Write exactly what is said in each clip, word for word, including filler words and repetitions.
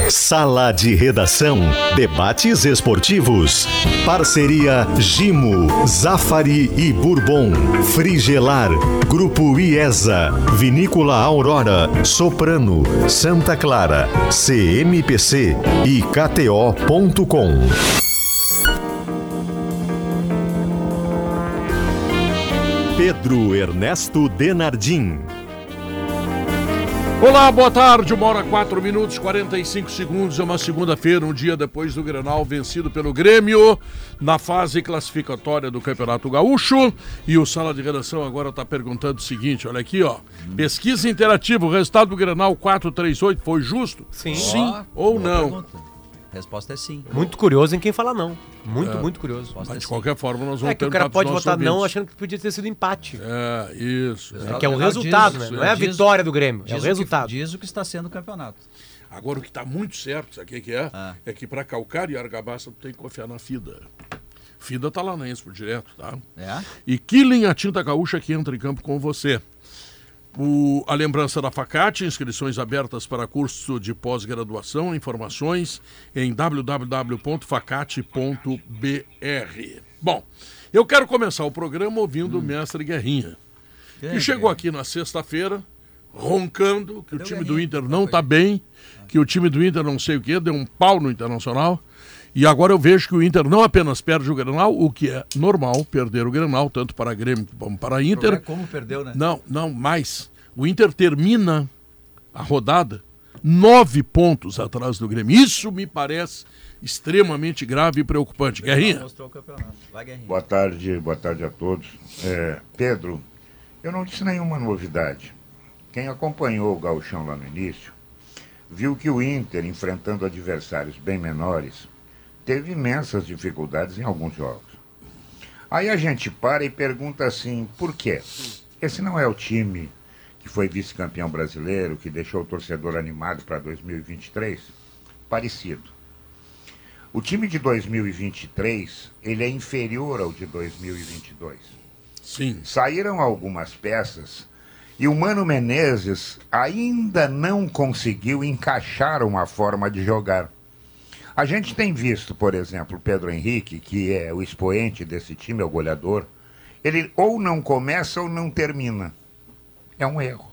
Sala de Redação. Debates esportivos. Parceria Gimo, Zafari e Bourbon. Frigelar. Grupo IESA. Vinícola Aurora. Soprano. Santa Clara. C M P C e K T O ponto com. Pedro Ernesto Denardim. Olá, boa tarde, uma hora quatro minutos, quarenta e cinco segundos, é uma segunda-feira, um dia depois do Grenal vencido pelo Grêmio na fase classificatória do Campeonato Gaúcho. E o Sala de Redação agora está perguntando o seguinte, olha aqui, ó, pesquisa interativa, o resultado do Grenal quatro três oito foi justo? Sim. Sim oh, ou não? Pergunta. A resposta é sim. Muito curioso em quem fala não. Muito, é, muito curioso. Mas é de sim. qualquer forma nós vamos É que o cara pode votar ouvintes. não achando que podia ter sido empate. É, isso. É que é o resultado, diz, né? Não é a diz, vitória do Grêmio, é o diz resultado. O que, diz o que está sendo o campeonato. Agora o que está muito certo, sabe o que que é? Ah. É que para Calcário e Argabaça tu tem que confiar na FIDA. FIDA tá lá na Expo direto, tá? É? E Killing, a tinta gaúcha que entra em campo com você. O, a lembrança da Facate, inscrições abertas para curso de pós-graduação, informações em w w w ponto facate ponto b r. Bom, eu quero começar o programa ouvindo hum. o mestre Guerrinha, que chegou aqui na sexta-feira roncando que Cadê o time o do Inter não está bem, que o time do Inter não sei o que, deu um pau no Internacional. E agora eu vejo que o Inter não apenas perde o Grenal, o que é normal, perder o Grenal, tanto para Grêmio como para Inter. É como perdeu, né? Não, não, mais. O Inter termina a rodada nove pontos atrás do Grêmio. Isso me parece extremamente grave e preocupante. Guerrinha. Mostrou o campeonato. Vai, Guerrinha. Boa tarde, boa tarde a todos. É, Pedro, eu não disse nenhuma novidade. Quem acompanhou o Gauchão lá no início, viu que o Inter, enfrentando adversários bem menores, teve imensas dificuldades em alguns jogos. Aí a gente para e pergunta assim, por quê? Esse não é o time que foi vice-campeão brasileiro, que deixou o torcedor animado para dois mil e vinte e três? Parecido. O time de dois mil e vinte e três, ele é inferior ao de dois mil e vinte e dois. Sim. Saíram algumas peças e o Mano Menezes ainda não conseguiu encaixar uma forma de jogar. A gente tem visto, por exemplo, o Pedro Henrique, que é o expoente desse time, é o goleador, ele ou não começa ou não termina. É um erro.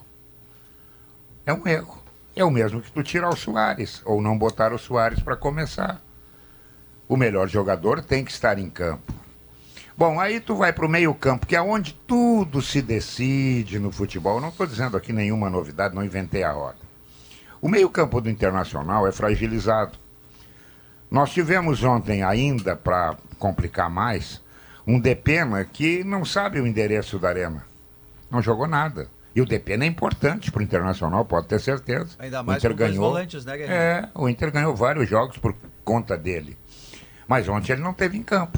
É um erro. É o mesmo que tu tirar o Soares, ou não botar o Soares para começar. O melhor jogador tem que estar em campo. Bom, aí tu vai para o meio campo, que é onde tudo se decide no futebol. Eu não estou dizendo aqui nenhuma novidade, não inventei a roda. O meio campo do Internacional é fragilizado. Nós tivemos ontem ainda, para complicar mais, um Depena que não sabe o endereço da arena. Não jogou nada. E o Depena é importante para o Internacional, pode ter certeza. Ainda mais o Inter com dois ganhou, volantes, né, Guerreiro? É, o Inter ganhou vários jogos por conta dele. Mas ontem ele não teve em campo.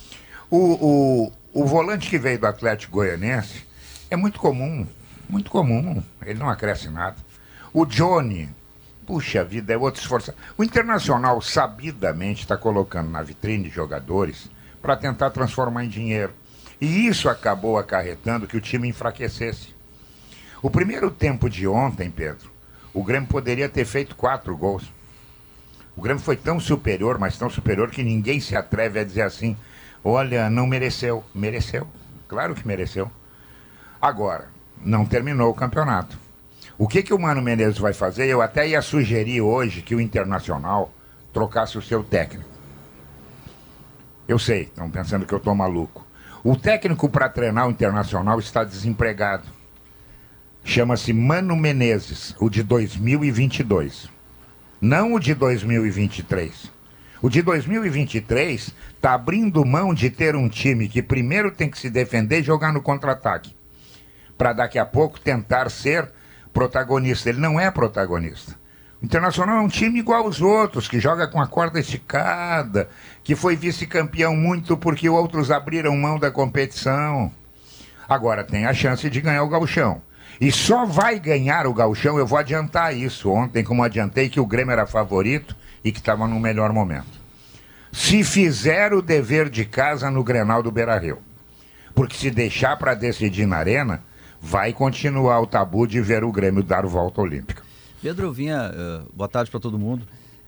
O, o, o volante que veio do Atlético Goianense é muito comum, muito comum. Ele não acresce nada. O Johnny... Puxa vida, é outro esforço. O Internacional sabidamente está colocando na vitrine jogadores para tentar transformar em dinheiro. E isso acabou acarretando que o time enfraquecesse. O primeiro tempo de ontem, Pedro, o Grêmio poderia ter feito quatro gols. O Grêmio foi tão superior, mas tão superior que ninguém se atreve a dizer assim, olha, não mereceu. Mereceu, claro que mereceu. Agora, não terminou o campeonato. O que, que o Mano Menezes vai fazer? Eu até ia sugerir hoje que o Internacional trocasse o seu técnico. Eu sei, estão pensando que eu estou maluco. O técnico para treinar o Internacional está desempregado. Chama-se Mano Menezes, o de dois mil e vinte e dois. Não o de dois mil e vinte e três. O de dois mil e vinte e três está abrindo mão de ter um time que primeiro tem que se defender e jogar no contra-ataque. Para daqui a pouco tentar ser protagonista. Ele não é protagonista. O Internacional é um time igual aos outros, que joga com a corda esticada, que foi vice-campeão muito porque outros abriram mão da competição. Agora tem a chance de ganhar o Gauchão. E só vai ganhar o Gauchão, eu vou adiantar isso ontem, como adiantei que o Grêmio era favorito e que estava no melhor momento. Se fizer o dever de casa no Grenal do Beira-Rio. Porque se deixar para decidir na Arena, vai continuar o tabu de ver o Grêmio dar volta olímpica. Pedro Vinha, uh, boa tarde para todo mundo.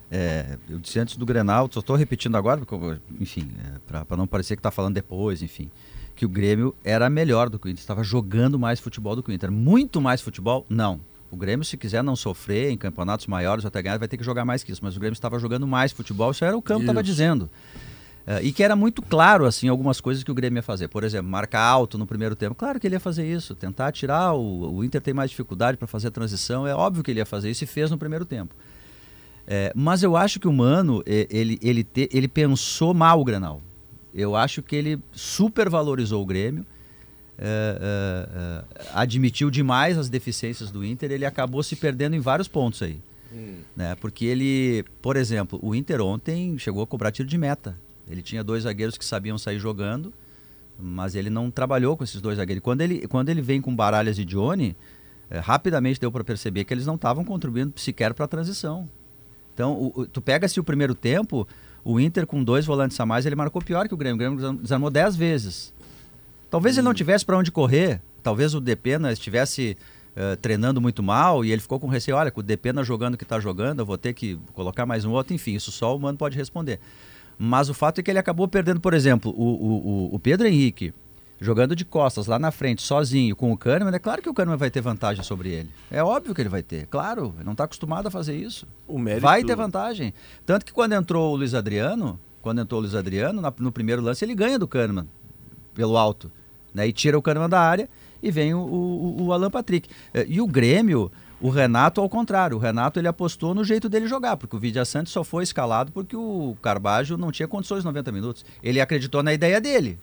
É, eu disse antes do Grenal, só estou repetindo agora, porque, enfim, é, para não parecer que está falando depois, enfim, que o Grêmio era melhor do que o Inter, estava jogando mais futebol do que o Inter. Muito mais futebol? Não. O Grêmio, se quiser não sofrer em campeonatos maiores ou até ganhar, vai ter que jogar mais que isso, mas o Grêmio estava jogando mais futebol, isso era o campo estava dizendo. Uh, e que era muito claro, assim, algumas coisas que o Grêmio ia fazer. Por exemplo, marcar alto no primeiro tempo. Claro que ele ia fazer isso, tentar tirar, o, o Inter tem mais dificuldade para fazer a transição, é óbvio que ele ia fazer isso e fez no primeiro tempo. É, mas eu acho que o Mano, ele, ele, te, ele pensou mal o Grenal. Eu acho que ele supervalorizou o Grêmio, é, é, é, admitiu demais as deficiências do Inter, ele acabou se perdendo em vários pontos aí. Hum. Né? Porque ele, por exemplo, o Inter ontem chegou a cobrar tiro de meta. Ele tinha dois zagueiros que sabiam sair jogando, mas ele não trabalhou com esses dois zagueiros. Quando ele, quando ele vem com Baralhas e Johnny, é, rapidamente deu para perceber que eles não estavam contribuindo sequer para a transição. Então, o, o, tu pega-se o primeiro tempo, o Inter com dois volantes a mais, ele marcou pior que o Grêmio. O Grêmio desarmou dez vezes. Talvez hum. ele não tivesse para onde correr, talvez o Depena estivesse uh, treinando muito mal e ele ficou com receio, olha, com o Depena jogando o que está jogando, eu vou ter que colocar mais um outro, enfim, isso só o Mano pode responder. Mas o fato é que ele acabou perdendo, por exemplo, o, o, o Pedro Henrique, jogando de costas lá na frente, sozinho, com o Kahneman, é claro que o Kahneman vai ter vantagem sobre ele. É óbvio que ele vai ter, claro, ele não está acostumado a fazer isso. O mérito... Vai ter vantagem. Tanto que quando entrou o Luiz Adriano, quando entrou o Luiz Adriano, na, no primeiro lance ele ganha do Kahneman, pelo alto, né, e tira o Kahneman da área e vem o, o, o Alan Patrick. E o Grêmio... O Renato, ao contrário, o Renato ele apostou no jeito dele jogar, porque o Vidia Santos só foi escalado porque o Carbajo não tinha condições de noventa minutos. Ele acreditou na ideia dele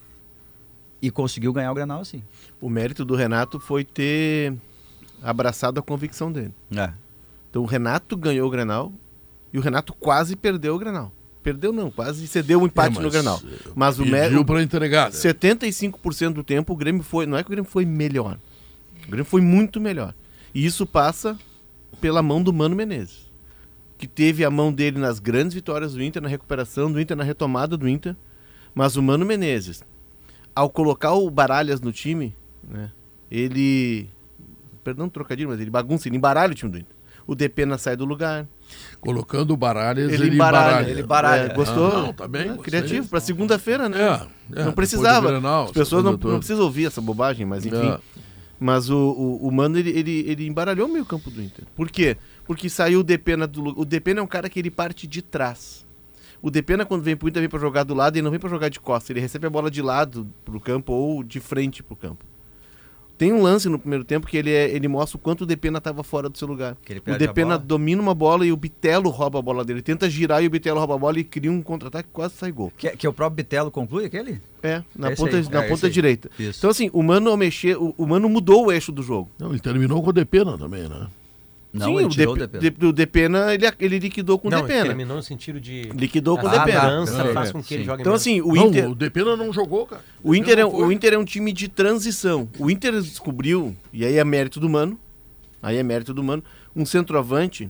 e conseguiu ganhar o Grenal assim. O mérito do Renato foi ter abraçado a convicção dele. É. Então o Renato ganhou o Grenal e o Renato quase perdeu o Grenal. Perdeu não, quase cedeu um empate é, mas, no Grenal. Mas o mérito para entregar. Né? setenta e cinco por cento do tempo o Grêmio foi, não é que o Grêmio foi melhor. O Grêmio foi muito melhor. E isso passa pela mão do Mano Menezes, que teve a mão dele nas grandes vitórias do Inter, na recuperação do Inter, na retomada do Inter. Mas o Mano Menezes, ao colocar o Baralhas no time, né, ele... Perdão, trocadilho, mas ele bagunça, ele embaralha o time do Inter. O Depena sai do lugar. Colocando o Baralhas, ele, ele embaralha. embaralha. Ele baralha. É, gostou? Ah, não, tá bem, é, criativo, para segunda-feira, né? É, é, não precisava. Grenal, As pessoas não, não precisam ouvir essa bobagem, mas enfim... É. Mas o, o, o Mano, ele, ele, ele embaralhou o meio campo do Inter. Por quê? Porque saiu o Depena do... O Depena é um cara que ele parte de trás. O Depena, quando vem pro Inter, vem pra jogar do lado e não vem pra jogar de costas. Ele recebe a bola de lado pro campo ou de frente pro campo. Tem um lance no primeiro tempo que ele, é, ele mostra o quanto o Depena estava fora do seu lugar. O Depena domina uma bola e o Bitelo rouba a bola dele. Ele tenta girar e o Bitelo rouba a bola e cria um contra-ataque que quase sai gol. Que, que o próprio Bitelo conclui aquele? É, na é ponta, aí, na é ponta direita. Isso. Então assim, o Mano ao mexer, o, o Mano mudou o eixo do jogo. Não, ele terminou com o Depena também, né? Não, Sim, ele o tirou de, o Depena. De, o Depena, ele, ele liquidou com não, o Depena. terminou no sentido de... Liquidou com o a Depena. segurança faz com que ele jogue Então menos. assim, o não, Inter... o Depena não jogou, cara. O Inter, é, o Inter é um time de transição. O Inter descobriu, e aí é mérito do Mano, aí é mérito do Mano, um centroavante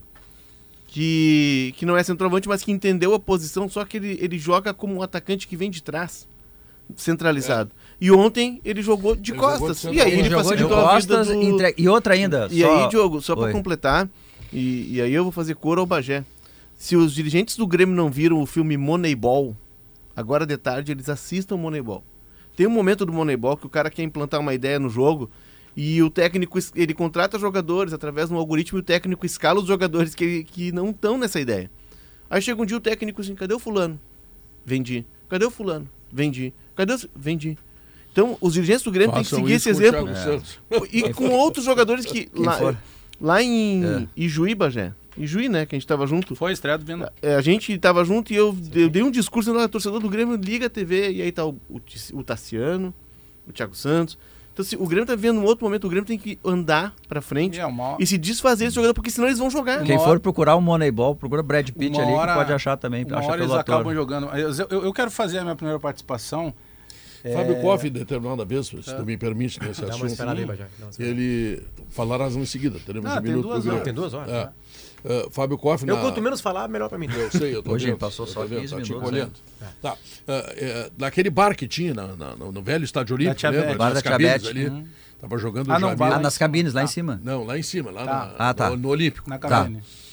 que, que não é centroavante, mas que entendeu a posição, só que ele, ele joga como um atacante que vem de trás, centralizado. É. E ontem ele jogou de ele costas. Jogou de e aí ele, ele facilitou a vida do... entre... E outra ainda. E só... aí, Diogo, só para completar, e, e aí eu vou fazer coro ao Bagé. Se os dirigentes do Grêmio não viram o filme Moneyball, agora de tarde eles assistam Moneyball. Tem um momento do Moneyball que o cara quer implantar uma ideia no jogo e o técnico, ele contrata jogadores através de um algoritmo e o técnico escala os jogadores que, que não estão nessa ideia. Aí chega um dia o técnico assim, cadê o fulano? Vendi. Cadê o fulano? Vendi. Cadê o... Vendi. Então, os dirigentes do Grêmio têm que seguir esse exemplo. É. E com outros jogadores que... Lá, lá em é. Ijuí, Bagé. Ijuí, né? Que a gente tava junto. Foi estreado vendo. É, a gente tava junto e eu, eu dei um discurso no torcedor do Grêmio, liga a T V, e aí tá o, o, o Tassiano, o Thiago Santos. Então, se o Grêmio tá vivendo um outro momento, o Grêmio tem que andar pra frente é uma... e se desfazer desse jogador, porque senão eles vão jogar. Quem for procurar o Moneyball, procura Brad Pitt ali, hora, que pode achar também. Uma acha hora eles ator. acabam jogando. Eu, eu, eu quero fazer a minha primeira participação. Fábio é... Koff, determinada vez, se é. tu me permite nesse Dá assunto, aí, Bajá. ele falarás em seguida, teremos ah, um minuto duas do horas. Tem duas horas. É. Uh, Fábio Koff... Eu na... quanto menos falar, melhor pra mim. Eu sei, eu tô Hoje vendo, passou só vendo, quinze tá minutos. olhando. É. Tá. Uh, uh, naquele bar que tinha na, na, no, no velho estádio olímpico, lembra? Bar da cabines ali. Uhum. Tava jogando ah, o não, Jamil. Ah, nas cabines, lá ah, em cima. Não, lá em cima, lá tá. na, ah, tá. no, no Olímpico. Na cabine. Tá.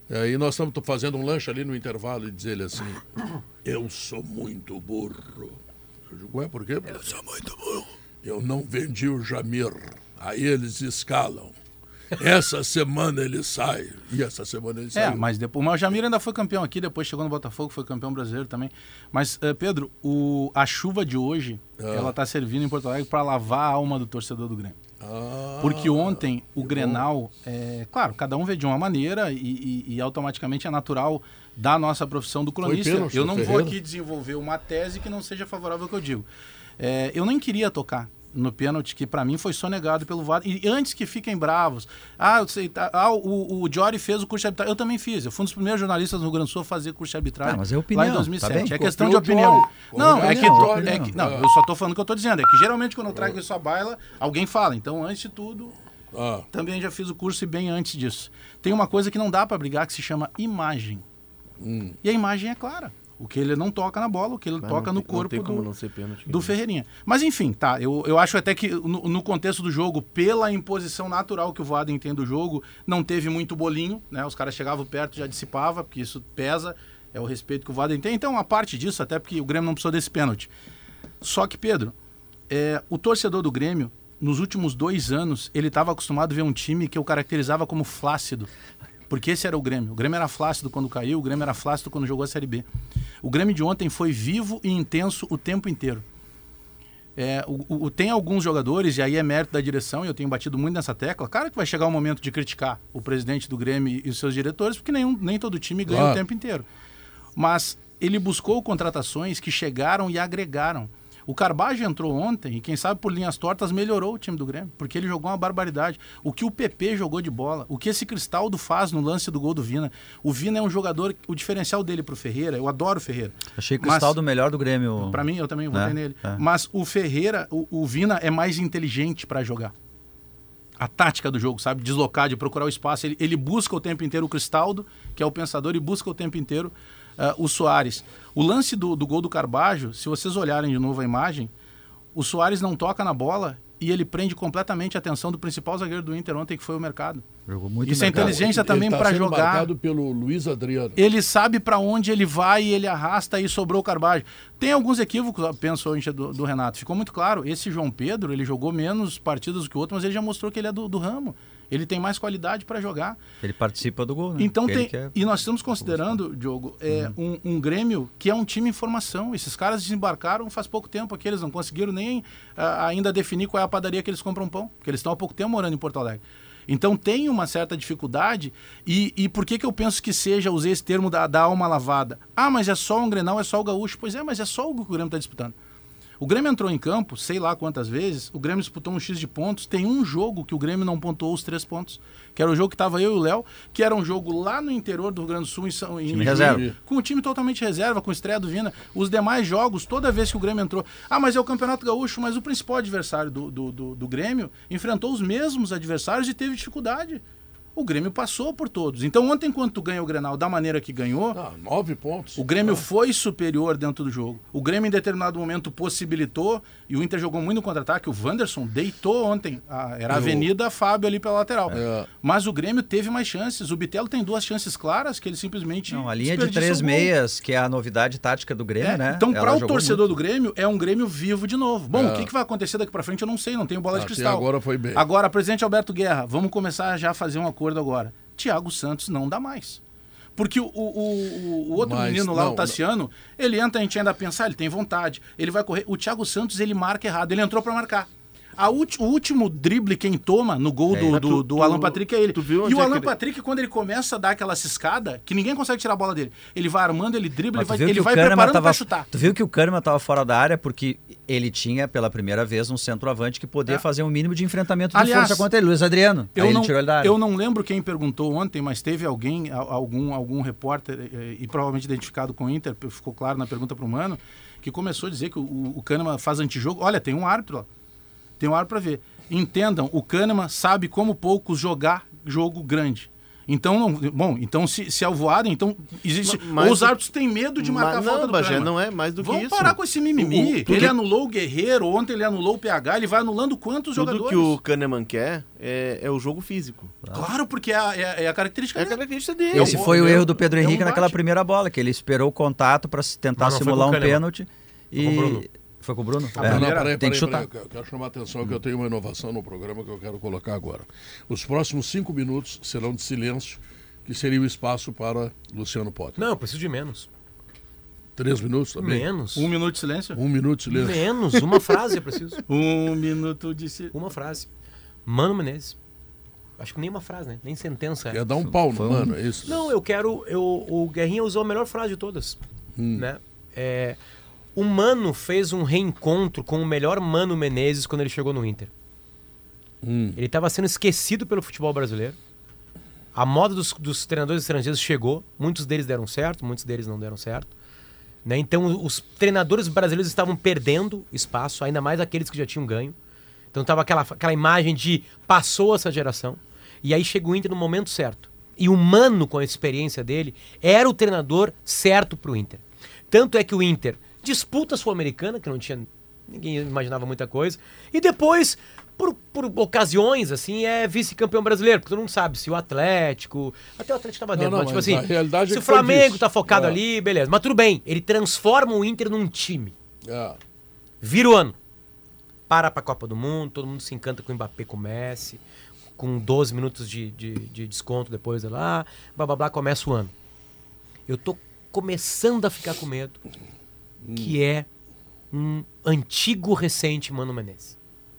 E aí nós estamos fazendo um lanche ali no intervalo e dizer ele assim, eu sou muito burro. Eu digo, ué, por quê? Eu sou muito burro. Eu não vendi o Jamir. Aí eles escalam. Essa semana ele sai. E essa semana ele sai. É, mas depois, o Jamir ainda foi campeão aqui, depois chegou no Botafogo, foi campeão brasileiro também. Mas, uh, Pedro, o, a chuva de hoje, ah. ela tá servindo em Porto Alegre para lavar a alma do torcedor do Grêmio. Ah, Porque ontem o Grenal, é, claro, cada um vê de uma maneira e, e, e automaticamente é natural da nossa profissão do cronista. Pênalti, eu não Ferreira. vou aqui desenvolver uma tese que não seja favorável ao que eu digo. É, eu nem queria tocar no pênalti, que para mim foi sonegado pelo V A R. E antes que fiquem bravos, ah, eu sei, tá, ah o, o Jory fez o curso de arbitragem. Eu também fiz. Eu fui um dos primeiros jornalistas no Rio Grande do Sul a fazer curso de arbitragem. Não, mas é opinião, lá em dois mil e sete. tá é questão de opinião. Não, é que, é que. Não, eu só tô falando o que eu tô dizendo. É que geralmente quando eu trago isso à baila, alguém fala. Então, antes de tudo, ah. também já fiz o curso e bem antes disso. Tem uma coisa que não dá para brigar que se chama imagem. Hum. E a imagem é clara. O que ele não toca na bola, o que ele Mas toca não no tem, não tem corpo como do, não ser pênalti, do Ferreirinha. Mas enfim, tá, eu, eu acho até que no, no contexto do jogo, pela imposição natural que o Voaden tem do jogo, não teve muito bolinho, né? Os caras chegavam perto e já dissipava, porque isso pesa, é o respeito que o Voaden tem. Então, a parte disso, até porque o Grêmio não precisou desse pênalti. Só que, Pedro, é, o torcedor do Grêmio, nos últimos dois anos, ele estava acostumado a ver um time que eu caracterizava como flácido. Porque esse era o Grêmio. O Grêmio era flácido quando caiu, o Grêmio era flácido quando jogou a Série B. O Grêmio de ontem foi vivo e intenso o tempo inteiro. É, o, o, tem alguns jogadores, e aí é mérito da direção, e eu tenho batido muito nessa tecla. Claro que vai chegar o momento de criticar o presidente do Grêmio e os seus diretores, porque nenhum, nem todo time ganha claro. o tempo inteiro. Mas ele buscou contratações que chegaram e agregaram. O Carbajo entrou ontem e, quem sabe, por linhas tortas, melhorou o time do Grêmio, porque ele jogou uma barbaridade. O que o P P jogou de bola, o que esse Cristaldo faz no lance do gol do Vina. O Vina é um jogador, o diferencial dele pro Ferreira, eu adoro o Ferreira. Achei o Cristaldo melhor do Grêmio. Pra mim, eu também votei né? nele. É. Mas o Ferreira, o, o Vina é mais inteligente para jogar. A tática do jogo, sabe? Deslocar, de procurar o espaço. Ele, ele busca o tempo inteiro o Cristaldo, que é o pensador, e busca o tempo inteiro uh, o Soares. O lance do, do gol do Carbajo, se vocês olharem de novo a imagem, o Soares não toca na bola e ele prende completamente a atenção do principal zagueiro do Inter ontem, que foi o Mercado. Jogou muito Isso é inteligência também para jogar. Marcado pelo Luiz Adriano. Ele sabe para onde ele vai e ele arrasta e sobrou o Carbajo. Tem alguns equívocos, penso hoje, do, do Renato. Ficou muito claro, esse João Pedro, ele jogou menos partidas do que o outro, mas ele já mostrou que ele é do, do ramo. Ele tem mais qualidade para jogar. Ele participa do gol, né? Então tem, quer... E nós estamos considerando, Diogo, é, uhum. um, um Grêmio que é um time em formação. Esses caras desembarcaram faz pouco tempo aqui, eles não conseguiram nem uh, ainda definir qual é a padaria que eles compram pão, porque eles estão há pouco tempo morando em Porto Alegre. Então tem uma certa dificuldade. E, e por que que eu penso que seja, usei esse termo da, da alma lavada? Ah, mas é só um Grenal, é só o Gaúcho. Pois é, mas é só o que o Grêmio está disputando. O Grêmio entrou em campo, sei lá quantas vezes, o Grêmio disputou um X de pontos, tem um jogo que o Grêmio não pontuou os três pontos, que era o jogo que estava eu e o Léo, que era um jogo lá no interior do Rio Grande do Sul, em São em time reserva. Com o time totalmente reserva, com estreia do Vina. Os demais jogos, toda vez que o Grêmio entrou, ah, mas é o Campeonato Gaúcho, mas o principal adversário do, do, do, do Grêmio enfrentou os mesmos adversários e teve dificuldade. O Grêmio passou por todos. Então ontem, quando tu ganha o Grenal da maneira que ganhou, ah, nove pontos. O Grêmio ah. foi superior dentro do jogo. O Grêmio em determinado momento possibilitou, e o Inter jogou muito no contra-ataque. O Wanderson deitou ontem. A, era a Avenida Fábio ali pela lateral. É. Mas o Grêmio teve mais chances. O Bitelo tem duas chances claras que ele simplesmente Não, a linha de três meias, que é a novidade tática do Grêmio, é, né? Então, para o torcedor muito. do Grêmio, é um Grêmio vivo de novo. Bom, é. o que, que vai acontecer daqui para frente eu não sei, não tenho bola ah, de cristal. Agora foi bem. Agora, presidente Alberto Guerra, vamos começar já a fazer um acordo agora. Thiago Santos não dá mais. Porque o, o, o, o outro Mas, menino lá, não, o Tassiano, não. ele entra, a gente ainda pensa, ah, ele tem vontade, ele vai correr. O Thiago Santos, ele marca errado, ele entrou para marcar. A ulti, o último drible quem toma no gol é, do, do, do tu, Alan Patrick é ele. E o Alan ele... Patrick, quando ele começa a dar aquela ciscada, que ninguém consegue tirar a bola dele, ele vai armando, ele dribla, ele vai, ele vai preparando tava, pra chutar. Tu viu que o Kahneman estava fora da área porque ele tinha, pela primeira vez, um centroavante que podia é. fazer um mínimo de enfrentamento de Aliás, força contra ele, Luiz Adriano. Eu Aí não, ele tirou ele da área. Eu não lembro quem perguntou ontem, mas teve alguém, algum, algum repórter, e, e provavelmente identificado com o Inter, ficou claro na pergunta pro Mano, que começou a dizer que o, o Kahneman faz antijogo. Olha, tem um árbitro lá. Tem um árbitro para ver. Entendam, o Kahneman sabe como poucos jogar jogo grande. Então, não- bom, então se, se é o Voaden, então existe. Ma- mas ou os o- árbitros têm medo de marcar Mas a falta não, do Bagé, Kahneman. não é mais do que Vamos isso. parar com esse mimimi. O- tudo ele que- anulou o Guerreiro, ontem ele anulou o P H, ele vai anulando quantos Tudo jogadores? que o Kahneman quer é, é o jogo físico. Claro, porque é a, é a- é a característica É a dele. característica dele. Esse foi o erro do Pedro é um Henrique naquela bate. primeira bola, que ele esperou o contato para tentar Mas não foi simular com o um Kahneman. pênalti. E... com o Bruno. Foi com o Bruno? A É. Não, primeira- não, peraí, tem peraí, que peraí, chutar. eu quero chamar a atenção que eu tenho uma inovação no programa que eu quero colocar agora. Os próximos cinco minutos serão de silêncio, que seria o espaço para Luciano Potter. Não, eu preciso de menos. Três minutos também? Menos. Um minuto de silêncio? Um minuto de silêncio. Menos. Uma frase eu preciso. Um minuto de silêncio. Uma frase. Mano Menezes. Acho que nem uma frase, né? Nem sentença. Quer dar um pau no mano, é isso? Não, eu quero. Eu, o Guerrinha usou a melhor frase de todas. Né? É, o Mano fez um reencontro com o melhor Mano Menezes quando ele chegou no Inter. Hum. Ele estava sendo esquecido pelo futebol brasileiro. A moda dos, dos treinadores estrangeiros chegou. Muitos deles deram certo, muitos deles não deram certo. Né? Então os treinadores brasileiros estavam perdendo espaço, ainda mais aqueles que já tinham ganho. Então estava aquela, aquela imagem de passou essa geração. E aí chega o Inter no momento certo. E o Mano, com a experiência dele, era o treinador certo para o Inter. Tanto é que o Inter disputa a Sul-Americana, que não tinha... Ninguém imaginava muita coisa. E depois, por, por ocasiões, assim, é vice-campeão brasileiro. Porque todo mundo sabe se o Atlético... Até o Atlético estava dentro, Não, não, mas tipo mas assim... a realidade é se que o foi Flamengo disso. tá focado É. ali, beleza. Mas tudo bem, ele transforma o Inter num time. É. Vira o ano. Para pra Copa do Mundo, todo mundo se encanta com o Mbappé, com o Messi, com doze minutos de, de, de desconto depois lá, blá blá blá, começa o ano. Eu tô começando a ficar com medo, que é um antigo recente Mano Menezes.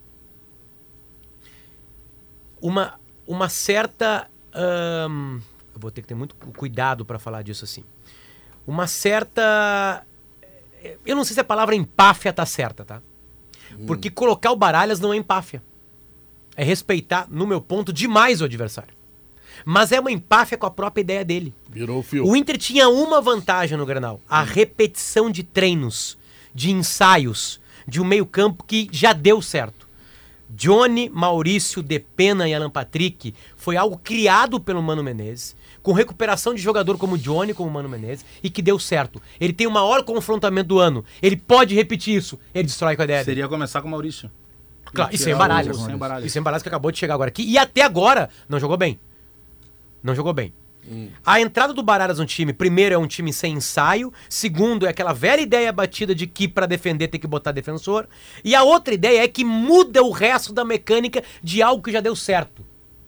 Uma, uma certa... ahn, eu vou ter que ter muito cuidado para falar disso assim. Uma certa... Eu não sei se a palavra empáfia tá certa, tá? Porque colocar o Baralhas não é empáfia. É respeitar, no meu ponto, demais o adversário. Mas é uma empáfia com a própria ideia dele. Virou o fio. O Inter tinha uma vantagem no Grenal. A repetição de treinos, de ensaios, de um meio campo que já deu certo. Johnny, Maurício, Depena e Alan Patrick foi algo criado pelo Mano Menezes, com recuperação de jogador como Johnny, como Mano Menezes, e que deu certo. Ele tem o maior confrontamento do ano. Ele pode repetir isso. Ele destrói com a ideia dele. Seria começar com o Maurício. Claro, e sem Tirar o- Baralhas. sem Baralhas. E sem Baralhas que acabou de chegar agora aqui. E até agora não jogou bem. Não jogou bem. A entrada do Baralhas no time, primeiro, é um time sem ensaio. Segundo, é aquela velha ideia batida de que pra defender tem que botar defensor. E a outra ideia é que muda o resto da mecânica de algo que já deu certo.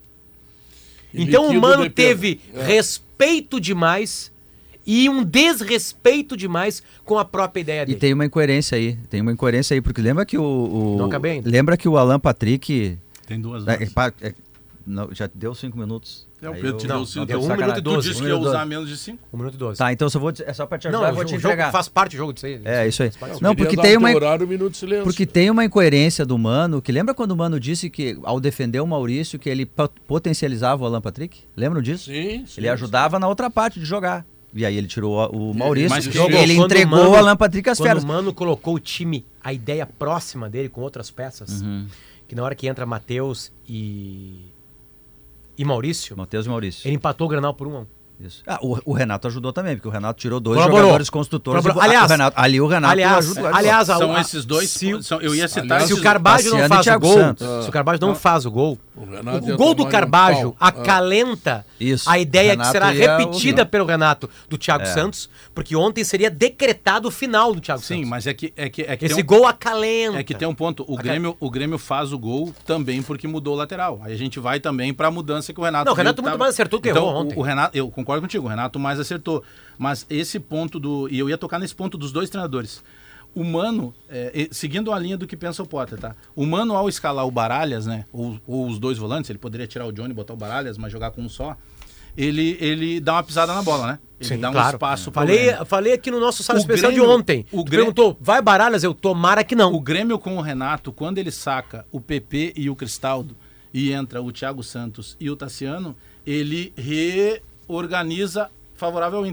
E Então o liquida Mano Depena. teve É. respeito demais e um desrespeito demais com a própria ideia E dele. tem uma incoerência aí, tem uma incoerência aí, porque lembra que o... o- Não acabei ainda. Lembra que o Alan Patrick... Tem duas é, horas. pá, é, não, já deu cinco minutos. É, o Aí Pedro te eu- deu não, cinco. deu Tu um sacanagem. minuto e doze. disse Um que ia minuto e usar doze. menos de cinco. um minuto e doze. Tá, então só vou, é só pra te ajudar, Não, eu vou o te jogo entregar. faz parte do jogo disso aí. É, isso aí. Faz parte. Não, Queria porque dar tem o teu uma... horário, um minuto de silêncio. Porque tem uma incoerência do Mano, que lembra quando o Mano disse que, ao defender o Maurício, que ele po- potencializava o Alan Patrick? Lembram disso? Sim, sim. Ele ajudava na outra parte de jogar. E aí ele tirou o Maurício mas e que jogou. ele Quando entregou o Mano- o Alan Patrick às Quando feras. o Mano colocou o time, a ideia próxima dele, com outras peças, Uhum. que na hora que entra Matheus e... e Maurício, Matheus e Maurício. ele empatou o Granal por um a um. Isso. Ah, o, o Renato ajudou também, porque o Renato tirou dois Colaborou. jogadores construtores. Colaborou. e- Aliás- o Renato- ali o Renato aliás, ajudou. aliás, a- São a- esses dois. se- são- eu ia citar aliás, Se o esses- Carbajo não Tassiano e faz o Thiago gol, Santos. se o Carbajo não faz o gol, O Renato o ia gol do tomar um Carbajo pau. Ah. acalenta Isso. a ideia Renato que será ia repetida ouvir. pelo Renato do Thiago Santos, porque ontem seria decretado o final do Thiago Sim, Santos. mas é que, é que, é que Esse tem um, gol acalenta. é que tem um ponto. O Grêmio, o Grêmio faz o gol também porque mudou o lateral. Aí a gente vai também pra mudança que o Renato. Não, o Renato viu muito tava- mais acertou que então, errou o- ontem. O Renato, eu concordo contigo, o Renato mais acertou. Mas esse ponto do. E eu ia tocar nesse ponto dos dois treinadores. O Mano, é, e- seguindo a linha do que pensa o Potter, tá? O Mano, ao escalar o Baralhas, né? Ou, ou os dois volantes, ele poderia tirar o Johnny e botar o Baralhas, mas jogar com um só. Ele, ele dá uma pisada na bola, né? Ele Sim, dá um claro. espaço pro Falei, Grêmio. falei aqui no nosso sala O especial Grêmio- de ontem. o Tu Grêmio- perguntou, vai Baralhas? Eu tomara que não. O Grêmio com o Renato, quando ele saca o P P e o Cristaldo e entra o Thiago Santos e o Tassiano, ele reorganiza favorável ao Inter.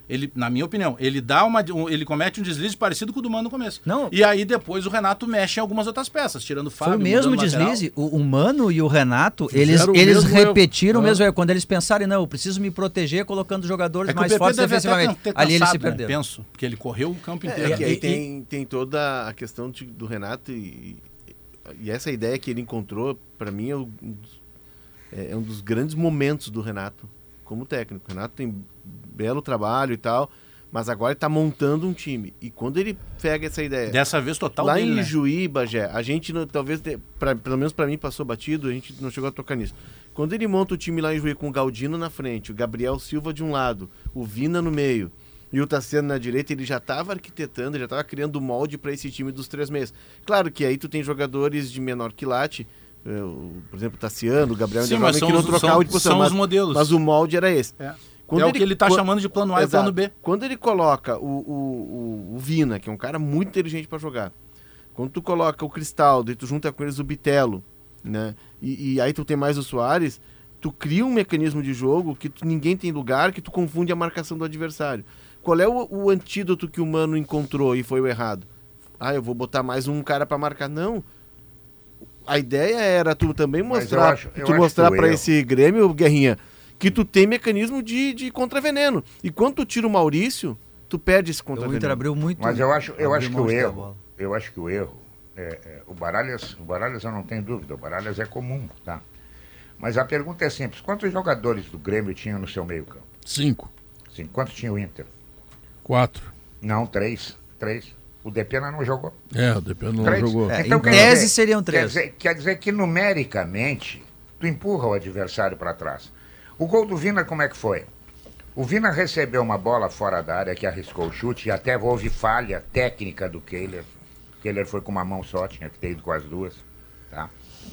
Ele, na minha opinião, ele dá uma, um, ele comete um deslize parecido com o do Mano no começo. Não. E aí depois o Renato mexe em algumas outras peças, tirando o Fábio. Foi o mesmo mudando o lateral. deslize. O, o Mano e o Renato, Fizeram eles, o eles mesmo erro. repetiram o Ah. mesmo erro. Quando eles pensarem, não, eu preciso me proteger colocando jogadores É que mais o P P fortes deve até defensivamente. ter Ali eles se cansado, né? perderam. Penso, porque ele correu o campo É, inteiro. que aí E- tem, tem toda a questão de- do Renato e, e essa ideia que ele encontrou, para mim, é um, dos, é, é um dos grandes momentos do Renato como técnico. O Renato tem belo trabalho e tal, mas agora ele tá montando um time. E quando ele pega essa ideia... Dessa vez total Lá dele, em né? Juí, Bagé, a gente não, talvez, te- pra, pelo menos para mim passou batido, a gente não chegou a tocar nisso. Quando ele monta o time lá em Juí com o Galdino na frente, o Gabriel Silva de um lado, o Vina no meio e o Tassiano na direita, ele já estava arquitetando, já estava criando o molde para esse time dos três meses. Claro que aí tu tem jogadores de menor quilate, eh, o- por exemplo, o Tassiano, o Gabriel Sim, ainda mas jovem, são que não os- trocava são- de posição, são mas, os modelos. mas o molde era esse. É. Quando É o que ele tá quan- chamando de plano A e Exato. plano B. Quando ele coloca o, o, o, o Vina, que é um cara muito inteligente para jogar, quando tu coloca o Cristaldo e tu junta com eles o Bitelo, né? E, e aí tu tem mais o Soares, tu cria um mecanismo de jogo que tu- ninguém tem lugar, que tu confunde a marcação do adversário. Qual é o, o antídoto que o Mano encontrou e foi o errado? Ah, eu vou botar mais um cara para marcar. Não. A ideia era tu também Mas mostrar, eu acho- eu tu acho mostrar que o para erro- esse Grêmio, Guerrinha, que tu tem mecanismo de, de contraveneno. E quando tu tira o Maurício, tu perde esse O Inter contraveneno. abriu muito. Mas eu acho, eu abriu acho que mão o de dar erro, bola. eu acho que o erro, é, é, o Baralhas, o Baralhas eu não tenho dúvida, o Baralhas é comum, tá? Mas a pergunta é simples, quantos jogadores do Grêmio tinham no seu meio campo? Cinco. Sim, quantos tinha o Inter? Quatro. Não, três, três. O Depena não jogou. É, o Depena não Três. jogou. É, Então, em quer tese dizer- seriam Quer três. dizer, quer dizer que numericamente tu empurra o adversário para trás. O gol do Vina como é que foi? O Vina recebeu uma bola fora da área que arriscou o chute e até houve falha técnica do Kehler. O Kehler foi com uma mão só, tinha que ter ido com as duas. Tá?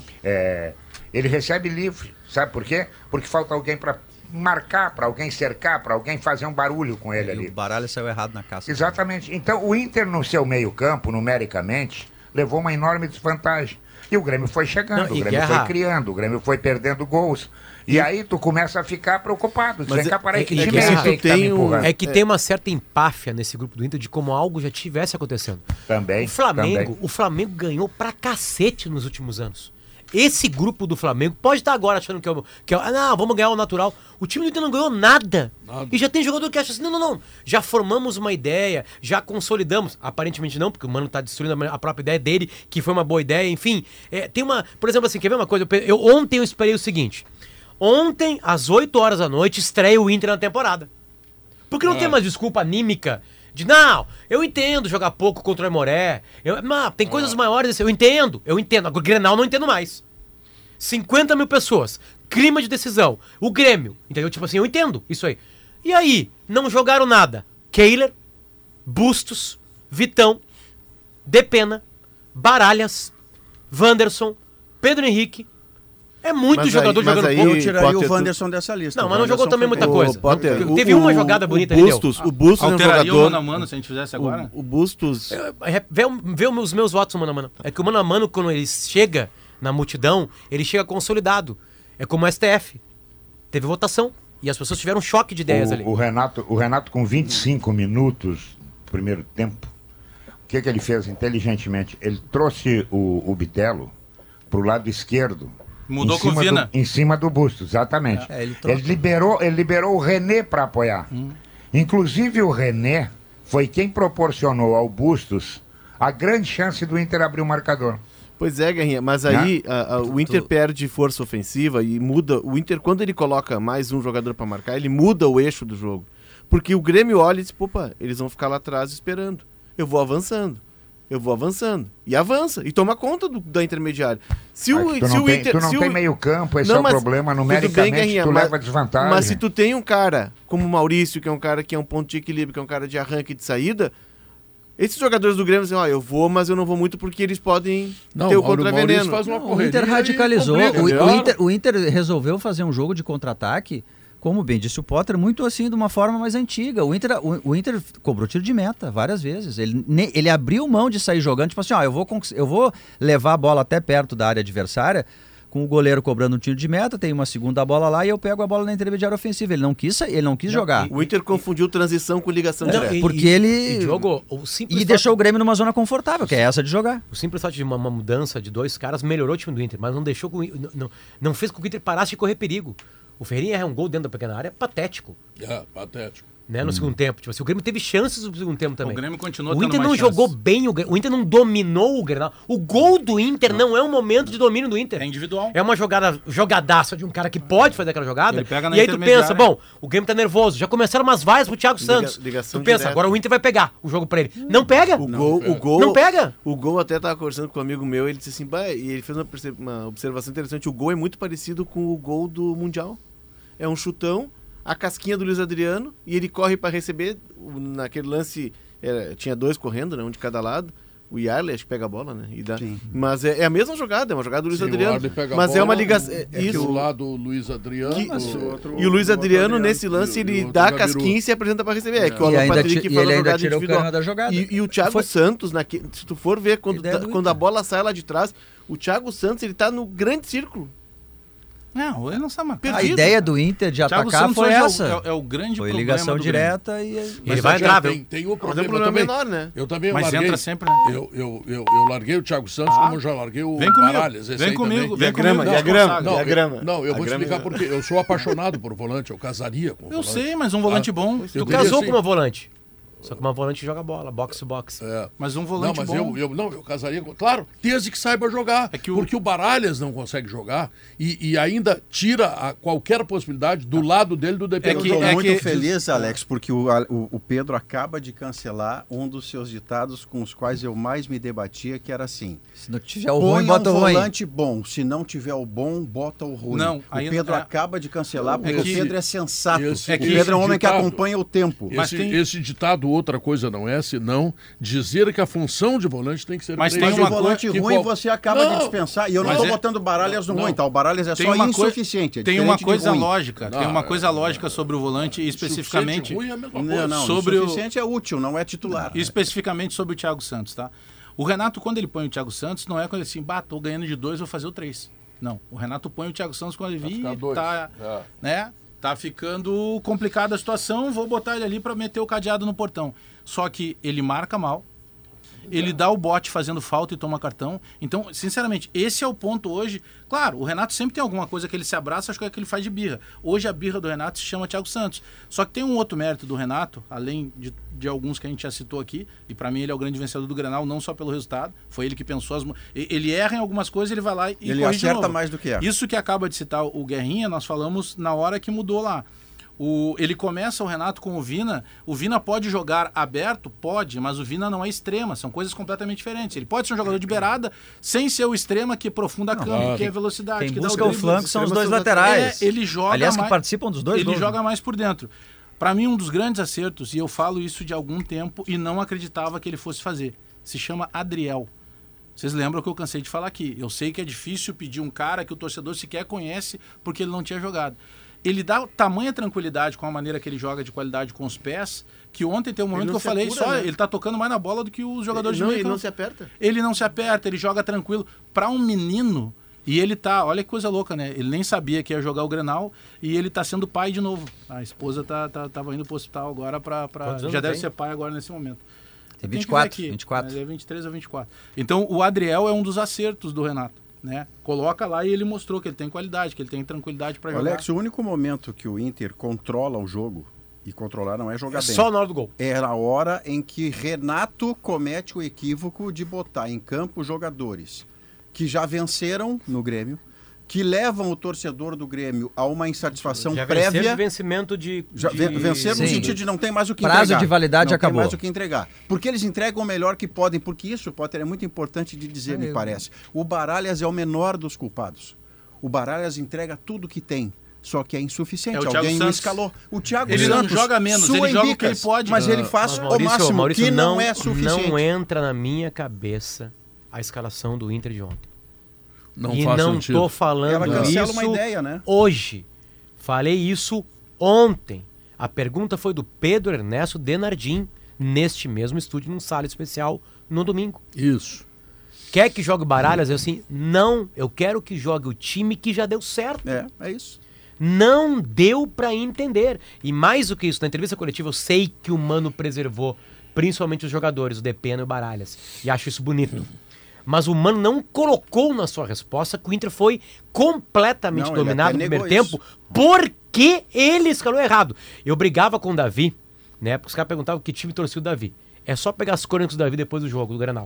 É, ele recebe livre, sabe por quê? Porque falta alguém para marcar, para alguém cercar, para alguém fazer um barulho com ele E ali. o Baralha saiu errado na caça. Exatamente. Então, o Inter, no seu meio-campo, numericamente, levou uma enorme desvantagem. E o Grêmio foi chegando, Não, o e Grêmio Guerra- foi criando, o Grêmio foi perdendo gols. E, aí tu começa a ficar preocupado. Mas Vem cá, é- peraí, é- que é time que é se esse tu aí que tá me tem um- empurrando? É que tem uma certa empáfia nesse grupo do Inter de como algo já tivesse acontecendo. Também, O Flamengo, também. o Flamengo ganhou pra cacete nos últimos anos. Esse grupo do Flamengo pode estar agora achando que é o. Que é, o- ah, não, vamos ganhar o natural. O time do Inter não ganhou nada. Nada. E já tem jogador que acha assim: não, não, não. Já formamos uma ideia, já consolidamos. Aparentemente não, porque o Mano tá destruindo a própria ideia dele, que foi uma boa ideia, enfim. É, tem uma. Por exemplo, assim, quer ver uma coisa? Eu, pe- eu- ontem eu esperei o seguinte: ontem, às oito horas da noite, estreia o Inter na temporada. Porque não tem mais desculpa anímica de, não, eu entendo jogar pouco contra o Aimoré. Eu, não, tem coisas maiores, eu entendo, eu entendo. Agora, o Grenal não entendo mais. cinquenta mil pessoas, clima de decisão, o Grêmio, entendeu? Tipo assim, eu entendo isso aí. E aí, não jogaram nada. Kehler, Bustos, Vitão, Depena, Baralhas, Wanderson, Pedro Henrique. É muito Mas jogador aí- mas jogando aí- pouco. Eu tiraria Potter, o tu- Wanderson dessa lista. Não, O mas não jogou Wanderson também foi muita bem. coisa. Ô, Potter, o- Teve uma o- jogada o bonita, ele deu. Bustos, o Bustos é um Alteraria o jogador... mano a mano se a gente fizesse agora? O, o Bustos... É, Vê, vê os meus votos, mano a mano. É que o mano a mano, quando ele chega na multidão, ele chega consolidado. É como o S T F. Teve votação. E as pessoas tiveram um choque de ideias ali. O, o, Renato, o Renato, com vinte e cinco minutos do primeiro tempo, o que, que ele fez inteligentemente? Ele trouxe o, o Bitelo para o lado esquerdo. Mudou em com o cima Vina. do- Em cima do Busto, exatamente. É, ele troca. ele, liberou, ele liberou o René para apoiar. Inclusive o René foi quem proporcionou ao Bustos a grande chance do Inter abrir o marcador. Pois é, Guerrinha, mas aí a- a- o Inter perde força ofensiva e muda. O Inter, quando ele coloca mais um jogador pra marcar, ele muda o eixo do jogo. Porque o Grêmio olha e diz: opa, eles vão ficar lá atrás esperando. Eu vou avançando. Eu vou avançando. E avança. E toma conta do- da intermediária. Se o, Mas tu se não o tem, Inter. tu não se tem o- meio campo, esse Não, é o mas problema. tudo Numericamente, bem, Guerrinha, tu mas- leva desvantagem. Mas se tu tem um cara como o Maurício, que é um cara que é um ponto de equilíbrio, que é um cara de arranque e de saída, esses jogadores do Grêmio dizem, ó, eu vou, mas eu não vou muito porque eles podem Não, ter o o Mauro- contraveneno. Maurício faz uma Não, o correria Inter e radicalizou. complica, O, né? o Inter, o Inter resolveu fazer um jogo de contra-ataque, como bem disse o Potter, muito assim, de uma forma mais antiga. O Inter, o, o Inter cobrou tiro de meta várias vezes. Ele, ne- ele abriu mão de sair jogando, tipo assim, ó, eu vou, cons- eu vou levar a bola até perto da área adversária com o goleiro cobrando um tiro de meta, tem uma segunda bola lá e eu pego a bola na intermediária ofensiva. Ele não quis, ele não quis Não, jogar. e- O Inter confundiu transição com ligação Não, direta. e- Porque ele... E jogou. O simples E fato- deixou o Grêmio numa zona confortável, que é essa de jogar. O simples fato de uma, uma mudança de dois caras melhorou o time do Inter, mas não deixou com, o In- não, não, não fez com que o Inter parasse de correr perigo. O Ferreirinha erra um gol dentro da pequena área, patético, É, patético. né, no segundo tempo. Tipo assim, o Grêmio teve chances no segundo tempo também. O Grêmio continuou O tendo Inter mais não chances. jogou bem, o, Gre- o Inter não dominou o Grenal. O gol do Inter não, é um momento de domínio do Inter. É individual. É uma jogada, jogadaça de um cara que pode fazer aquela jogada. Ele pega na E aí tu intermediária. pensa, bom, o Grêmio tá nervoso. Já começaram umas vaias pro Thiago Liga- Santos. ligação Tu pensa, direta. agora o Inter vai pegar o jogo pra ele. Não pega. O gol, o gol, Não pega. O gol até tava conversando com um amigo meu, ele disse assim, bah, e ele fez uma, perce- uma observação interessante, o gol é muito parecido com o gol do Mundial. É um chutão, a casquinha do Luiz Adriano, e ele corre para receber, o- naquele lance, era- tinha dois correndo, né, um de cada lado, o Yarley acho que pega a bola, né, e dá. Mas é, é a mesma jogada, é uma jogada do Luiz Sim, o Adriano, Arley pega a mas é bola, uma ligação, É isso. que o lado o Luiz Adriano. Que- o outro- E o Luiz o Adriano, Adriano, nesse e lance, o- ele e o outro dá a já casquinha virou. e se apresenta para receber. É que o E Alan ainda, Patrick ti- e faz ele a ainda jogada tira o individual. cano da jogada. E, e o Thiago Foi- Santos, naque- se tu for ver, quando, Ideia da- do quando a Inter. bola sai lá de trás, o Thiago Santos, ele tá no grande círculo. Não, ele não sabe marcar. A Perdido. ideia do Inter de Thiago atacar Santos foi hoje é o- essa. É, o- é o grande Foi problema ligação do direta e... Ele Mas vai já entrar, tem, viu? tem o Mas é um problema problema também. menor, né? Eu também Mas larguei. entra sempre, né? Eu, eu, eu, eu larguei o Thiago Santos, Ah. como eu já larguei o Vem comigo, Baralhas. esse vem aí comigo, também. vem E a grama, comigo, e a grama, Não, e a eu- grama. Não, eu A vou te grama explicar é- porque eu sou apaixonado por volante, eu casaria com o Eu volante. sei, mas um volante Ah, bom. eu Tu teria, casou sim. com uma volante. Só que uma volante joga bola, box to box. É. Mas um Não, volante mas bom. eu, eu, não, eu casaria com... Claro, desde que saiba jogar. É que o- Porque o Baralhas não consegue jogar e, e ainda tira a qualquer possibilidade do lado dele do É dependente. que- Eu tô é muito que- feliz, Alex, porque o, a- o, o Pedro acaba de cancelar um dos seus ditados com os quais eu mais me debatia, que era assim: Se não tiver o ruim, põe bota um o ruim. volante bom, se não tiver o bom, bota o ruim. Não, o aí- Pedro é- acaba de cancelar, porque é que- o Pedro é sensato. esse- o esse Pedro é um homem que ditado- acompanha o tempo. Mas Esse, tem- esse ditado outra coisa não é, senão dizer que a função de volante tem que ser Mas tem Mas uma o volante coisa- ruim que qual- você acaba Não, de dispensar. E eu não mas estou é- botando Baralhas no não, ruim, tá? O Baralhas é Tem só uma coi- insuficiente. é Tem uma diferente de coisa ruim. lógica, tem Não, uma é- coisa lógica sobre o volante, e especificamente, Suficiente, ruim é a mesma Não, coisa. não, Sobre o- insuficiente é útil, não é titular. especificamente sobre o Thiago Santos, tá? O Renato, quando ele põe o Thiago Santos, não é quando ele assim, bah, tô ganhando de dois, vou fazer o três. Não, o Renato põe o Thiago Santos quando ele Vai vê, ficar dois. tá, É. né? Tá ficando complicada a situação, vou botar ele ali pra meter o cadeado no portão. Só que ele marca mal, ele dá o bote fazendo falta e toma cartão. Então, sinceramente, esse é o ponto hoje. Claro, o Renato sempre tem alguma coisa que ele se abraça, acho que é que ele faz de birra. Hoje a birra do Renato se chama Thiago Santos. Só que tem um outro mérito do Renato, além de, de alguns que a gente já citou aqui, e pra mim ele é o grande vencedor do Grenal, não só pelo resultado, foi ele que pensou as... mo- e- Ele erra em algumas coisas, ele vai lá e Ele corrige de acerta novo. mais do que erra. Isso que acaba de citar o Guerrinha, nós falamos na hora que mudou lá. O, ele começa o Renato com o Vina. O Vina pode jogar aberto? Pode, mas o Vina não é extrema. São coisas completamente diferentes. Ele pode ser um jogador de beirada sem ser o extrema que aprofunda campo, claro. que é velocidade. Quem que dá busca o drible. flanco são os extremos dois são os laterais. É, ele joga Aliás, que mais- participam dos dois Ele gols, joga né? mais por dentro. Para mim, um dos grandes acertos, e eu falo isso de algum tempo e não acreditava que ele fosse fazer, se chama Adriel. Vocês lembram que eu cansei de falar aqui. Eu sei que é difícil pedir um cara que o torcedor sequer conhece porque ele não tinha jogado. Ele dá tamanha tranquilidade com a maneira que ele joga de qualidade com os pés, que ontem tem um momento Ele que não eu se falei, apura, só né? ele tá tocando mais na bola do que os jogadores Não, de meio ele não campo. se aperta. Ele não se aperta, ele joga tranquilo. Para um menino, e ele tá, olha que coisa louca, né? Ele nem sabia que ia jogar o Grenal e ele tá sendo pai de novo. A esposa tá, tá, tava indo pro hospital agora para Quantos anos já deve tem? ser pai agora nesse momento. Tem Tem vinte e que quatro, ver aqui, vinte e quatro. né? É vinte e três ou vinte e quatro. Então o Adriel é um dos acertos do Renato, né? Coloca lá e ele mostrou que ele tem qualidade, que ele tem tranquilidade para jogar. Alex, o único momento que o Inter controla o jogo, e controlar não é jogar É bem, só na hora do gol. era a hora em que Renato comete o equívoco de botar em campo jogadores que já venceram no Grêmio, que levam o torcedor do Grêmio a uma insatisfação Já venceram prévia. de vencimento de... Já de- ven- venceram no Sim. sentido de não tem mais o que Prazo entregar. de validade não acabou. Tem mais o que entregar. Porque eles entregam o melhor que podem, porque isso, Potter, é muito importante de dizer, É, me eu- parece. O Baralhas é o menor dos culpados. O Baralhas entrega tudo que tem. Só que é insuficiente. É o Thiago Alguém o Santos. escalou. O Thiago Ele não Santos joga menos, sua ele em joga o que bicas, ele pode. Mas ele Mas, faz Maurício, o máximo, Maurício, que não, não é suficiente. Não entra na minha cabeça a escalação do Inter de ontem. Não e faz não sentido. tô falando Ela cancela isso uma ideia, né? hoje. Falei isso ontem. A pergunta foi do Pedro Ernesto Denardim, neste mesmo estúdio, num sala especial, no domingo. Isso. Quer que jogue baralhas? Eu assim, não, eu quero que jogue o time que já deu certo. É, é isso. Não deu pra entender. E mais do que isso, na entrevista coletiva eu sei que o Mano preservou, principalmente os jogadores, o Depena e o Baralhas. E acho isso bonito. Mas o Mano não colocou na sua resposta que o Inter foi completamente Não, ele dominado até no primeiro negou tempo porque ele escalou errado. Eu brigava com o Davi, né? Porque os caras perguntavam que time torcia o Davi. É só pegar as crônicas do Davi depois do jogo, do Grenal.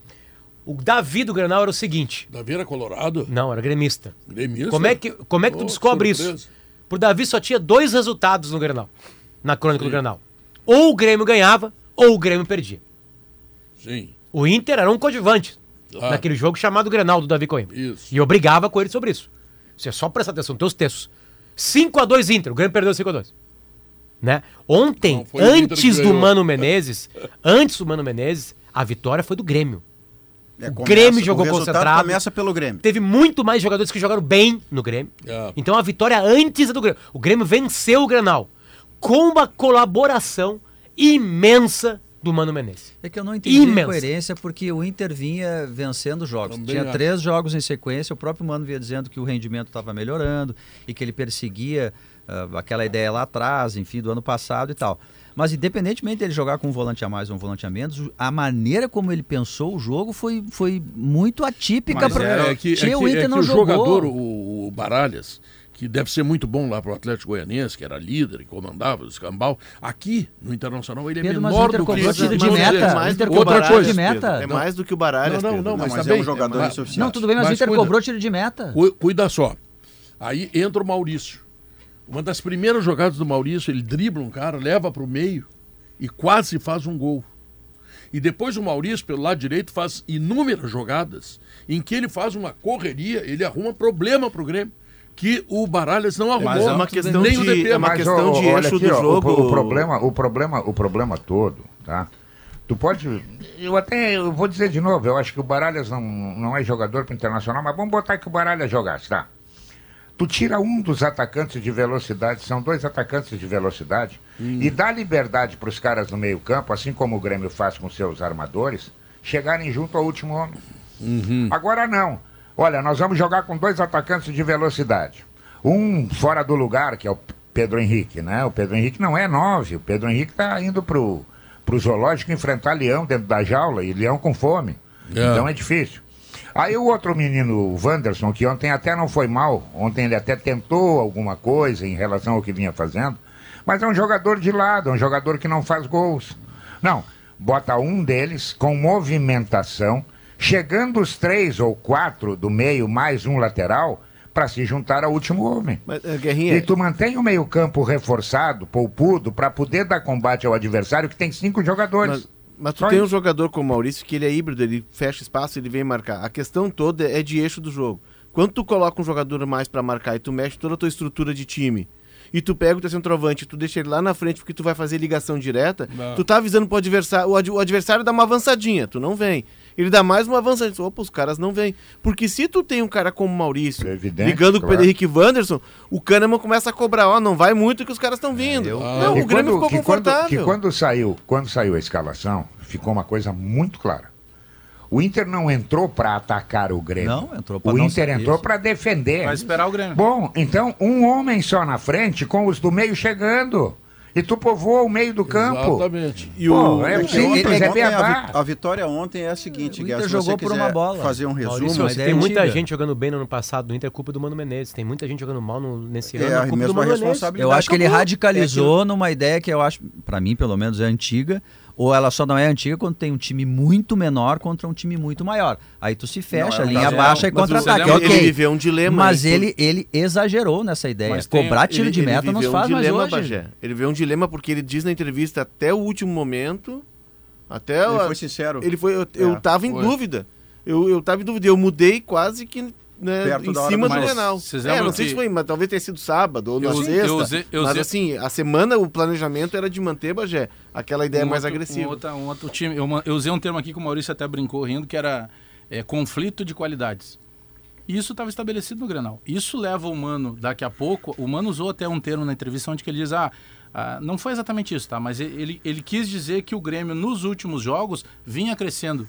O Davi do Grenal era o seguinte... Davi era colorado? Não, era gremista. Gremista? Como é que, como é que tu Oh, descobre surpresa. isso? Pro Davi só tinha dois resultados no Grenal, na crônica do Grenal. Ou o Grêmio ganhava, ou o Grêmio perdia. Sim. O Inter era um coadjuvante Ah. naquele jogo chamado Grenal do Davi Coimbra. Isso. E eu brigava com ele sobre isso. Você é só prestar atenção nos teus textos. cinco a dois Inter, o Grêmio perdeu cinco a dois. Né? Ontem, Não, foi o Inter antes que do ganhou. Mano Menezes, antes do Mano Menezes, a vitória foi do Grêmio. É, O começa- Grêmio jogou o resultado concentrado. começa pelo Grêmio. Teve muito mais jogadores que jogaram bem no Grêmio. É. Então a vitória antes é do Grêmio. O Grêmio venceu o Grenal com uma colaboração imensa do Mano Menezes. É que eu não entendi a Imensa. incoerência, porque o Inter vinha vencendo jogos. Também Tinha acho. três jogos em sequência, o próprio Mano vinha dizendo que o rendimento estava melhorando e que ele perseguia ah, aquela ideia lá atrás, enfim, do ano passado e tal. Mas independentemente dele jogar com um volante a mais ou um volante a menos, a maneira como ele pensou o jogo foi, foi muito atípica. Mas pra... é, é que, Tchê, é o que, Inter é que não o jogou. jogador, o, o Baralhas, que deve ser muito bom lá pro Atlético Goianiense, que era líder e comandava o escambau, aqui no Internacional ele é Pedro, mas o menor Inter do que cobrou isso. tiro de Vamos meta. dizer, O Inter que o outra Baralhas, coisa. de meta. Pedro. É mais do que o Baralhas, Não, não, Pedro. não, mas, mas também, é um jogador mas- insuficiente. Não, tudo bem, mas, Mas o Inter cuida. cobrou tiro de meta. Cu- Cuida só. Aí entra o Maurício. Uma das primeiras jogadas do Maurício, ele dribla um cara, leva pro meio e quase faz um gol. E depois o Maurício, pelo lado direito, faz inúmeras jogadas em que ele faz uma correria, ele arruma problema pro Grêmio, que o Baralhas não arrumou. Mas é uma questão nem o de- D P. é uma Mas, questão ó, de olha eixo aqui, do ó, o- jogo. O, problema, o, problema, o problema todo, tá? Tu pode... Eu até eu vou dizer de novo, eu acho que o Baralhas não, não é jogador pro Internacional, mas vamos botar que o Baralhas jogasse, tá? Tu tira um dos atacantes de velocidade, são dois atacantes de velocidade, e dá liberdade para os caras no meio campo, assim como o Grêmio faz com seus armadores, chegarem junto ao último homem. Agora não. Olha, nós vamos jogar com dois atacantes de velocidade. Um fora do lugar, que é o Pedro Henrique, né? O Pedro Henrique não é nove, o Pedro Henrique está indo pro, pro zoológico enfrentar leão dentro da jaula, e leão com fome. É. Então é difícil. Aí o outro menino, o Wanderson, que ontem até não foi mal, ontem ele até tentou alguma coisa em relação ao que vinha fazendo, mas é um jogador de lado, é um jogador que não faz gols. Não, bota um deles com movimentação, chegando os três ou quatro do meio, mais um lateral, para se juntar ao último homem. Mas, eh, Guerrinha, E tu mantém o meio campo reforçado, poupudo, para poder dar combate ao adversário que tem cinco jogadores. Mas, mas tu Só tem um isso. jogador como o Maurício que ele é híbrido, ele fecha espaço, ele vem marcar. A questão toda é de eixo do jogo. Quando tu coloca um jogador mais pra marcar e tu mexe toda a tua estrutura de time, e tu pega o teu centroavante e tu deixa ele lá na frente porque tu vai fazer ligação direta, Não. tu tá avisando pro adversário, o, ad- o adversário dá uma avançadinha, tu não vem. Ele dá mais uma avançadinha, opa, os caras não vêm. Porque se tu tem um cara como o Maurício, É evidente, ligando com o claro. Pedro Henrique e Wanderson, o Kahneman começa a cobrar, ó, não vai muito que os caras estão vindo. eu- Não, E o Grêmio ficou que confortável. que quando saiu, quando saiu a escalação, ficou uma coisa muito clara. O Inter não entrou para atacar o Grêmio. Não, entrou pra O não Inter ser entrou isso. para defender. Vai esperar o Grêmio. Bom, então um homem só na frente, com os do meio chegando. E tu povoa o meio do campo. Exatamente. E Pô, o, é Ontem, simples, é ontem a, beabá. vi- a vitória ontem é a seguinte, O Guerra, Inter se você jogou por quiser uma bola. fazer um resumo, Maurício, uma se ideia tem muita antiga. gente jogando bem no ano passado no Inter, é culpa do Mano Menezes. Tem muita gente jogando mal no, nesse é ano, é a culpa do mesma Mano Menezes. responsabilidade. Eu acho que ele acabou. radicalizou numa ideia que eu acho, pra mim pelo menos, é antiga, ou ela só não é antiga quando tem um time muito menor contra um time muito maior. Aí tu se fecha, Não, é um linha caso baixa e Mas contra-ataque. ele, Ok. ele viveu um dilema. Mas ele ele, ele exagerou nessa ideia. Mas tem- Cobrar tiro ele- de ele meta não se viveu faz um mais dilema, hoje. Bagé. Ele vê um dilema porque ele diz na entrevista até o último momento, até Ele o- foi sincero. ele foi, eu, eu É, tava em foi. dúvida. Eu, eu tava em dúvida, eu mudei quase que né, Perto em da hora cima do do jogo. Grenal. Mas vocês É, lembram não sei que- se foi, mas talvez tenha sido sábado ou na Eu- sexta. eu usei- eu mas usei- assim, a semana o planejamento era de manter, Bagé, aquela ideia Um mais outro- agressiva. Um outro, um outro time. Eu, ma- eu usei um termo aqui que o Maurício até brincou rindo, que era é, conflito de qualidades. E isso estava estabelecido no Grenal. Isso leva o Mano, daqui a pouco, o Mano usou até um termo na entrevista onde que ele diz, ah, ah, não foi exatamente isso, tá? Mas ele, ele quis dizer que o Grêmio, nos últimos jogos, vinha crescendo.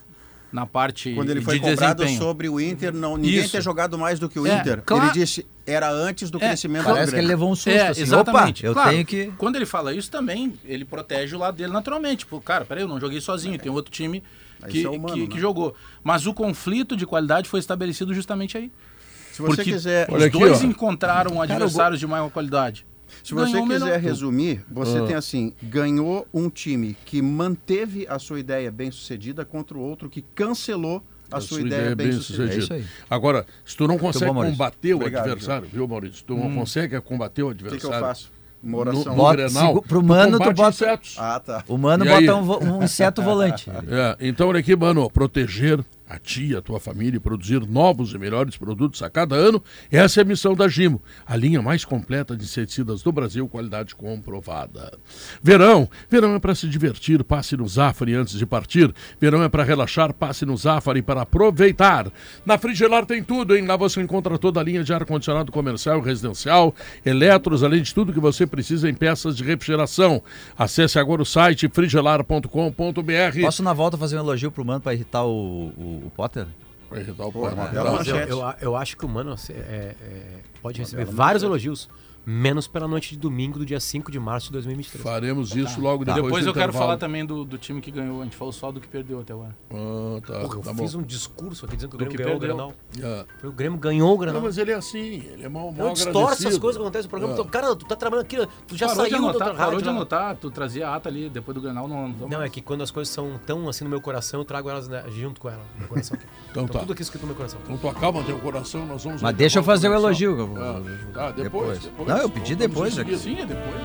na parte Quando ele de foi cobrado desempenho. sobre o Inter, não, ninguém Isso. ter jogado mais do que o É, Inter. claro. Ele disse, era antes do É, crescimento do Parece que ele Grêmio. levou um susto, É, assim. exatamente. Opa, eu Claro, tenho que... Quando ele fala isso também, ele protege o lado dele naturalmente. Tipo, cara, peraí, eu não joguei sozinho, tem outro time que, Isso é humano, que, né? que jogou. Mas o conflito de qualidade foi estabelecido justamente aí. Se você Porque quiser... os Olha aqui, dois ó. encontraram adversários de maior qualidade. Se você Ganhou o quiser melhor. resumir, você Ah. tem assim, ganhou um time que manteve a sua ideia bem sucedida contra o outro que cancelou a, sua, ideia, bem sucedida. É isso aí. Agora, se tu não consegue bom, Maurício. combater o Obrigado, adversário, viu, Maurício? Tu não consegue combater o O que, que eu adversário. faço? Uma No, oração. no Bota- Grenal, sigo- pro mano, tu combate bota- insetos. Ah, tá. O Mano E aí? bota um, vo- um inseto volante. É, então, olha aqui, mano, proteger a ti, a tua família e produzir novos e melhores produtos a cada ano, essa é a missão da Gimo, a linha mais completa de inseticidas do Brasil, qualidade comprovada. Verão, verão é para se divertir, passe no Zafari antes de partir. Verão é para relaxar, passe no Zafari para aproveitar. Na Frigelar tem tudo, hein? Lá você encontra toda a linha de ar-condicionado comercial e residencial, eletros, além de tudo que você precisa em peças de refrigeração. Acesse agora o site frigelar ponto com ponto b r. Posso na volta fazer um elogio pro Mano pra irritar o, o, o Potter? Vai irritar o Pô, pai, uma né? bela Tá. Mas eu, manchete. eu, eu acho que o Mano é, é, pode receber vários elogios, menos pela noite de domingo do dia cinco de março de dois mil e vinte e três. Faremos isso logo Tá. depois Depois do eu quero intervalo. falar também do, do time que ganhou. A gente falou só do que perdeu até agora. Ah, tá, Porra, eu tá bom. fiz um discurso aqui dizendo que o Do Grêmio que ganhou perdeu. o Grenal. Ah. Foi o Grêmio ganhou o Grenal. Não, mas ele é assim, ele é mal, mal Eu distorço agradecido. essas coisas que acontecem no programa. Ah. Então, cara, tu tá trabalhando aqui, tu já parou saiu de anotar, da tua parou rádio. de lá. anotar, tu trazia a ata ali depois do Grenal. Não, não, Não, é que quando as coisas são tão assim no meu coração, eu trago elas né, junto com ela, no meu coração. Aqui. Então Então tá. tudo aqui escrito no meu coração. Então tu acalma teu coração, nós vamos... Mas deixa eu fazer o coração. elogio. Ah, tá, depois, depois. Não, eu pedi Vamos depois. em aqui. seguida. Sim, é depois.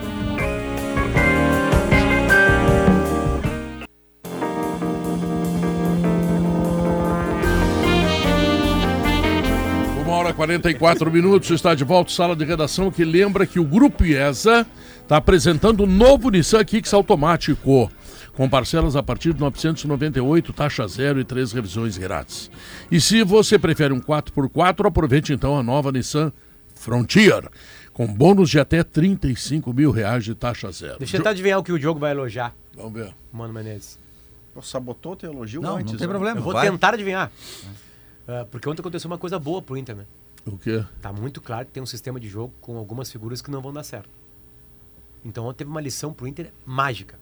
Uma hora e quarenta e quatro minutos, está de volta, sala de redação, que lembra que o Grupo IESA está apresentando o novo Nissan Kicks automático, com parcelas a partir de novecentos e noventa e oito, taxa zero e três revisões grátis. E se você prefere um quatro por quatro, aproveite então a nova Nissan Frontier, com bônus de até trinta e cinco mil reais de taxa zero. Deixa eu tentar adivinhar o que o Diogo vai elogiar, Vamos ver. Mano Menezes. Pô, sabotou teu elogio Não, antes. não tem né? problema. Eu vou vai. tentar adivinhar. Ah, porque ontem aconteceu uma coisa boa pro Inter, né? O quê? Tá muito claro que tem um sistema de jogo com algumas figuras que não vão dar certo. Então ontem teve uma lição pro Inter mágica.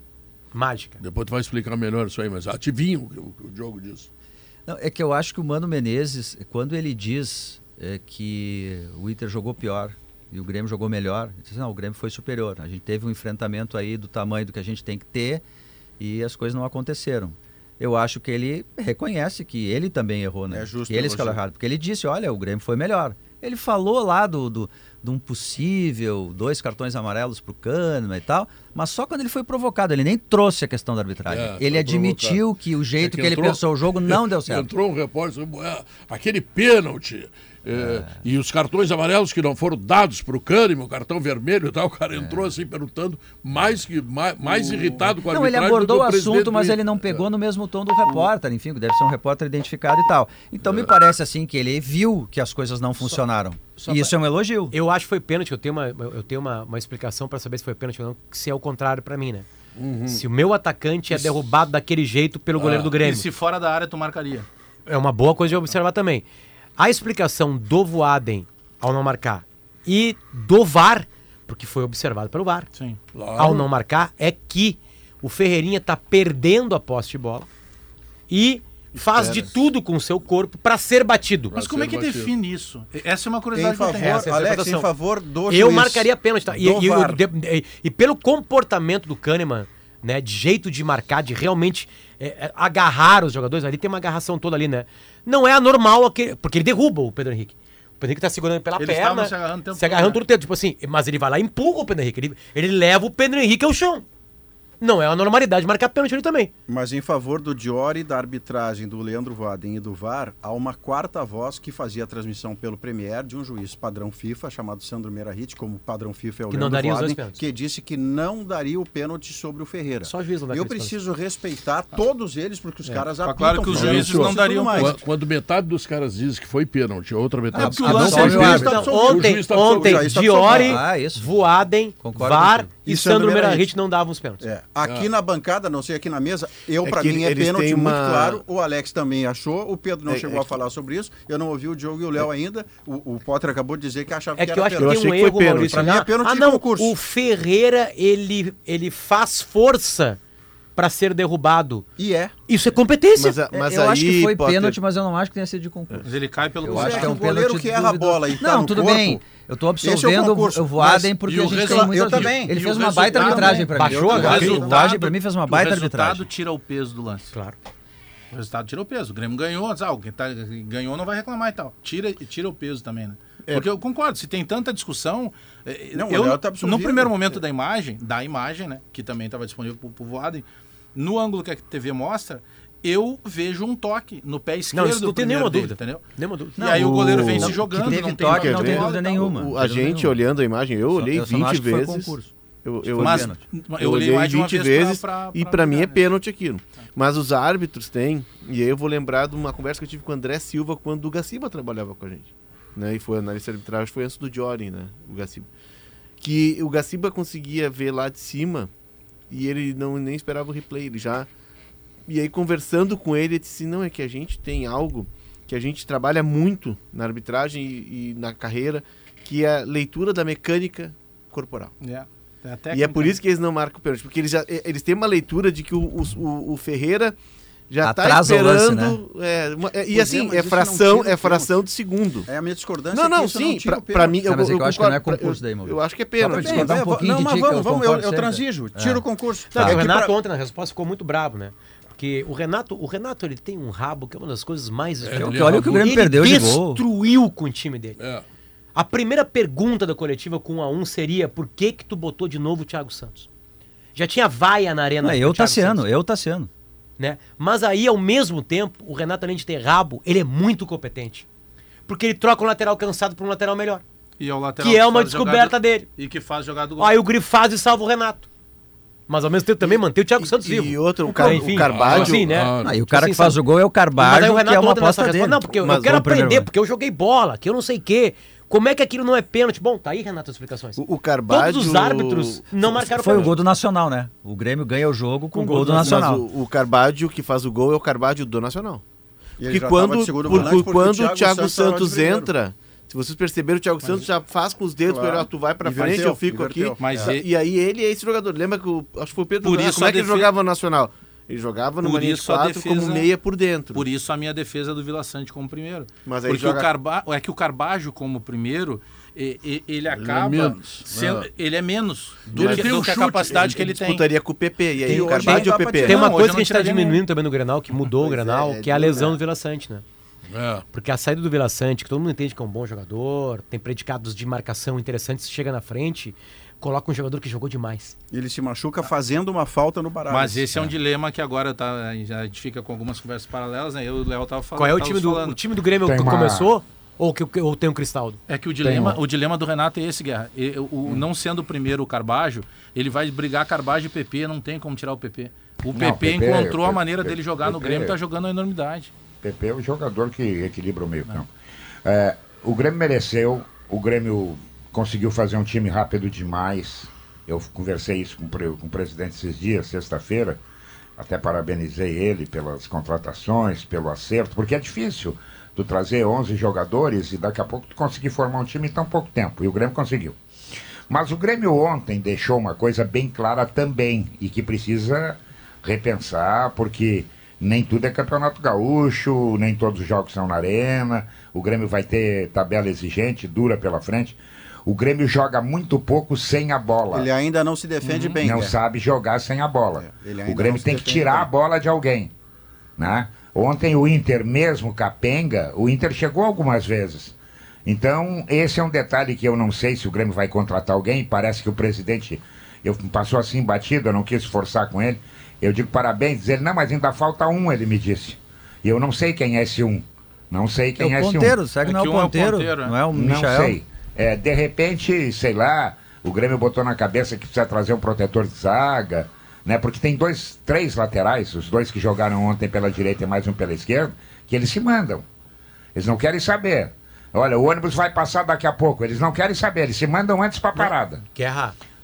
Mágica. Depois tu vai explicar melhor isso aí, mas adivinha o que o, que o Diogo diz. Não, é que eu acho que o Mano Menezes, quando ele diz é, que o Inter jogou pior e o Grêmio jogou melhor, ele diz, não, o Grêmio foi superior. A gente teve um enfrentamento aí do tamanho do que a gente tem que ter e as coisas não aconteceram. Eu acho que ele reconhece que ele também errou, né? É justo que ele elogio. escalou errado, porque ele disse, olha, o Grêmio foi melhor. Ele falou lá do, do, de um possível dois cartões amarelos pro Kahneman e tal, mas só quando ele foi provocado, ele nem trouxe a questão da arbitragem. É, ele foi admitiu provocado. que o jeito É que que, ele entrou- pensou o jogo não deu certo. Entrou um repórter, é, aquele pênalti, é, e os cartões amarelos que não foram dados para o Kahneman, o cartão vermelho e tal, o cara entrou assim perguntando, mais, que, mais, mais irritado com a Não, ele arbitragem abordou do o que presidente assunto, mas do ele não Inter. pegou no mesmo tom do repórter, enfim, deve ser um repórter identificado e tal. Então me parece assim que ele viu que as coisas não funcionaram. só e isso é um elogio. Eu acho que foi pênalti, eu tenho uma, eu tenho uma, uma explicação pra saber se foi pênalti ou não, se é o contrário pra mim, né? Se o meu atacante é derrubado daquele jeito pelo goleiro do E Grêmio. se fora da área tu marcaria? É uma boa coisa de observar também. A explicação do Voaden ao não marcar e do V A R, porque foi observado pelo V A R, Sim. Claro. ao não marcar, é que o Ferreirinha tá perdendo a posse de bola e faz de tudo com o seu corpo pra ser batido. Mas Pra como é ser que batido. define isso? Essa é uma Em curiosidade que eu favor, tenho. Essa é a Alex, interpretação. em favor do Eu juiz, marcaria pênalti, tá? E, do e, V A R. de- e- e pelo comportamento do Kahneman, né, de jeito de marcar, de realmente é, é, agarrar os jogadores, ali tem uma agarração toda ali, né? Não é anormal, aquele, porque ele derruba o Pedro Henrique. O Pedro Henrique tá segurando pela Eles perna, estavam se agarrando o tempo se agarrando todo, todo o tempo, tipo assim, mas ele vai lá e empurra o Pedro Henrique, ele, ele leva o Pedro Henrique ao chão. Não é uma normalidade marcar pênalti ali também. Mas em favor do Diori, da arbitragem do Leandro Voaden e do V A R, há uma quarta voz que fazia a transmissão pelo Premier de um juiz padrão FIFA, chamado Sandro Merahit, como padrão FIFA é o Que não Leandro daria os dois Voaden, pênaltis. que disse que não daria o pênalti sobre o Ferreira. Só o juiz não dá Eu aqueles preciso respeitar todos eles, porque os caras Tá apitam. claro que os pênalti juízes e não tudo dariam mais. Quando, quando metade dos caras diz que foi pênalti, a outra metade É diz porque que o não lance foi é pênalti. justo. Então, absolvido. ontem, O juiz tá ontem absolvido. Diori, Ah, isso. Voaden, Concordo V A R contigo. e, e Sandro Sandro Meirahit não davam os pênaltis. É. Aqui na bancada, não sei aqui na mesa, eu É pra que mim é eles pênalti têm muito uma- claro. O Alex também achou, o Pedro não É- chegou é a falar sobre isso. Eu não ouvi o Diogo e o Léo ainda. O, o Potter acabou de dizer que achava É que que eu era acho que Eu tem achei um que foi erro, pênalti. Maurício. Pra mim é Ah, pênalti ah, de não, concurso. o Ferreira, ele, ele faz força pra ser derrubado. E é. Isso é competência. Mas, a- mas eu aí, acho que foi Potter, pênalti, mas eu não acho que tenha sido de concurso. Mas ele cai pelo Eu goleiro. acho que é um o goleiro pênalti que erra a duvidoso. bola e tá Não, no tudo corpo, bem. Eu tô esse é o absolvendo concurso. o Voaden Mas- porque e a o gente resultado- tem muitas eu também. Ele E fez o uma baita resultado- arbitragem pra mim. Baixou O a Voaden- guarda. O Voaden pra mim fez uma baita o resultado arbitragem. tira o peso do lance. Claro. O resultado tira o peso. O Grêmio ganhou, ah, quem tá, ganhou não vai reclamar e tal. Tira, tira o peso também, né? Porque eu concordo, se tem tanta discussão. eh, Não, o eu, Léo tá absolvido. no primeiro momento da imagem, da imagem, né? Que também estava disponível pro, pro Voaden, no ângulo que a T V mostra, eu vejo um toque no pé esquerdo. Não, isso não do tem primeiro nenhuma dele, dúvida. entendeu? Nenhuma dúvida. E aí o goleiro vem Não, se jogando, que teve não tem toque, bola, não tem bola dúvida e tal. nenhuma. O- Não a tem dúvida gente nenhuma. olhando a imagem, eu olhei Eu só não vinte acho que foi vezes. concurso. Eu, eu Mas olhei, eu eu olhei olhei mais de uma vinte vez vezes pra, pra, e pra pra mim é olhar, né? pênalti aquilo. Mas os árbitros têm, e aí eu vou lembrar de uma conversa que eu tive com o André Silva quando o Gaciba trabalhava com a gente. Né? E foi analista de arbitragem, foi antes do Jory, né? O Gaciba. Que o Gaciba conseguia ver lá de cima e ele não nem esperava o replay, ele já. E aí conversando com ele, ele disse: não, é que a gente tem algo que a gente trabalha muito na arbitragem e, e na carreira, que é a leitura da mecânica corporal. É. É a E é técnica. por isso que eles não marcam o pênalti, porque eles, já, eles têm uma leitura de que o, o, o Ferreira já está Atrasa o lance, esperando. é, uma- é, e Pois é, assim, mas é isso fração, não tira é o fração de segundo. É a minha discordância. Não, é que não, isso sim, tira pra, o pra pênalti. mim, eu, Não, mas é eu que eu acho que não é concordo, concurso eu- daí, Maurício. eu acho que é Só pra pênalti. discordar um É, pouquinho não, de mas ti, que vamos, eu vamos, eu, concordo eu sempre. transijo. Tira É. o concurso. Não, É o que Renato pra- ontem na resposta ficou muito bravo, né? Porque o Renato, o Renato ele tem um rabo que é uma das coisas mais É, escrotas. ele Olha o que o Grêmio Ele perdeu de gol. destruiu com o time dele. É. A primeira pergunta da coletiva com um a um seria: por que que tu botou de novo o Thiago Santos? Já tinha vaia na arena. Não, pro eu Thiago Tassiano, Santos, eu Tassiano. né? Mas aí, ao mesmo tempo, o Renato, além de ter rabo, ele é muito competente. Porque ele troca um lateral cansado por um lateral melhor. E é o lateral Que é uma faz descoberta jogada- dele. E que faz jogada do gol. Aí o Grifo faz e salva o Renato. Mas ao mesmo tempo também mantém o Thiago Santos E, vivo. e outro, o, Então, Car, enfim, o Carvalho. assim, né? Ah, Ah, e o cara Assim, que faz sabe? o gol é o Mas aí Carvalho, o que é Renato uma ontem nessa aposta dele. resposta, não, porque eu, Mas eu quero no primeiro aprender, gol. porque eu joguei bola, que eu não sei o quê. Como é que aquilo não é pênalti? Bom, tá aí, Renato, as explicações. O, o Carvalho. Todos os árbitros não marcaram Foi o pênalti. gol do Nacional, né? O Grêmio ganha o jogo com o gol do Mas Nacional. o, o Carvalho que faz o gol é o Carvalho do Nacional. E ele Porque já quando, tava de segundo por- volante por- porque quando o Thiago Thiago Santos tava de Santos primeiro. entra, se vocês perceberam, o Thiago Santos já faz com os dedos, Claro. pra ele, ó, tu vai pra Inverteu, frente, eu fico inverteu. aqui. Mas É. e- E aí ele é esse jogador. Lembra que o, acho que foi o Pedro Por Duran, isso como a é que ele defesa- jogava no Nacional? Ele jogava numa Por linha de isso a quatro defesa- como meia por dentro. Por isso a minha defesa do Vila Sante como primeiro. Mas aí Porque joga- o Carba... é que o Carbajo como primeiro, e- e- ele acaba menos. sendo... É. Ele é menos do Ele que, tem do um que a chute, capacidade que ele tem. Disputaria com o P P. E aí E o hoje Carvalho não ou dá o pra P P? tirar. Tem uma Não, coisa hoje que a gente tá eu não tiraria diminuindo também no Grenal, que mudou o Pois é, Grenal, é que é a duro, lesão né? do Vila Sante, né? É. Porque a saída do Vila Sante, que todo mundo entende que é um bom jogador, tem predicados de marcação interessantes, chega na frente, coloca um jogador que jogou demais. Ele se machuca fazendo uma falta no Baralhas. Mas esse é um dilema que agora tá, a gente fica com algumas conversas paralelas, né? Eu e o Léo tava falando. Qual é o tava time do, falando. o time do Grêmio Tem que uma- começou? Ou, que, ou tem o Cristaldo? É que o dilema, Tem um- o dilema do Renato é esse, Guerra. E- o, o- Não sendo o primeiro o Carbajo, ele vai brigar Carbajo e P P, não tem como tirar o P P. O P P P P encontrou é- a maneira P- dele jogar no P P Grêmio, é- tá jogando uma enormidade. Pepe é o jogador que equilibra o meio campo. É, o Grêmio mereceu, o Grêmio conseguiu fazer um time rápido demais. Eu conversei isso com, o pre- com o presidente esses dias, sexta-feira. Até parabenizei ele pelas contratações, pelo acerto, porque é difícil tu trazer onze jogadores e daqui a pouco tu conseguir formar um time em tão pouco tempo. E o Grêmio conseguiu. Mas o Grêmio ontem deixou uma coisa bem clara também e que precisa repensar, porque nem tudo é Campeonato Gaúcho, nem todos os jogos são na arena, o Grêmio vai ter tabela exigente, dura pela frente. O Grêmio joga muito pouco sem a bola. Ele ainda não se defende bem. Não né? sabe jogar sem a bola. É, ele ainda O Grêmio não se tem que defende tirar bem. a bola de alguém. Né? Ontem o Inter mesmo, capenga, o Inter chegou algumas vezes. Então, esse é um detalhe que eu não sei se o Grêmio vai contratar alguém. Parece que o presidente eu, passou assim batido, eu não quis forçar com ele. Eu digo parabéns, diz ele, não, mas ainda falta um, ele me disse. E eu não sei quem é esse um. Não sei É quem é, o esse um. ponteiro, segue É não é que o um é o ponteiro, ponteiro, é. não é o Não Michael. sei. É, de repente, sei lá, o Grêmio botou na cabeça que precisa trazer um protetor de zaga, né? Porque tem dois, três laterais, os dois que jogaram ontem pela direita e mais um pela esquerda, que eles se mandam. Eles não querem saber. Olha, o ônibus vai passar daqui a pouco. Eles não querem saber, eles se mandam antes pra parada. Guerra.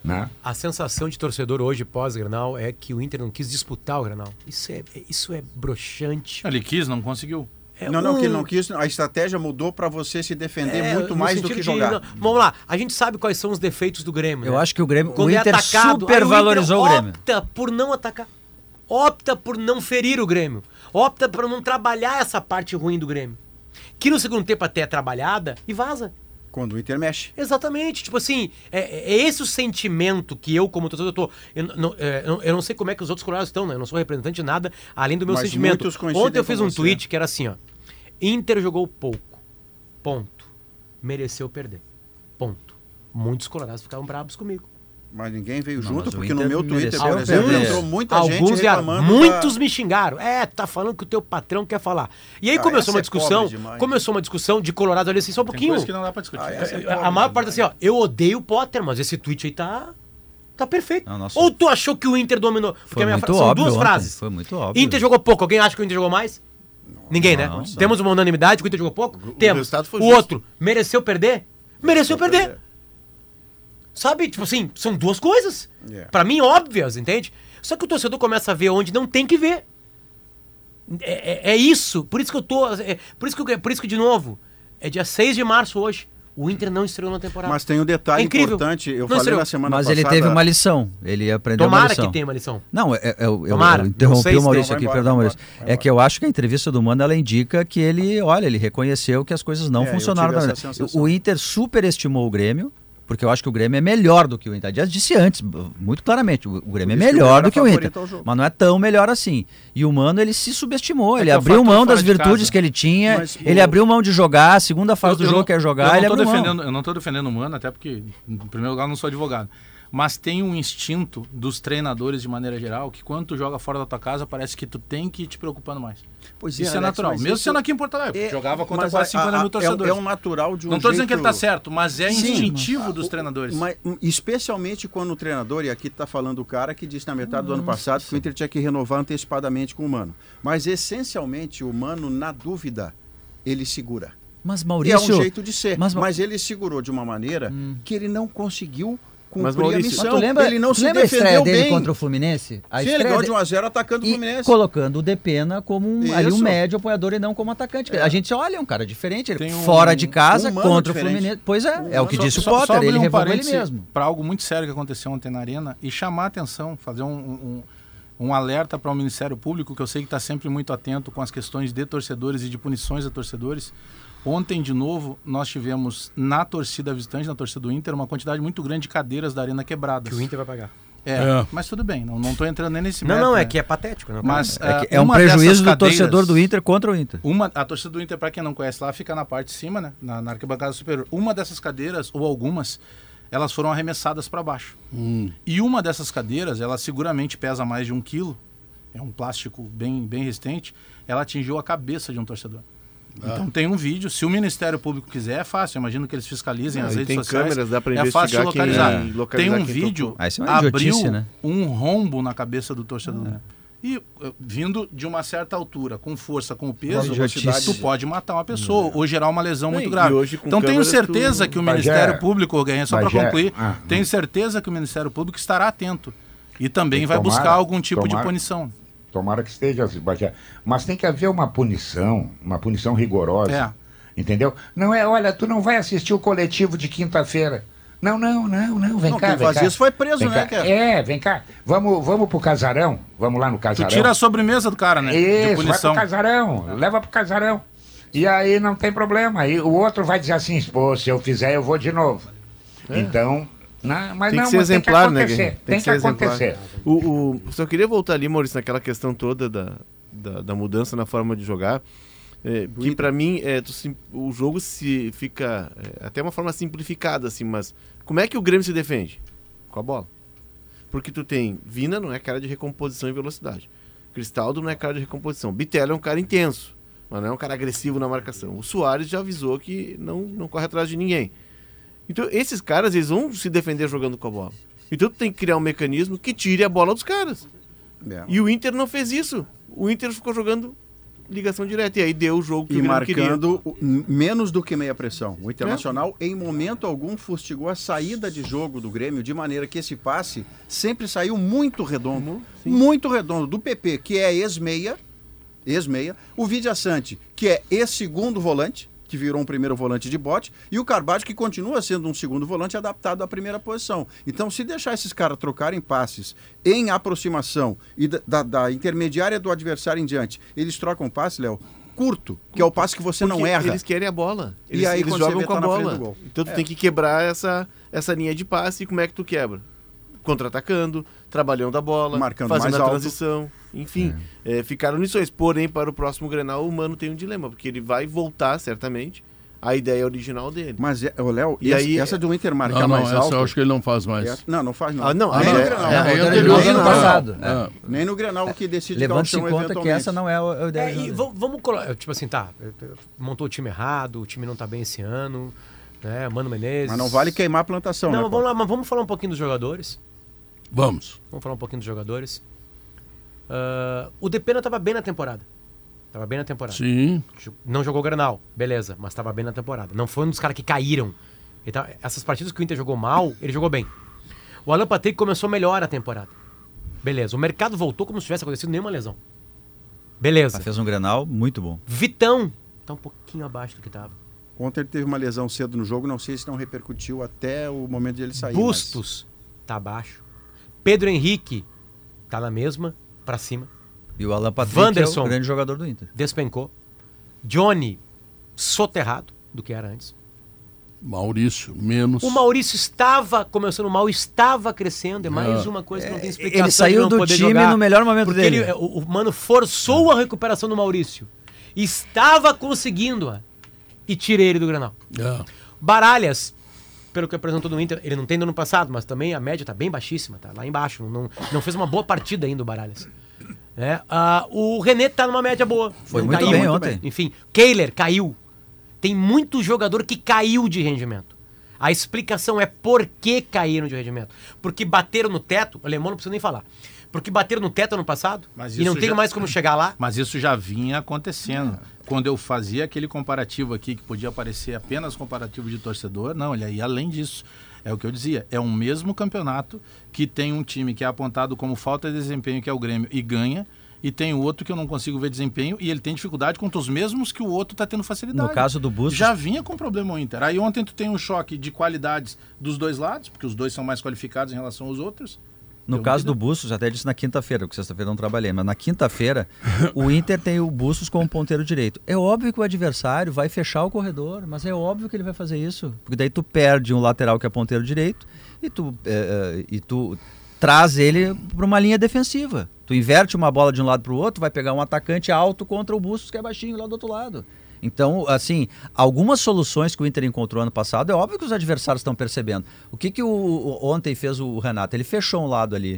né? A sensação de torcedor hoje, pós-Grenal, é que o Inter não quis disputar o Grenal. Isso é, isso é broxante. Ele quis, não conseguiu. É Não, não, um- que ele não quis. A estratégia mudou para você se defender é, muito no mais do sentido que de- jogar. não, vamos lá, a gente sabe quais são os defeitos do Grêmio. Eu né? acho que o Grêmio, Quando o é Inter atacado, super aí o Inter valorizou o Grêmio. opta por não atacar. Opta por não ferir o Grêmio. Opta por não trabalhar essa parte ruim do Grêmio. Que no segundo tempo até é trabalhada e vaza. Quando o Inter mexe. Exatamente, tipo assim, é, é esse o sentimento que eu, como torcedor, eu tô. Eu não, é, eu não- eu não sei como é que os outros colorados estão, né? Eu não sou representante de nada, além do meu Mas sentimento. muitos coincidem Ontem eu fiz com um você. tweet que era assim, ó. Inter jogou pouco. Ponto. Mereceu perder. Ponto. Muitos colorados ficaram bravos comigo. Mas ninguém veio Não, junto, mas o porque no Inter meu Twitter, mereceu por exemplo, perder. entrou muita gente Alguns vieram, reclamando. muitos da- me xingaram. É, tá falando que o teu patrão quer falar. E aí Ah, começou essa uma é discussão, pobre demais. começou uma discussão de colorado ali assim, só um Tem pouquinho. coisa que não dá pra discutir. Ah, essa é A- a maior parte assim, ó, eu odeio o Potter, mas esse tweet aí tá tá perfeito. Não, nossa. Ou tu achou que o Inter dominou? Porque Foi a minha muito fra- são óbvio duas ontem, frases. foi muito óbvio. Inter jogou pouco. Alguém acha que o Inter jogou mais? Ninguém, né? não. Temos uma unanimidade que o Inter jogou pouco? O Temos. resultado foi O justo. outro, mereceu perder? Mereceu perder. Sabe? Tipo assim, são duas coisas. Yeah. Pra mim, óbvias, entende? Só que o torcedor começa a ver onde não tem que ver. É, é- é isso. Por isso que eu tô. é- por, isso que, eu- por isso que, de novo, é dia seis de março hoje. O Inter não estreou na temporada. Mas tem um detalhe É incrível. importante. Eu Não falei estreou. na semana Mas passada. ele teve uma lição. Ele aprendeu uma Tomara lição. que tenha uma lição. Não, é, é, eu, eu, Tomara. eu Não interrompi sei se o Maurício tem. aqui, Vai perdão, embora, Maurício. vai embora. É que eu acho que a entrevista do Mano, ela indica que ele, olha, ele reconheceu que as coisas não É, eu funcionaram. tive da essa maneira. sensação. O Inter superestimou o Grêmio, porque eu acho que o Grêmio é melhor do que o Inter. Aliás, disse antes, muito claramente, o, o Grêmio é Por isso que o melhor Grêmio do que o era Inter. favorito ao jogo. Mas não é tão melhor assim. E o Mano, ele se subestimou, ele que é o abriu fator mão das fora de virtudes casa. que ele tinha, Mas ele o- abriu mão de jogar, a segunda fase do Eu- eu jogo não- quer eu jogar, não ele tô abriu mão. defendendo, Eu não estou defendendo o Mano, até porque, em primeiro lugar, eu não sou advogado. Mas tem um instinto dos treinadores, de maneira geral, que quando tu joga fora da tua casa, parece que tu tem que ir te preocupando mais. Pois Isso é Alex, natural. mas Mesmo isso- sendo aqui em Porto Alegre. É, jogava contra mas quase a- cinquenta a- mil é, torcedores. é um natural de um Não estou dizendo que ele jeito- está certo, mas é Sim. instintivo dos treinadores. Mas, hum, especialmente quando o treinador, e aqui está falando o cara que disse na metade do ano passado que o Inter tinha que renovar antecipadamente com o Mano. Mas essencialmente o Mano, na dúvida, ele segura. Mas E é Maurício, um jeito de ser. mas- Mas, ele segurou de uma maneira que ele não conseguiu cumprir Mas, Maurício, a mas missão. tu lembra, ele não tu se lembra a estreia defendeu dele bem. contra o Fluminense? A Sim, ele estreia ganhou de- de um a zero atacando o E Fluminense. colocando o Depena como um, ali um Isso. médio apoiador e não como atacante. A gente olha, é um cara diferente, ele Tem um- fora de casa um mano contra diferente. o Fluminense. Pois é, é o que Só- disse o só- Potter, só abrir ele um revogou ele parêntese mesmo. Para algo muito sério que aconteceu ontem na Arena e chamar a atenção, fazer um, um, um alerta para o Ministério Público, que eu sei que está sempre muito atento com as questões de torcedores e de punições a torcedores. Ontem, de novo, nós tivemos na torcida visitante, na torcida do Inter, uma quantidade muito grande de cadeiras da Arena quebradas. Que o Inter vai pagar. É, É. mas tudo bem, não estou entrando nem nesse Não, mérito, não, é né? que é patético, né? Mas, É, que ah, é um uma dessas prejuízo do cadeiras- torcedor do Inter contra o Inter. Uma, a torcida do Inter, para quem não conhece lá, fica na parte de cima, né? Na, na arquibancada superior. Uma dessas cadeiras, ou algumas, elas foram arremessadas para baixo. E uma dessas cadeiras, ela seguramente pesa mais de um quilo, é um plástico bem, bem resistente, ela atingiu a cabeça de um torcedor. Então tem um vídeo, se o Ministério Público quiser, é fácil, eu imagino que eles fiscalizem Ah, as e redes tem sociais. câmeras, dá pra é fácil de investigar quem- localizar. é, localizar Tem um quem vídeo, tocou. Ah, isso é uma abriu idiotice, né? um rombo na cabeça do torcedor. E uh, vindo de uma certa altura, com força, com o peso, idiotice. tu pode matar uma pessoa ou gerar uma lesão Não, muito e grave. hoje com Então tenho câmeras, certeza tu- que o Bagé. Ministério Público, Guerrinha, só para Bagé. concluir, Ah, tenho certeza que o Ministério Público estará atento e também E vai tomara, buscar algum tipo de tomara. punição. Tomara que esteja, Bagé. Mas tem que haver uma punição, uma punição rigorosa. É. Entendeu? Não é, olha, tu não vai assistir o coletivo de quinta-feira. Não, não, não, não, vem Não, cá, quem vem fazia cá. isso foi preso, Vem né, cá. cara? É, vem cá. Vamos, vamos pro casarão? Vamos lá no Tu casarão? tira a sobremesa do cara, né? de Isso, vai punição. pro casarão, leva pro casarão. E aí não tem problema. Aí o outro vai dizer assim, pô, se eu fizer, eu vou de novo. Então, não, mas Tem não, que ser mas exemplar, tem que né, acontecer. Guilherme? Tem, que, ser exemplar. acontecer. O, o, só queria voltar ali, Maurício, naquela questão toda da, da, da mudança na forma de jogar. É, que pra mim é, tu sim- o jogo se fica é, até uma forma simplificada, assim, mas como é que o Grêmio se defende? Com a bola. Porque tu tem Vina, não é cara de recomposição e velocidade. Cristaldo não é cara de recomposição. Bitelo é um cara intenso, mas não é um cara agressivo na marcação. O Soares já avisou que não, não corre atrás de ninguém. Então esses caras, eles vão se defender jogando com a bola. Então tu tem que criar um mecanismo que tire a bola dos caras. É. E o Inter não fez isso. O Inter ficou jogando ligação direta. E aí deu o jogo que E o Grêmio queria. marcando o- m- menos do que meia pressão. O Internacional, em momento algum, fustigou a saída de jogo do Grêmio, de maneira que esse passe sempre saiu muito redondo. Muito redondo. Do P P, que é ex-meia, ex-meia. O Vidia Sante, que é ex-segundo volante, que virou um primeiro volante de bote, e o Carvalho, que continua sendo um segundo volante adaptado à primeira posição. Então, se deixar esses caras trocarem passes em aproximação e da, da- da intermediária do adversário em diante, eles trocam passe, Léo, curto, que é o passe que você Porque não erra. Eles querem a bola. E Eles, aí, eles quando você jogam vê, com a tá na frente bola. do gol. Então tu É. tem que quebrar essa, essa linha de passe. E como é que tu quebra? Contra-atacando, trabalhando a bola, Marcando fazendo mais a alto. transição. Enfim, é, ficaram nisso. Porém, para o próximo Grenal, o Mano tem um dilema, porque ele vai voltar, certamente, à ideia original dele. Mas, é, ô, Léo, E e aí- essa do Inter marcar Não, não, mais essa alto... eu acho que ele não faz mais. essa- não, não faz não. Ah, não, Nem é- no é- Grenal. É, É, o anterior, anterior ano não. passado. É. É. Nem no Grenal que decide Levando-se em gauchão conta que eventualmente. essa não é a ideia. É, e vamos, vamos colocar, tipo assim, tá, montou o time errado, o time não tá bem esse ano, né, Mano Menezes... Mas não vale queimar a plantação, Não, né, mas Paulo? vamos lá, mas vamos falar um pouquinho dos jogadores. Vamos. Vamos falar um pouquinho dos jogadores. Ah, o Depena tava bem na temporada. Tava bem na temporada. Sim. Não jogou Grenal, beleza, mas tava bem na temporada. Não foi um dos caras que caíram. Ele tava- essas partidas que o Inter jogou mal, ele jogou bem. O Alan Patrick começou melhor a temporada. Beleza, o mercado voltou como se tivesse acontecido nenhuma lesão. Beleza. Fez um Grenal muito bom. Vitão tá um pouquinho abaixo do que tava. Ontem ele teve uma lesão cedo no jogo, não sei se não repercutiu até o momento de ele sair. Bustos tá abaixo. Pedro Henrique tá na mesma, pra cima. E o Alan Patrick Wanderson. é o grande jogador do Inter. Despencou. Johnny, soterrado do que era antes. Maurício, menos. O Maurício estava começando mal, estava crescendo. É mais Ah. uma coisa que não tem explicação. Ele de saiu não do poder time jogar, no melhor momento porque dele. ele- o, o Mano forçou a recuperação do Maurício. Estava conseguindo-a. E tirei ele do Grenal. É. Baralhas, pelo que apresentou no Inter, ele não tem no ano passado, mas também a média tá bem baixíssima, tá lá embaixo. Não, não fez uma boa partida ainda o Baralhas. É, ah, o René tá numa média boa. Foi Não muito caiu. bem ontem. Enfim, Kehler caiu. Tem muito jogador que caiu de rendimento. A explicação é por que caíram de rendimento. Porque bateram no teto, o alemão não precisa nem falar. Porque bateram no teto ano passado Mas e não isso tem já- mais como chegar lá. Mas isso já vinha acontecendo. Quando eu fazia aquele comparativo aqui, que podia parecer apenas comparativo de torcedor, não, ele ia além disso. É o que eu dizia, é um mesmo campeonato que tem um time que é apontado como falta de desempenho, que é o Grêmio, e ganha, e tem o outro que eu não consigo ver desempenho, e ele tem dificuldade contra os mesmos que o outro está tendo facilidade. No caso do Bustos, Já vinha com problema o Inter. Aí ontem tu tem um choque de qualidades dos dois lados, porque os dois são mais qualificados em relação aos outros. no Deu caso muito do Bustos, até disse na quinta-feira, porque sexta-feira eu não trabalhei, mas na quinta-feira o Inter tem o Bustos como ponteiro direito. É óbvio que o adversário vai fechar o corredor, mas é óbvio que ele vai fazer isso. Porque daí tu perde um lateral que é ponteiro direito e tu, é, é, e tu traz ele para uma linha defensiva. Tu inverte uma bola de um lado para o outro, vai pegar um atacante alto contra o Bustos que é baixinho lá do outro lado. Então, assim, algumas soluções que o Inter encontrou ano passado, é óbvio que os adversários estão percebendo. O que que o, o- ontem fez o Renato? Ele fechou um lado ali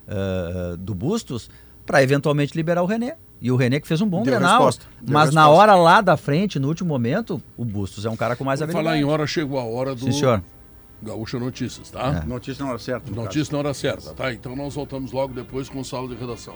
uh, do Bustos para eventualmente liberar o René. E o René que fez um bom Deu Grenal. resposta, deu Mas na resposta. hora lá da frente, no último momento, o Bustos é um cara com mais Por habilidade. falar em hora, chegou a hora do Sim, senhor. Gaúcha Notícias, tá? Notícia na hora certa. no caso. Notícia na hora certa, tá? Então nós voltamos logo depois com o Sala de Redação.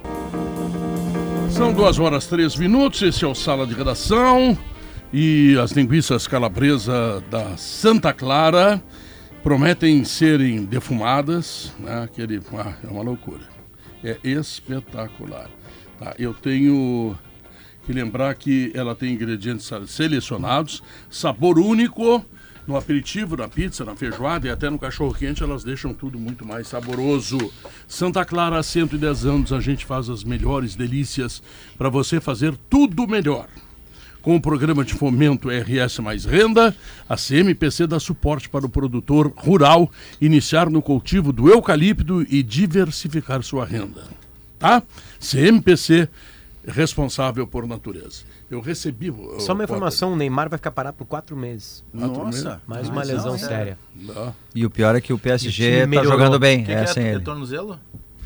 São duas horas três minutos, esse é o Sala de Redação. E as linguiças calabresa da Santa Clara prometem serem defumadas, né? Aquele, ah, é uma loucura. É espetacular. Tá? Eu tenho que lembrar que ela tem ingredientes selecionados, sabor único. No aperitivo, na pizza, na feijoada e até no cachorro-quente, elas deixam tudo muito mais saboroso. Santa Clara, há cento e dez anos, a gente faz as melhores delícias para você fazer tudo melhor. Com o programa de fomento R S Mais Renda, a C M P C dá suporte para o produtor rural iniciar no cultivo do eucalipto e diversificar sua renda. Tá? C M P C, responsável por natureza. Eu recebi... uh, Só uma Potter, informação, o Neymar vai ficar parado por quatro meses. quatro meses. Nossa. Mais uma Mas lesão não, é. séria. Tá. E o pior é que o P S E o G time tá melhorou. jogando bem. O que, é, que sem é? É ele. tornozelo?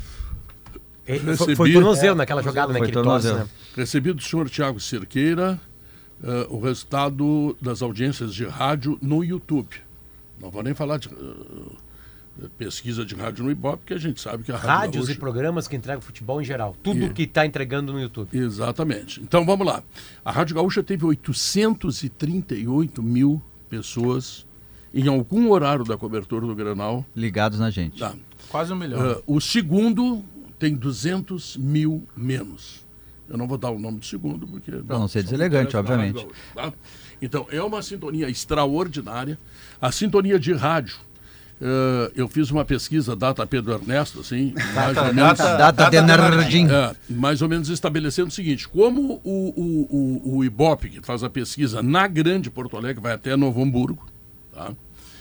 Ele- Foi, Recebi- foi tornozelo naquela jogada, Foi naquele tosse, tornozelo. né? Recebi do senhor Tiago Cerqueira eh, o resultado das audiências de rádio no YouTube. Não vou nem falar de, eh, pesquisa de rádio no Ibope, porque a gente sabe que a Rádio Rádios Gaúcha... e programas que entregam futebol em geral. Tudo E- que está entregando no YouTube. Exatamente. Então vamos lá. A Rádio Gaúcha teve oitocentos e trinta e oito mil pessoas em algum horário da cobertura do Grenal. Ligados na gente. Tá. Quase um milhão. Ah, o segundo tem duzentos mil menos. Eu não vou dar o nome do segundo, porque... Pra não ser só deselegante, interessa da Rádio obviamente. Gaúcha, tá? Então, é uma sintonia extraordinária. A sintonia de rádio, ah, eu fiz uma pesquisa, data Pedro Ernesto, assim, mais ou menos... Data de Nardim. É, mais ou menos estabelecendo o seguinte, como o, o, o, o Ibope, que faz a pesquisa na Grande Porto Alegre, vai até Novo Hamburgo, tá?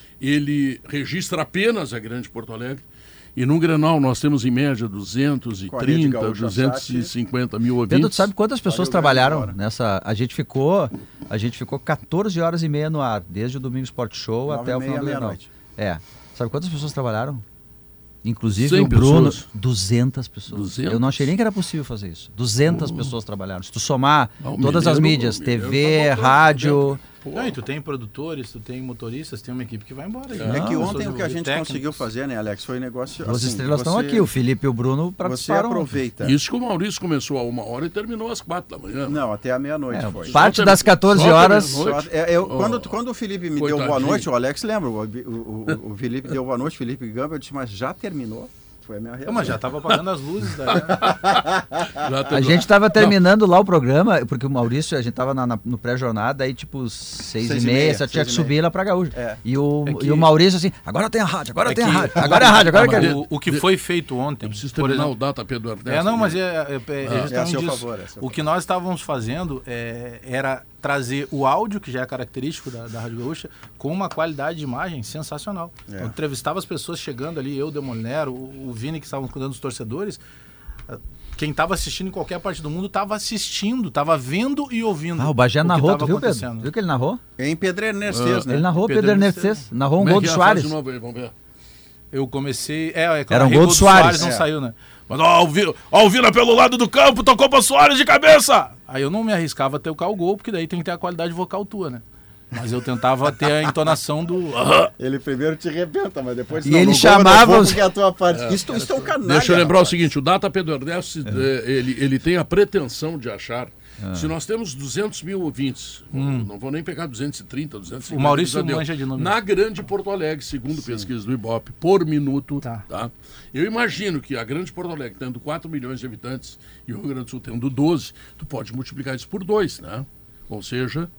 Ele registra apenas a Grande Porto Alegre, e no Grenal nós temos em média duzentos e Com a Rede trinta, Gaúcha duzentos e cinquenta mil ouvintes. Pedro, tu sabe quantas pessoas Valeu, trabalharam grande hora. nessa... A gente ficou a gente ficou quatorze horas e meia no ar, desde o Domingo Sport Show Nove até e o meia, final do Grenal. meia-noite. É. Sabe quantas pessoas trabalharam? Inclusive cem o Bruno, pessoas. duzentas pessoas. duzentas? Eu não achei nem que era possível fazer isso. duzentas pessoas trabalharam. Se tu somar Ah, o todas as Mineiro- mídias, o Mineiro T V, tá botando rádio... Pô, Não, e tu tem produtores, tu tem motoristas, tem uma equipe que vai embora. É que Não, ontem o que a gente técnicos. conseguiu fazer, né, Alex, foi um negócio. As assim, estrelas estão você- aqui, o Felipe e o Bruno Você participaram. aproveita. Isso que o Maurício começou a uma hora e terminou às quatro da manhã. Não, até a meia-noite É, foi. parte Só das termi- quatorze só horas... terminou. Só- é, eu- Oh, quando, quando o Felipe me deu boa coitadinho. noite, o Alex lembra, o, o, o, o Felipe deu boa noite, Felipe Gamba, eu disse, mas já terminou? Foi a minha reação. Não, mas já tava apagando as luzes daí. né? Já A terminou. gente estava terminando lá o programa, porque o Maurício, a gente tava na- na- no pré-jornada, aí tipo seis, Seis e e meia, meia, você tinha seis que e subir meia. lá pra Gaúcha. É. E, o, É que- e o Maurício assim, agora tem a rádio, agora É tem a que- rádio, agora é a rádio, agora Não, eu mas quero... O, o que foi feito ontem, Eu preciso por terminar exemplo, o data Pedro Ernesto. É, não, mas né? é, é, é É a justamente seu isso. favor, é a seu O que nós estávamos fazendo é, era trazer o áudio, que já é característico da, da Rádio Gaúcha, com uma qualidade de imagem sensacional. É. Eu entrevistava as pessoas chegando ali, eu, Demoliner, o, o Vini, que estavam cuidando dos torcedores. Quem estava assistindo em qualquer parte do mundo estava assistindo, estava vendo e ouvindo. Ah, o Bagé que narrou, tava tu viu, Pedro? acontecendo. Viu que ele narrou? Em Pedreiro Nercês, né? Ele narrou, Pedro Pedro Ernesto. Ernesto, narrou um Como é gol que do é? Faz Soares. de novo aí, vamos ver. Eu comecei. É, é Era um a gol do Soares. não É. saiu, né? Mas ó, Alvina, ó, Alvina pelo lado do campo, tocou pra Soares de cabeça! Aí eu não me arriscava a tocar o gol, porque daí tem que ter a qualidade vocal tua, né? Mas eu tentava ter a entonação do. Ele primeiro te arrebenta, mas depois... E não, ele não vou, chamava eu não vou os- porque é a tua parte. Isso, isso é um canalha. Deixa eu lembrar rapaz. o seguinte, o Data Pedro Ernesto, eh, ele, ele tem a pretensão de achar, se nós temos duzentos mil ouvintes, não vou nem pegar duzentos e trinta, duzentos e cinquenta, O Maurício já deu. manja de números. Na Grande Porto Alegre, segundo pesquisa do Ibope, por minuto, Tá. tá. Eu imagino que a Grande Porto Alegre, tendo quatro milhões de habitantes e o Rio Grande do Sul tendo doze, tu pode multiplicar isso por dois, né? Ou seja...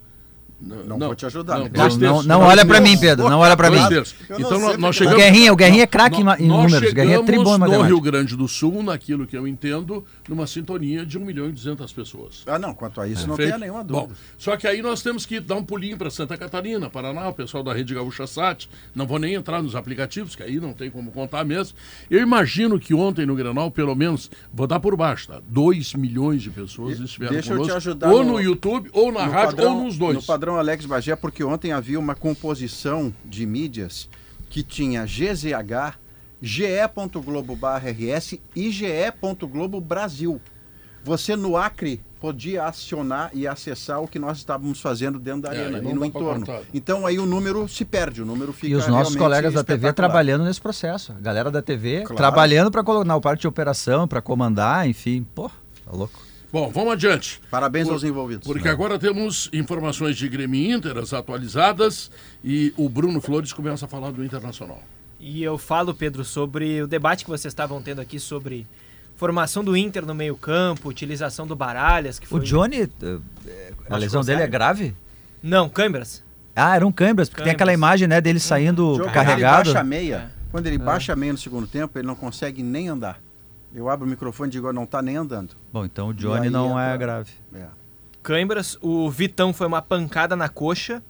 Não vou te ajudar, né? dois Não, não, terços. não Dois olha pra terços. mim, Pedro, não olha pra Dois mim. terços. Eu não Então sei nós, nós porque- O chegamos... Guerrinha, o Guerrinha é craque em ma- Nó- em nós números, o Guerrinha é tri bom em chegamos no matemática. Rio Grande do Sul, naquilo que eu entendo, numa sintonia de um milhão e duzentas pessoas. Ah, não, quanto a isso, não Perfeito? tenha nenhuma dúvida. Bom, só que aí nós temos que dar um pulinho para Santa Catarina, Paraná, o pessoal da Rede Gaúcha Sat. Não vou nem entrar nos aplicativos, que aí não tem como contar mesmo. Eu imagino que ontem no Grenal, pelo menos, vou dar por baixo, tá? dois milhões de pessoas E- estiveram deixa eu te conosco, ajudar ou no- no YouTube, ou na No rádio, padrão- ou nos dois. No padrão Alex Bagé, porque ontem havia uma composição de mídias que tinha G Z H, ge ponto globo barra R S e ge ponto globo Brasil. Você no Acre podia acionar e acessar o que nós estávamos fazendo dentro da É, arena e e não no dá pra entorno. contar. Então aí o número se perde, o número fica E os nossos realmente colegas da T V espetacular. trabalhando nesse processo. A galera da T V Claro. trabalhando para colocar na parte de operação, para comandar, enfim. Pô, tá louco. Bom, vamos adiante. Parabéns Por- aos envolvidos. Porque agora temos informações de Grêmio e Inter, as atualizadas, e o Bruno Flores começa a falar do Internacional. E eu falo, Pedro, sobre o debate que vocês estavam tendo aqui sobre formação do Inter no meio-campo, utilização do Baralhas, que foi... O Johnny, eh, a lesão dele é grave? Não, câimbras. Ah, eram câimbras, porque tem aquela Câimbras. imagem, né, dele saindo Diogo, carregado. Quando ele baixa a meia, quando ele baixa a meia no segundo tempo, ele não consegue nem andar. Eu abro o microfone e digo, não está nem andando. Bom, então o E Johnny aí não entra- é grave. É. Câimbras. O Vitão foi uma pancada na coxa.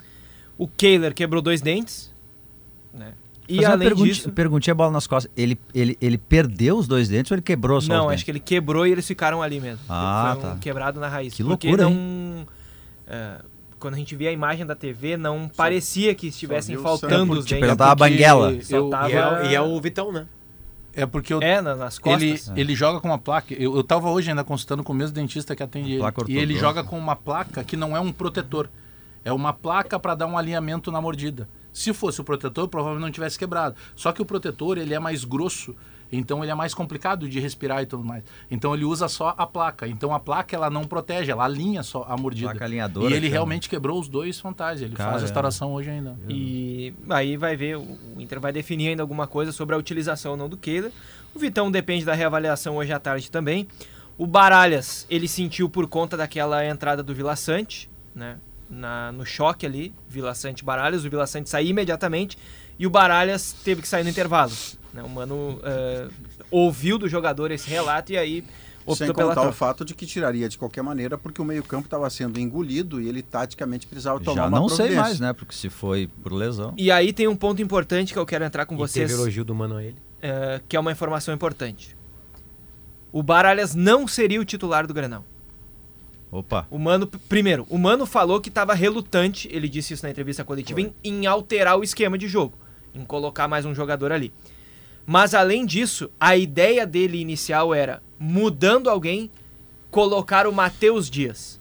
O Kehler quebrou dois dentes. Né? E Fazer uma além pergunti- disso... perguntinha, bola nas costas. Ele, ele, ele perdeu os dois dentes ou ele quebrou só os Não, dentes? acho que ele quebrou e eles ficaram ali mesmo. Ah, foi um tá. quebrado na raiz. Que Porque loucura, não... é, quando a gente via a imagem da T V, não parecia que estivessem viu o faltando sangue. os Tipo, dentes. ele tava porque banguela. eu- Só tava- E é, e é o Vitão, né? É porque eu, É, na- nas ele, costas. ele joga com uma placa. Eu, eu tava hoje ainda consultando com o mesmo dentista que atende ele. Placa E ele ortodôntica. joga com uma placa que não é um protetor. É uma placa para dar um alinhamento na mordida. Se fosse o protetor, provavelmente não tivesse quebrado. Só que o protetor, ele é mais grosso, então ele é mais complicado de respirar e tudo mais. Então ele usa só a placa. Então a placa, ela não protege, ela alinha só a mordida. Placa alinhadora. E ele que realmente quebrou os dois frontais. Ele Caramba. faz a restauração hoje ainda. E aí vai ver, o Inter vai definir ainda alguma coisa sobre a utilização ou não do Kehler. O Vitão depende da reavaliação hoje à tarde também. O Baralhas, ele sentiu por conta daquela entrada do Vila Sante, né? Na, no choque ali, Vila Sante Baralhas, o Vila Sante saiu imediatamente e o Baralhas teve que sair no intervalo. Né? O Mano uh, ouviu do jogador esse relato e aí optou Sem pela contar troca. o fato de que tiraria de qualquer maneira, porque o meio-campo estava sendo engolido e ele taticamente precisava tomar Já uma não sei providência. mais, né? Porque se foi por lesão. E aí tem um ponto importante que eu quero entrar com E vocês, teve elogio do Mano a ele. uh, que é uma informação importante. O Baralhas não seria o titular do Grenal. Opa. O Mano, primeiro, o Mano falou que estava relutante, ele disse isso na entrevista coletiva, em, em alterar o esquema de jogo, em colocar mais um jogador ali. Mas além disso, a ideia dele inicial era, mudando alguém, colocar o Matheus Dias.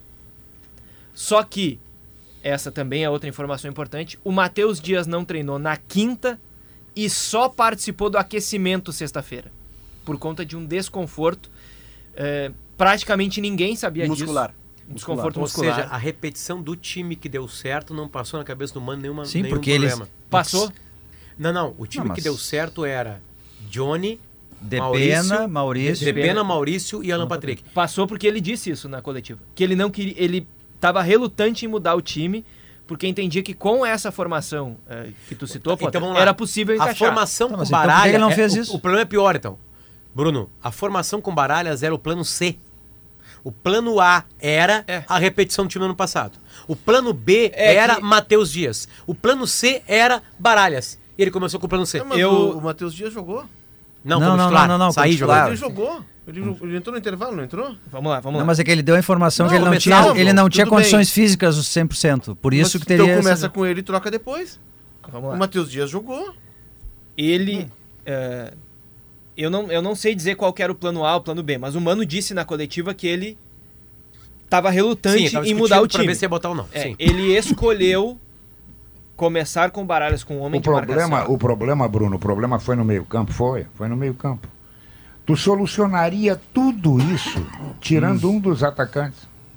Só que, essa também é outra informação importante, o Matheus Dias não treinou na quinta e só participou do aquecimento sexta-feira, por conta de um desconforto. É, praticamente ninguém sabia Muscular. disso. Desconforto Ou muscular. seja, a repetição do time que deu certo não passou na cabeça do Mano nenhuma, Sim, nenhum porque eles- problema. Passou? Não, não. O time Não, que mas- deu certo era Johnny, Depena, Maurício, Maurício. Depena, Maurício e Alan Patrick. Passou porque ele disse isso na coletiva. Que ele não queria. Ele estava relutante em mudar o time, porque entendia que com essa formação eh, que tu citou, Então, Potter, vamos lá. era possível A encaixar. formação Tá, com mas então por que Baralhas... ele não é- fez o- isso? O problema é pior, então. Bruno, a formação com Baralhas era o plano C. O plano A era É. a repetição do time do ano passado. O plano B É era que- Matheus Dias. O plano C era Baralhas. E ele começou com o plano C. É, mas Eu- o, o Matheus Dias jogou. Não, Não, como não, titular. não, não, não, Saí como jogando. Ele jogou. Ele, jogou- ele entrou no intervalo, não entrou? Vamos lá, vamos Não, lá. mas é que ele deu a informação Não, que ele não começava, tinha, ele não tinha tudo condições bem. físicas cem por cento. Por isso Mas que teria... Então começa essa- com ele e troca depois. Vamos O lá. Matheus Dias jogou. Ele. eh, eu, não, eu não sei dizer qual que era o plano A ou o plano B, mas o Mano disse na coletiva que ele estava relutante tava em mudar o discutindo pra time. ver se ia botar ou não. É, Sim. ele escolheu começar com Baralhas com um homem O de problema, marcação. o problema, Bruno, o problema foi no meio-campo, foi, foi no meio-campo. Tu solucionaria tudo isso tirando um dos atacantes.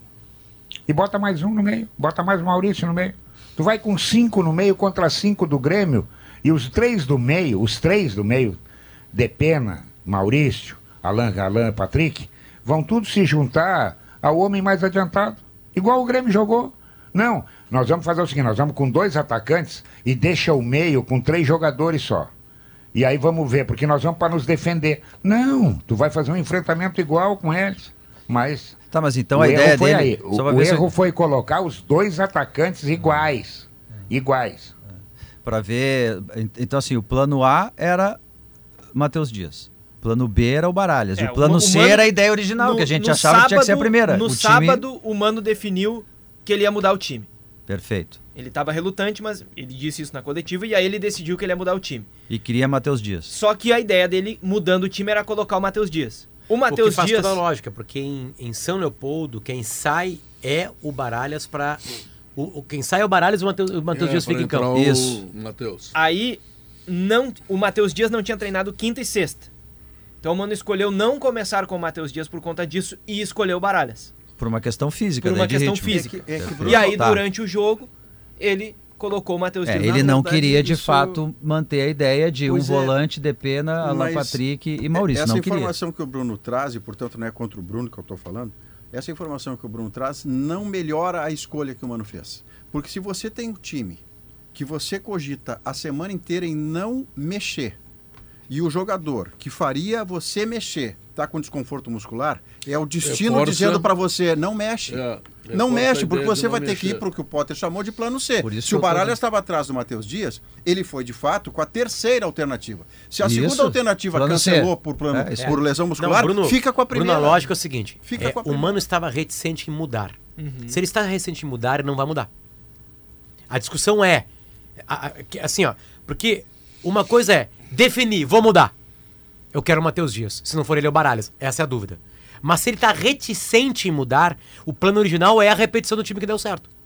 E bota mais um no meio, bota mais o Maurício no meio. Tu vai com cinco no meio contra cinco do Grêmio e os três do meio, os três do meio, Depena, Maurício, Alan, Alan, Patrick, vão tudo se juntar ao homem mais adiantado. Igual o Grêmio jogou. Não, nós vamos fazer o seguinte, nós vamos com dois atacantes e deixa o meio com três jogadores só. E aí vamos ver, porque nós vamos para nos defender. Não, tu vai fazer um enfrentamento igual com eles. Mas Tá, mas então o a erro ideia foi dele... aí. O, só pra o ver se- erro foi colocar os dois atacantes iguais. Iguais. Pra ver... Então, assim, o plano A era Matheus Dias. Plano B era o Baralhas. É, o plano o C Mano- era a ideia original, No- que a gente no achava que tinha que ser a sábado- primeira. No o time... sábado, o Mano definiu que ele ia mudar o time. Perfeito. Ele estava relutante, mas ele disse isso na coletiva e aí ele decidiu que ele ia mudar o time. E queria Matheus Dias. Só que a ideia dele, mudando o time, era colocar o Matheus Dias. O O que Matheus faz Dias... toda a lógica, porque em, em São Leopoldo, quem sai é o Baralhas para... O, o- quem sai é o Baralhas e o Matheus, o Matheus É, Dias pra fica em entrar campo. o Isso. Matheus. Aí, não, o Matheus Dias não tinha treinado quinta e sexta. Então o Mano escolheu não começar com o Matheus Dias por conta disso e escolheu o Baralhas. Por uma questão física. Por uma daí de questão ritmo. física. É que- é que, Perfeito. Bruno, E aí, Tá. durante o jogo, ele colocou o Matheus É, Dias. ele na- não verdade, queria, de isso- fato, manter a ideia de Pois um é. volante, Depena, Alan Mas Patrick e Maurício. Essa Não queria. informação que o Bruno traz, e portanto não é contra o Bruno que eu estou falando, essa informação que o Bruno traz não melhora a escolha que o Mano fez. Porque se você tem um time que você cogita a semana inteira em não mexer, e o jogador que faria você mexer está com desconforto muscular, é o destino Reforça. dizendo para você, não mexe. É, Não reforça a mexe, porque ideia de você não vai ter que ir mexer. para o que o Potter chamou de plano C. Por isso Se o que eu tô- Baralhas estava atrás do Matheus Dias, ele foi de fato com a terceira alternativa. Se a Isso. segunda alternativa Plano C. cancelou por, plano, É, isso por lesão Não, muscular, Bruno, fica com a Bruno, primeira. a lógica é o seguinte. Fica é, com a o primeira. Mano estava reticente em mudar. Uhum. Se ele está reticente em mudar, ele não vai mudar. A discussão é... a- a- que- assim, ó... Porque uma coisa é definir, vou mudar. Eu quero o Matheus Dias. Se não for ele, é o Baralhas. Essa é a dúvida. Mas se ele está reticente em mudar, o plano original é a repetição do time que deu certo.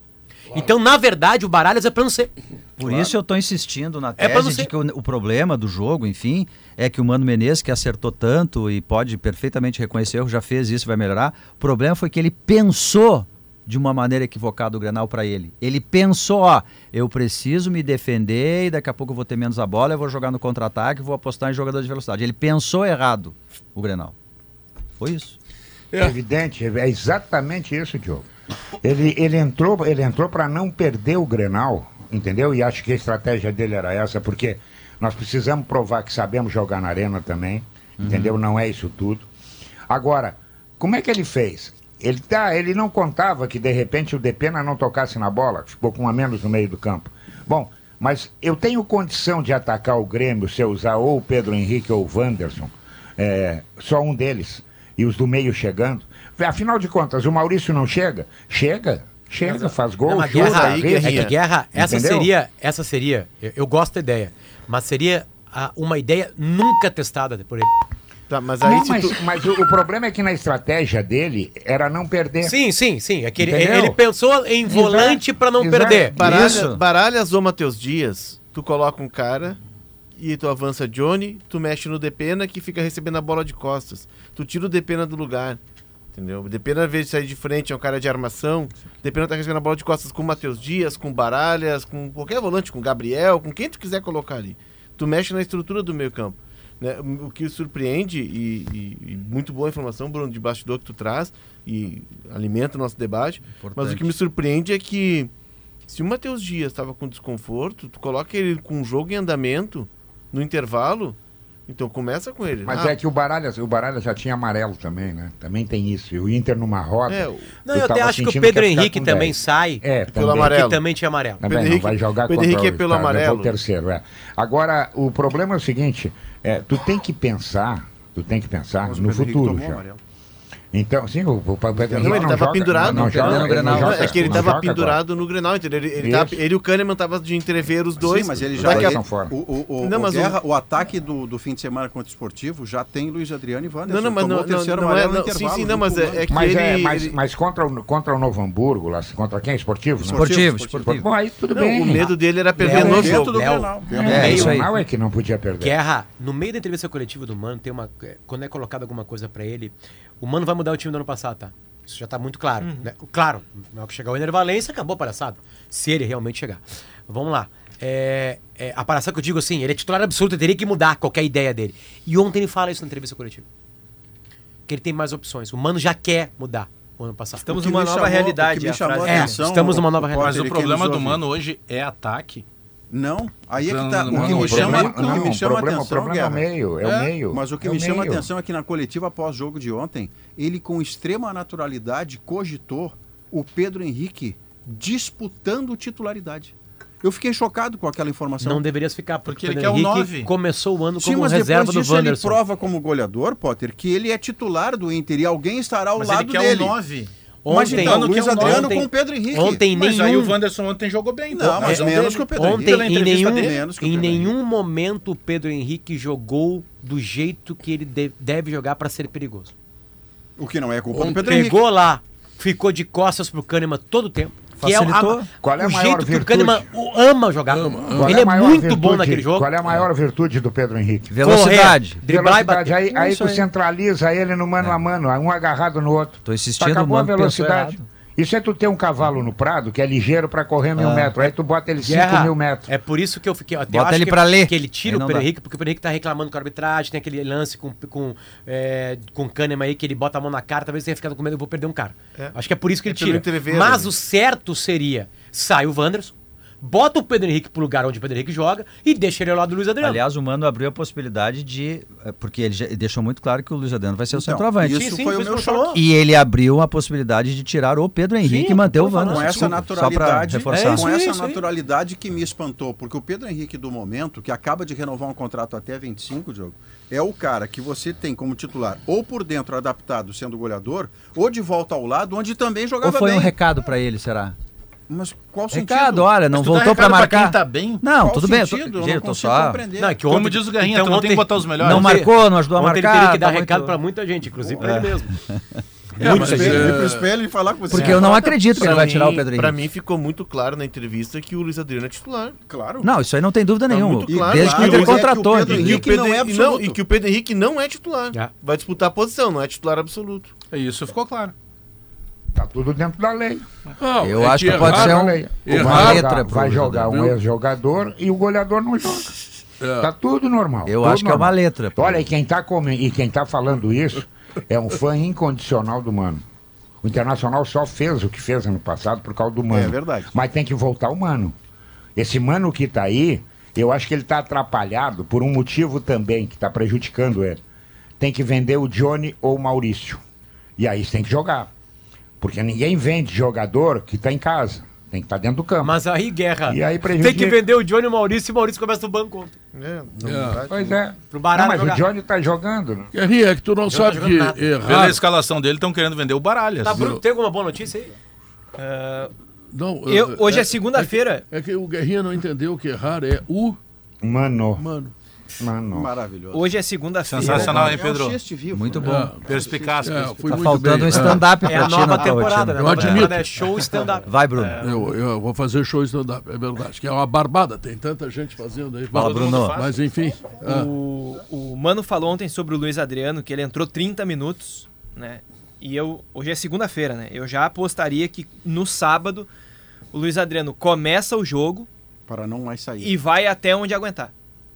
Então, na verdade, o Baralhas é plano C. Por Claro. isso eu estou insistindo na É pra tese não ser- de que o, o problema do jogo, enfim, é que o Mano Menezes, que acertou tanto e pode perfeitamente reconhecer o erro, já fez isso, vai melhorar. O problema foi que ele pensou de uma maneira equivocada o Grenal para ele. Ele pensou, ó, eu preciso me defender e daqui a pouco eu vou ter menos a bola, eu vou jogar no contra-ataque, vou apostar em jogador de velocidade. Ele pensou errado o Grenal. Foi isso. É evidente, é exatamente isso, Diogo. Ele, ele entrou, ele entrou para não perder o Grenal, entendeu? E acho que a estratégia dele era essa, porque nós precisamos provar que sabemos jogar na arena também, uhum. entendeu? Não é isso tudo. Agora, como é que ele fez? Ele, tá, ele não contava que de repente o Depena não tocasse na bola, ficou com um a menos no meio do campo. Bom, mas eu tenho condição de atacar o Grêmio se eu usar ou o Pedro Henrique ou o Wanderson, é, só um deles, e os do meio chegando. Afinal de contas, o Maurício não chega? Chega, chega, faz gol, Não, mas chuta, Guerra, arrisca. é que Guerra, essa Entendeu? seria, essa seria, eu, eu gosto da ideia, mas seria ah, uma ideia nunca testada por ele. Tá, mas aí Não, se mas, tu... mas o, o problema é que na estratégia dele era não perder. Sim, sim, sim. É que ele, Entendeu? ele pensou em volante para não Exato. perder. Baralha, Isso. baralhas ou Matheus Dias, tu coloca um cara e tu avança Johnny, tu mexe no Depena que fica recebendo a bola de costas. Tu tira o Depena do lugar. Entendeu? O Depena, ao invés de sair de frente, é um cara de armação. O Depena tá recebendo a bola de costas com o Matheus Dias, com Baralhas, com qualquer volante, com Gabriel, com quem tu quiser colocar ali. Tu mexe na estrutura do meio campo. Né? O que surpreende, e, e, e muito boa informação, Bruno, de bastidor que tu traz, e alimenta o nosso debate, Importante. mas o que me surpreende é que se o Matheus Dias estava com desconforto, tu coloca ele com o jogo em andamento, no intervalo, então começa com ele. Mas Ah, é que o Baralhas, o Baralhas já tinha amarelo também, né? Também tem isso. E o Inter numa roda. É, o- Não, eu até tava acho que o sentindo Pedro ia ficar Henrique com também dez. sai, É, pelo também. amarelo. que também tinha amarelo. Também Pedro não Henrique- vai jogar Pedro contra Henrique é o- pelo tá, levou amarelo. o terceiro, é. Agora, o problema é o seguinte, é, tu tem que pensar, tu tem que pensar Mas o no Pedro Henrique futuro tomou já. amarelo. Então, sim, o, o Pedro Henrique Não, ele não tava joga, pendurado, não, não perdendo joga, o ele Grenal. não Não, joga, é que ele não estava joga pendurado agora. no Grenal, entendeu? Ele, ele, Isso. tava- ele e o Kahneman estavam de entrever os dois. Sim, mas ele já Daqui a- ele- estão fora. o, o, o, Não, o mas o- Guerra, o ataque do, do fim de semana contra o Esportivo já tem Luiz Adriano e Wanderson. Não, não, mas Tomou não, o não, terceiro não é. amarelo no Não, sim, intervalo, sim, não, junto mas com o é, Wanderson. é que Mas, ele. é, mas, ele- mas contra, o, contra o Novo Hamburgo, lá, contra quem? Esportivo? Não? Esportivo, Esportivo. esportivo. Bom, aí tudo não, bem. o medo dele era perder Léo, no Léo, jogo. do Léo, Grenal. no É, meio- isso aí. Não é que não podia perder. Guerra, no meio da entrevista coletiva do Mano, tem uma. Quando é colocado alguma coisa pra ele, o Mano vai mudar o time do ano passado, tá? Isso já tá muito claro. Né? Claro, na hora que chegar o Ener Valencia, acabou a palhaçada. Se ele realmente chegar. Vamos lá. É, é, a palhaçada que eu digo assim, ele é titular absoluto, ele teria que mudar qualquer ideia dele. E ontem ele fala isso na entrevista coletiva. Que ele tem mais opções. O Mano já quer mudar o ano passado. Estamos O que numa me nova chamou- realidade. o que me a chamou frase a É, dele. atenção, estamos numa nova o realidade. Mas Potter, o quem problema nos do ouve. Mano hoje é ataque. Não, aí é que Não, tá. não, O que não, me o chama, problema- o que não, me o chama a problema- o atenção, problema é o Guerra, meio, é o meio, Mas o que é me o chama a meio. atenção é que na coletiva após-jogo de ontem, ele com extrema naturalidade cogitou o Pedro Henrique disputando titularidade. Eu fiquei chocado com aquela informação. Não deverias ficar, porque, Porque ele o quer o Henrique nove. começou o ano Sim, como mas reserva depois do disso ele Wanderson. prova como goleador, Potter, que ele é titular do Inter e alguém estará ao Mas lado ele quer dele. o nove. Mas Ontem, então, Ontem- Luiz ontem- Adriano com o Pedro Henrique. Ontem Mas aí nenhum... o Wanderson ontem jogou bem. então. Não, mas É, menos dele. que o Pedro Ontem, Pela em entrevista nenhum, dele, menos que o em Pedro nenhum momento o Pedro Henrique jogou do jeito que ele de- deve jogar para ser perigoso. O que não é culpa do Ontem Pedro Henrique. pegou lá, ficou de costas pro Kahneman todo o tempo. Que é o- Facilitou. a, Qual é a o maior jeito que o virtude? Kahneman o- ama jogar. Qual Ele a é maior muito virtude- bom naquele jogo. Qual é a maior virtude do Pedro Henrique? Velocidade. Correr, driblar e Velocidade. bater. Aí, É aí isso tu aí. centraliza ele no mano a mano, um agarrado no outro. Tô insistindo, Acabou o a Mano pensou velocidade. errado. Isso é tu ter um cavalo no prado que é ligeiro pra correr mil Ah. metros. Aí tu bota ele cinco Guerra, mil metros. É por isso que eu fiquei. Eu Bota acho ele que, pra ler. que ele tira Aí o não Pedro dá. Henrique, porque o Pedro Henrique tá reclamando com a arbitragem, tem aquele lance com, com, é, com o Kahneman aí que ele bota a mão na cara, talvez tenha ficado com medo, eu vou perder um cara. É. Acho que é por isso que É ele pelo tira. entrever, Mas né? o certo seria: sai o Wanderson, bota o Pedro Henrique pro lugar onde o Pedro Henrique joga e deixa ele ao lado do Luiz Adriano. Aliás, o Mano abriu a possibilidade de... eh, Porque ele já deixou muito claro que o Luiz Adriano vai ser o Então, centroavante. isso sim, foi foi o meu isso que eu choque. E ele abriu a possibilidade de tirar o Pedro Henrique Sim, e manter o eu tô falando. Wanderson. Com essa Desculpa, naturalidade, Só pra reforçar. É isso com aí, essa isso aí. naturalidade que me espantou, porque o Pedro Henrique do momento, que acaba de renovar um contrato até vinte e cinco, Diogo, é o cara que você tem como titular, ou por dentro adaptado sendo goleador, ou de volta ao lado, onde também Ou jogava foi bem. um recado pra ele, será? Mas qual sentido? Recado, olha, não Mas tu dá voltou pra recado marcar. quem tá bem? Não, Qual tudo bem. Eu tô, sentido? Eu gente, não eu tô consigo só... compreender. Não, é que Como ontem- diz o Garrinha, então tu não tem ontem- que botar os melhores. Não Ontem- marcou, não ajudou a Ontem marcar. ele teria que dar tá recado muito- pra muita gente, inclusive pra É. ele mesmo. É, Muito mas espelho, é- vir pro espelho e falar com você. Porque eu não acredito que ele Pra vai mim- tirar o Pedro Pra Henrique. mim ficou muito claro na entrevista que o Luiz Adriano é titular. Claro. Não, isso aí não tem dúvida Tá nenhuma. muito claro, Desde que o claro. Inter Mas é que o contratou. Pedro E que, o Henrique Pedro, não é e absoluto. e que o Pedro Henrique não é titular. É. Vai disputar a posição, não é titular absoluto. Isso ficou claro. Tá tudo dentro da lei. Não, Eu é acho que pode errar- ser um- Lei. errar- uma vai letra jogar, pro vai jogador, jogar um viu? ex-jogador e o goleador não joga. É. Tá tudo normal. Eu tudo acho que é uma normal. letra. Olha, e quem, tá come... e quem tá falando isso é um fã incondicional do Mano. O Internacional só fez o que fez ano passado por causa do Mano. É verdade. Mas tem que voltar o Mano. Esse Mano que tá aí, eu acho que ele tá atrapalhado por um motivo também que tá prejudicando ele. Tem que vender o Johnny ou o Maurício. E aí você tem que jogar. Porque ninguém vende jogador que tá em casa. Tem que estar dentro do campo. Mas aí, Guerra, E aí tem prejudica- que vender o Johnny e o Maurício e o Maurício começa no banco ontem. É, É. Pois é. Pro Baralho Não, mas jogar. o Johnny tá jogando. Né? Guerrinha, é que tu não não sabe tá que jogando nada. errar... Pela escalação dele, estão querendo vender o Baralhas. Tá, Bruno, tem alguma boa notícia aí? Ah, Não, eu, hoje é, é segunda-feira. É que o Guerrinha não entendeu que errar é o Mano. mano. Mano. Maravilhoso. Hoje é segunda-feira. Sensacional, hein, É um Pedro? xiste vivo. Muito né? bom. É, Perspicaz. é, perspicaz. fui Tá muito faltando bem. um stand-up É pra a ti nova na tua temporada, rotina. né? Eu A admito. temporada é show stand-up. Vai, Bruno. Eu, eu vou fazer show stand-up, é verdade. Que é uma barbada, tem tanta gente fazendo aí. Fala, Mas- Bruno. Mas enfim. ah, O, o Mano falou ontem sobre o Luiz Adriano, que ele entrou trinta minutos, né? E eu, hoje é segunda-feira, né? Eu já apostaria que no sábado o Luiz Adriano começa o jogo Para não mais sair. e vai até onde aguentar.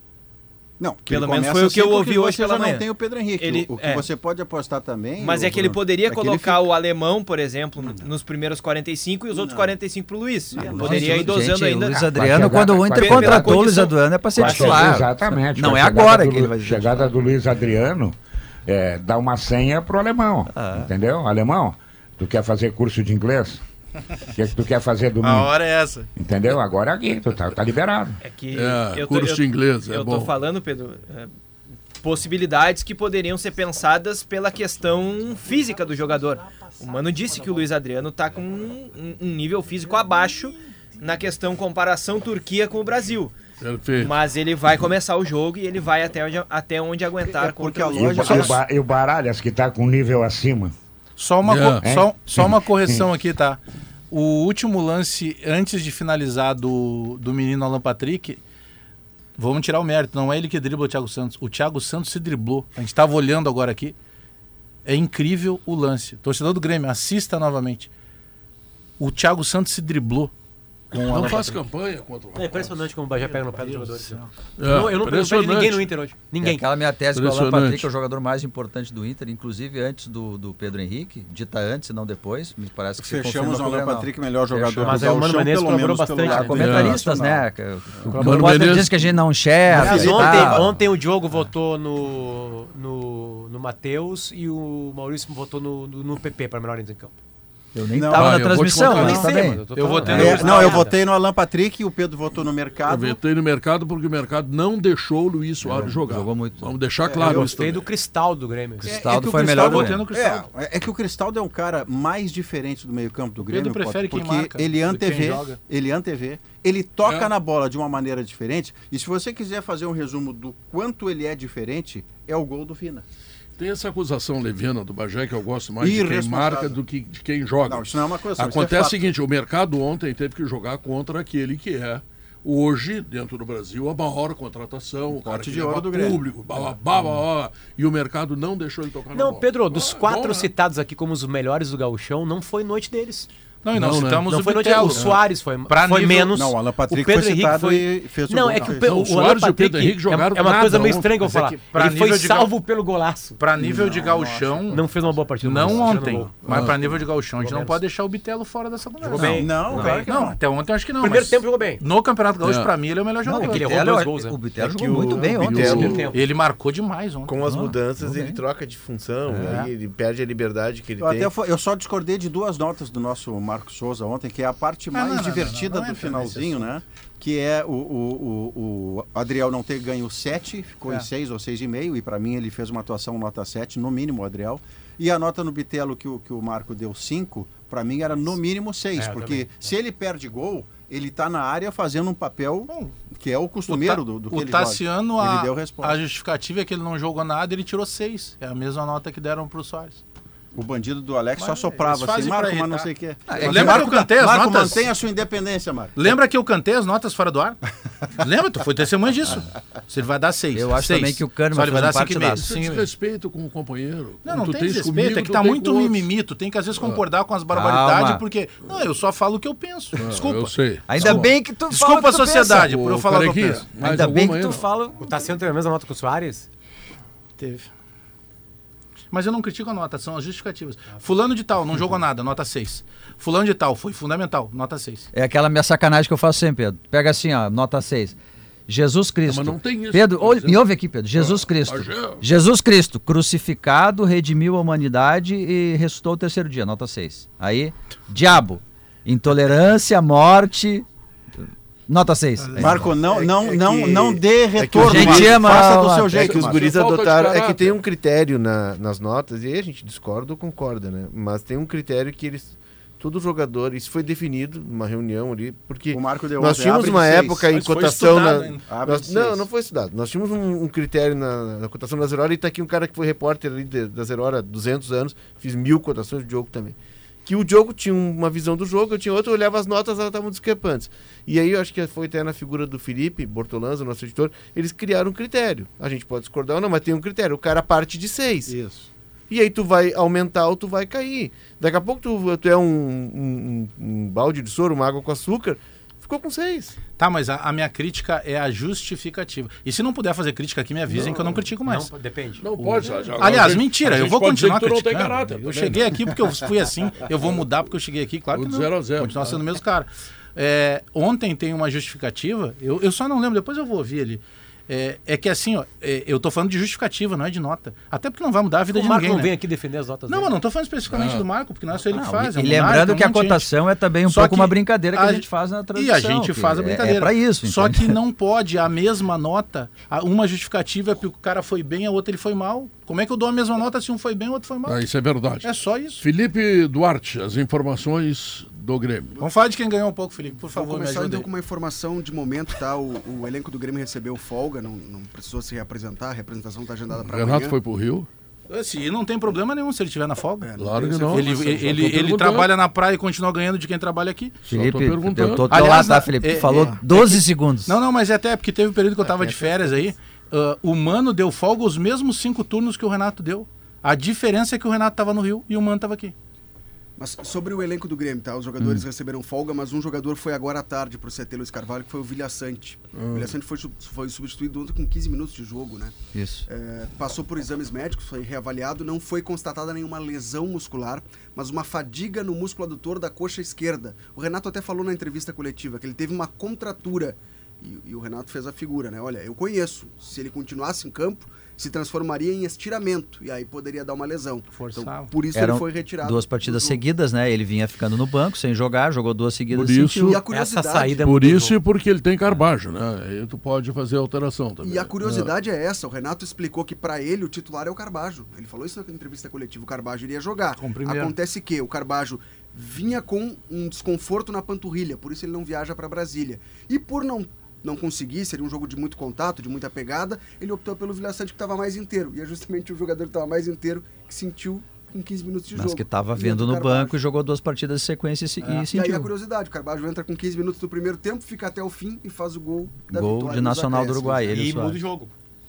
Não, que Pelo ele menos começa foi o que eu assim ouvi porque hoje você pela já manhã. não tem o Pedro Henrique. Ele- o o que é. você pode apostar também... Mas ô, é que ele Bruno, poderia é que ele colocar fica- o alemão, por exemplo, no- nos primeiros quarenta e cinco e os outros quarenta e cinco pro Luiz. Ele Nossa, poderia ir dosando gente, ainda. O Luiz Vai Adriano, chegar- quando o vai Inter chegar- contratou o Luiz condição- Adriano, é pra ser Vai titular. chegar- Exatamente. Não vai é chegada agora do que ele Lu- vai ser chegada do Luiz Adriano é, dá uma senha pro alemão. Ah. Entendeu? Alemão, tu quer fazer curso de inglês? O que, é que tu quer fazer A domingo? hora é essa. Entendeu? Agora é aqui, tu tá, tá liberado. É que É, eu tô, curso eu, de inglês, é eu bom. tô falando, Pedro, é, possibilidades que poderiam ser pensadas pela questão física do jogador. O Mano disse que o Luiz Adriano tá com um, um nível físico abaixo na questão comparação Turquia com o Brasil. Perfeito. Mas ele vai começar o jogo e ele vai até onde, até onde aguentar. É porque contra a o- E o, loja- e o Ba- e o Baralhas, que tá com um nível acima. Só uma, Yeah. co- só, só uma correção aqui, tá? O último lance, antes de finalizar do, do menino Alan Patrick, vamos tirar o mérito, não é ele que dribla o Thiago Santos. O Thiago Santos se driblou. A gente estava olhando agora aqui. É incrível o lance. Torcedor do Grêmio, assista novamente. O Thiago Santos se driblou com o Não Alan faz Patrick. campanha contra o É rapaz. impressionante como o Bagé pega no pé dos jogadores. É, Eu não, eu não, eu não pego impressionante. ninguém no Inter hoje. É Ninguém. aquela minha tese que o Alan Impressionante. Patrick é o jogador mais importante do Inter, inclusive antes do, do Pedro Henrique, dita antes e não depois, me parece que se Fechamos o confirma com Alan Grenal. Patrick, melhor jogador Fechou. do Mas aí o Mano Gauchão, Menezes pelo colaborou menos pelo bastante, lado né? Comentaristas, nacional. né? que O, o Mano Potter Menezes- diz que a gente não enxerga. Aliás, e ontem, tal. ontem o Diogo votou no, no, no Matheus e o Maurício votou no, no, no P P para melhor em campo. Eu nem Não, tava ah, na eu vou te transmissão, contar, mas não. tá sei, bem. mano, tô Eu falando. votei É, no É, Gustavo. não, eu nada. votei no Alan Patrick e o Pedro votou no mercado. Aproveitei no mercado porque o mercado não deixou o Luiz Soares jogar. jogou muito. Vamos deixar claro Eu isso gostei também. do Cristal do Grêmio. Cristaldo que o foi Cristaldo- melhor do Votei no Grêmio. Cristal. É, é que o Cristaldo é um cara mais diferente do meio-campo do Grêmio, Pedro prefere Potter, quem porque marca ele do que antevê, quem joga. ele antevê, ele toca É. na bola de uma maneira diferente. E se você quiser fazer um resumo do quanto ele é diferente, é o gol do Vina. Tem essa acusação leviana do Bagé que eu gosto mais de quem Irresponsável. marca do que de quem joga. Não, isso não é uma acusação, isso é Acontece o fato. seguinte, o mercado ontem teve que jogar contra aquele que é hoje, dentro do Brasil, a maior contratação, o cara Pote que de leva ouro do Grêmio. público, blá, blá, blá, blá, blá, e o mercado não deixou ele tocar na Não, bola. Pedro, dos Ah, quatro bom, né? citados aqui como os melhores do Gauchão, não foi noite deles. Não, e nós Não, né? citamos Não o foi noite Bitelo. O Soares foi, Pra foi nível- menos. Não, o Alan Patrick o Pedro foi Henrique citado foi... e fez o Não, gol. é que Não, o, fez. o, o o Soares Alan e o Pedro Patrick Henrique jogaram é, é uma nada coisa meio ontem. estranha que eu vou Mas é falar. que pra Ele foi nível de salvo pelo golaço. Pra nível de gauchão, Não fez uma boa partida. não mas ontem, jogou. mas pra nível de gauchão, a gente Jogou não pode deixar o Bitelo fora dessa conversa. Jogou bem. Não, Não, claro que Não, não. até ontem eu acho que não. Primeiro mas tempo jogou bem. No Campeonato Gaúcho, É. pra mim, ele é o melhor Não, jogador. é que ele errou Bitelo, dois gols, né? o Bitelo É que jogou o- muito bem o ontem. Bitelo- Esse- tempo. Ele marcou demais ontem. Com as Ah, mudanças, tudo ele bem. troca de função, É. aí ele perde a liberdade que ele Eu, tem. até fo- eu só discordei de duas notas do nosso Marcos Souza ontem, que é a parte mais não, não, divertida não, não, não do entra nesse finalzinho, né? Que é o, o, o, o Adriel não ter ganho sete, ficou É. em seis ou seis e meio, e para mim ele fez uma atuação nota sete, no mínimo, o Adriel. E a nota no Bitelo que o, que o Marco deu cinco, para mim era no mínimo seis, É, eu porque também. se ele perde gol, ele tá na área fazendo um papel Bom, que é o O, costumeiro Ta- do, do que o ele Tassiano, joga. a, Ele deu resposta. a justificativa é que ele não jogou nada, ele tirou seis. É a mesma nota que deram pro Soares. O bandido do Alex só soprava eles assim, fazem Marco, pra mas não irritar. sei o quê. Ah, é, lembra que eu cantei as Marco, notas? mantém a sua independência, Marco. Lembra que eu cantei as notas fora do ar? Lembra? Tu foi testemunha disso. Se ele vai dar seis. Eu acho seis. também que o Kahneman Só ele vai fez dar um cinco e meio. partidaço. Isso é desrespeito com o companheiro. Não, Como não tu tem tens desrespeito, comigo, é que tu tá tem muito com outros. mimimi. Tu tem que às vezes concordar com as barbaridades, Calma. porque. Não, eu só falo o que eu penso. Desculpa. Eu sei. Ainda Tá bom. bem que tu fala Desculpa o que a tu sociedade Ô, por eu falar o que eu Carequinha, penso. pensa. mais Ainda bem alguma que tu aí, não? fala... O Tassiano teve a mesma nota que o Soares? Teve. Mas eu não critico a nota, são as justificativas. Fulano de tal, não jogou nada, nota seis. Fulano de tal, foi fundamental, nota seis. É aquela minha sacanagem que eu faço sempre, Pedro. Pega assim, ó, nota seis. Jesus Cristo. Mas não tem isso. Pedro, Tô olha, dizendo. me ouve aqui, Pedro. Jesus Ah, Cristo. Bagé. Jesus Cristo, crucificado, redimiu a humanidade e ressuscitou o terceiro dia, nota seis. Aí, diabo, intolerância, morte, nota seis. É Marco, não, não, que- não, é que- não dê é que retorno. o gente Marco. ama- Faça do seu É jeito, que os Marco. guris Falta de adotaram. É que caráter. tem um critério na- nas notas, e aí a gente discorda ou concorda, né? Mas tem um critério que eles. Todo jogador, isso foi definido numa reunião ali, porque O Marco deu nós ontem, tínhamos abre de uma seis. época em Mas foi cotação. estudado, na- hein? Abre nós- de não, seis. não foi estudado. Nós tínhamos um, um critério na, na cotação da Zero Hora, e tá aqui um cara que foi repórter ali de- da Zero Hora há duzentos anos, fiz mil cotações de jogo também. Que o jogo tinha uma visão do jogo, eu tinha outra, eu olhava as notas, elas estavam discrepantes. E aí eu acho que foi até na figura do Felipe Bortolanza, nosso editor, eles criaram um critério. A gente pode discordar ou não, mas tem um critério. O cara parte de seis. Isso. E aí tu vai aumentar ou tu vai cair. Daqui a pouco tu, tu é um, um, um- um balde de soro, uma água com açúcar, ficou com seis. Tá, mas a, a minha crítica é a justificativa. E se não puder fazer crítica aqui, me avisem que eu não critico mais. Não, depende. Não pode. já- já- Aliás, a gente- mentira, a eu gente vou pode dizer continuar que tu não tem criticando. caráter. Eu também, cheguei né? aqui porque eu fui assim, eu vou mudar porque eu cheguei aqui, claro O que de não. zero a zero, Continuar tá? sendo o mesmo cara. É, ontem tem uma justificativa, eu, eu só não lembro, depois eu vou ouvir ali. É, é que assim, ó, é, eu tô falando de justificativa, não é de nota. Até porque não vai mudar a vida O de Marco ninguém, não vem né? aqui defender as notas Não, dele. mas não tô falando especificamente Ah. do Marco, porque não é só ele que Não, faz. e é um e lembrando Munari, tem que a um monte de gente. cotação é também um Só pouco que uma brincadeira que a- a gente faz na E transmissão. a gente que faz a é- brincadeira. É pra isso. Só entende? que não pode a mesma nota, a- uma justificativa é porque o cara foi bem, a outra ele foi mal. Como é que eu dou a mesma nota se um foi bem e o outro foi mal? Ah, isso é verdade. É só isso. Felipe Duarte, as informações do Grêmio. Vamos falar de quem ganhou um pouco, Felipe, por Vou favor, me começar ajuda então aí. com uma informação de momento, tá? O, o elenco do Grêmio recebeu folga, não, não precisou se reapresentar, a representação está agendada para Renato amanhã. foi pro Rio? Assim, não tem problema nenhum se ele estiver na folga. É, Claro tem que essa não. Ele, informação. ele, Só tô ele, ele perguntando. trabalha na praia e continua ganhando de quem trabalha aqui. Felipe, Só tô perguntando. eu tô, tô Aliás, lá, tá, na- Felipe? é- Tu falou é- doze segundos. Não, não, mas é até porque teve um período que eu tava de férias aí. ah, o Mano deu folga os mesmos cinco turnos que o Renato deu. A diferença é que o Renato tava no Rio e o Mano tava aqui. Mas sobre o elenco do Grêmio, tá? Os jogadores receberam folga, mas um jogador foi agora à tarde pro C T Luiz Carvalho, que foi o Vilha Sante. O Vilha Sante foi, su- foi substituído ontem com quinze minutos de jogo, né? Isso. É, passou por exames médicos, foi reavaliado, não foi constatada nenhuma lesão muscular, mas uma fadiga no músculo adutor da coxa esquerda. O Renato até falou na entrevista coletiva que ele teve uma contratura. E, e o Renato fez a figura, né? Olha, eu conheço. Se ele continuasse em campo, se transformaria em estiramento. E aí poderia dar uma lesão. Forçava. Então, por isso Eram ele foi retirado. duas do partidas jogo. seguidas, né? Ele vinha ficando no banco sem jogar, jogou duas seguidas. Por isso- sentiu. E a Essa curiosidade, saída é Por muito isso boa. e porque ele tem Carbajo, né? Aí tu pode fazer alteração também. E a curiosidade é essa, o Renato explicou que pra ele o titular é o Carbajo. Ele falou isso na entrevista coletiva, o Carbajo iria jogar. Com o primeiro. Acontece que o Carbajo vinha com um desconforto na panturrilha, por isso ele não viaja pra Brasília. E por não não conseguir, seria um jogo de muito contato, de muita pegada, ele optou pelo Vilha Sante, que estava mais inteiro. E é justamente o jogador que estava mais inteiro que sentiu com quinze minutos de Mas jogo. que estava E vendo entra o no Carbajo. banco e jogou duas partidas de sequência e, se- e E aí a sentiu. curiosidade, o Carbajo entra com quinze minutos do primeiro tempo, fica até o fim e faz o gol da Gol vitória de nos Nacional do acréscimos, Uruguai. né? Ele E Soares. muda o jogo.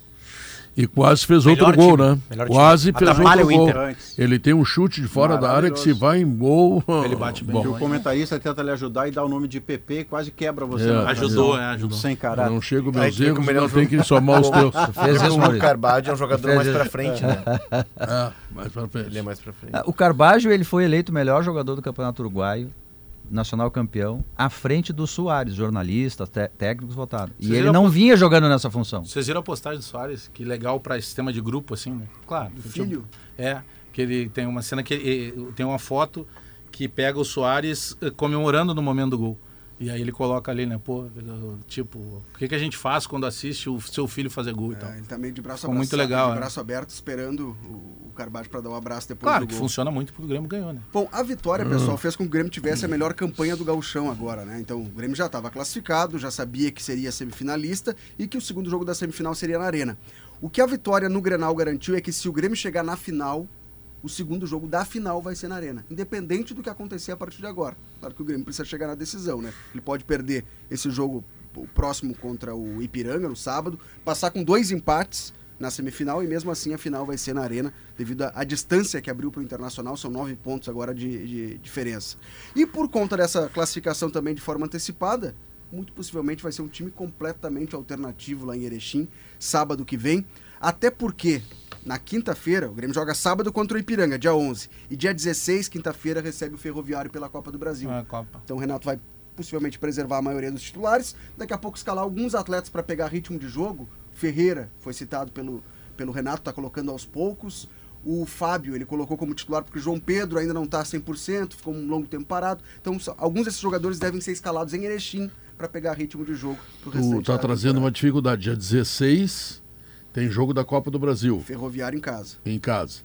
E quase fez Melhor outro gol, time, né? melhor time. Quase fez Atrapalha outro o gol. Inter. Antes. Ele tem um chute de fora da área que se vai em gol. Ele bate bem. E o Bom, comentarista tenta lhe ajudar e dá o nome de P P e quase quebra você. É. na Ajudou, transmissão. é, ajudou. Sem eu caráter. não chego Aí meus tu vê erros, como ele é um não tem jogo- que somar os teus. Fez isso, O Maurício. Carbadio é um jogador Fez mais isso. pra frente, né? Ah, mais pra frente. Ele é mais pra frente. Ah, O Carbajo, ele foi eleito o melhor jogador do Campeonato Uruguaio, nacional campeão, à frente do Soares, jornalistas, té- técnicos votados. E Vocês ele viram não a- vinha jogando nessa função. Vocês viram a postagem do Soares? Que legal pra sistema de grupo, assim, né? Claro. Do filho? É, que ele tem uma cena que ele, tem uma foto que pega o Soares eh, comemorando no momento do gol. E aí ele coloca ali, né, pô, tipo, o que, que a gente faz quando assiste o seu filho fazer gol e tal? É, ele tá meio de braço Ficou abraçado, muito legal, de é. braço aberto, esperando o, o Carbajo para dar um abraço depois Claro do que gol. funciona muito porque o Grêmio ganhou, né? Bom, a vitória, pessoal, fez com que o Grêmio tivesse a melhor campanha do Gauchão agora, né? Então, o Grêmio já estava classificado, já sabia que seria semifinalista e que o segundo jogo da semifinal seria na Arena. O que a vitória no Grenal garantiu é que se o Grêmio chegar na final, o segundo jogo da final vai ser na Arena, independente do que acontecer a partir de agora. Claro que o Grêmio precisa chegar na decisão, né? Ele pode perder esse jogo o próximo contra o Ipiranga no sábado, passar com dois empates na semifinal e mesmo assim a final vai ser na Arena, devido à distância que abriu para o Internacional, são nove pontos agora de, de diferença. E por conta dessa classificação também de forma antecipada, muito possivelmente vai ser um time completamente alternativo lá em Erechim, sábado que vem, até porque na quinta-feira, o Grêmio joga sábado contra o Ipiranga, dia onze. E dia dezesseis, quinta-feira, recebe o Ferroviário pela Copa do Brasil. Ah, Copa. Então o Renato vai possivelmente preservar a maioria dos titulares. Daqui a pouco escalar alguns atletas para pegar ritmo de jogo. Ferreira foi citado pelo, pelo Renato, está colocando aos poucos. O Fábio, ele colocou como titular porque o João Pedro ainda não está cem por cento, ficou um longo tempo parado. Então alguns desses jogadores devem ser escalados em Erechim para pegar ritmo de jogo. Tu está trazendo uma dificuldade. Dia dezesseis... tem jogo da Copa do Brasil. Ferroviário em casa. Em casa.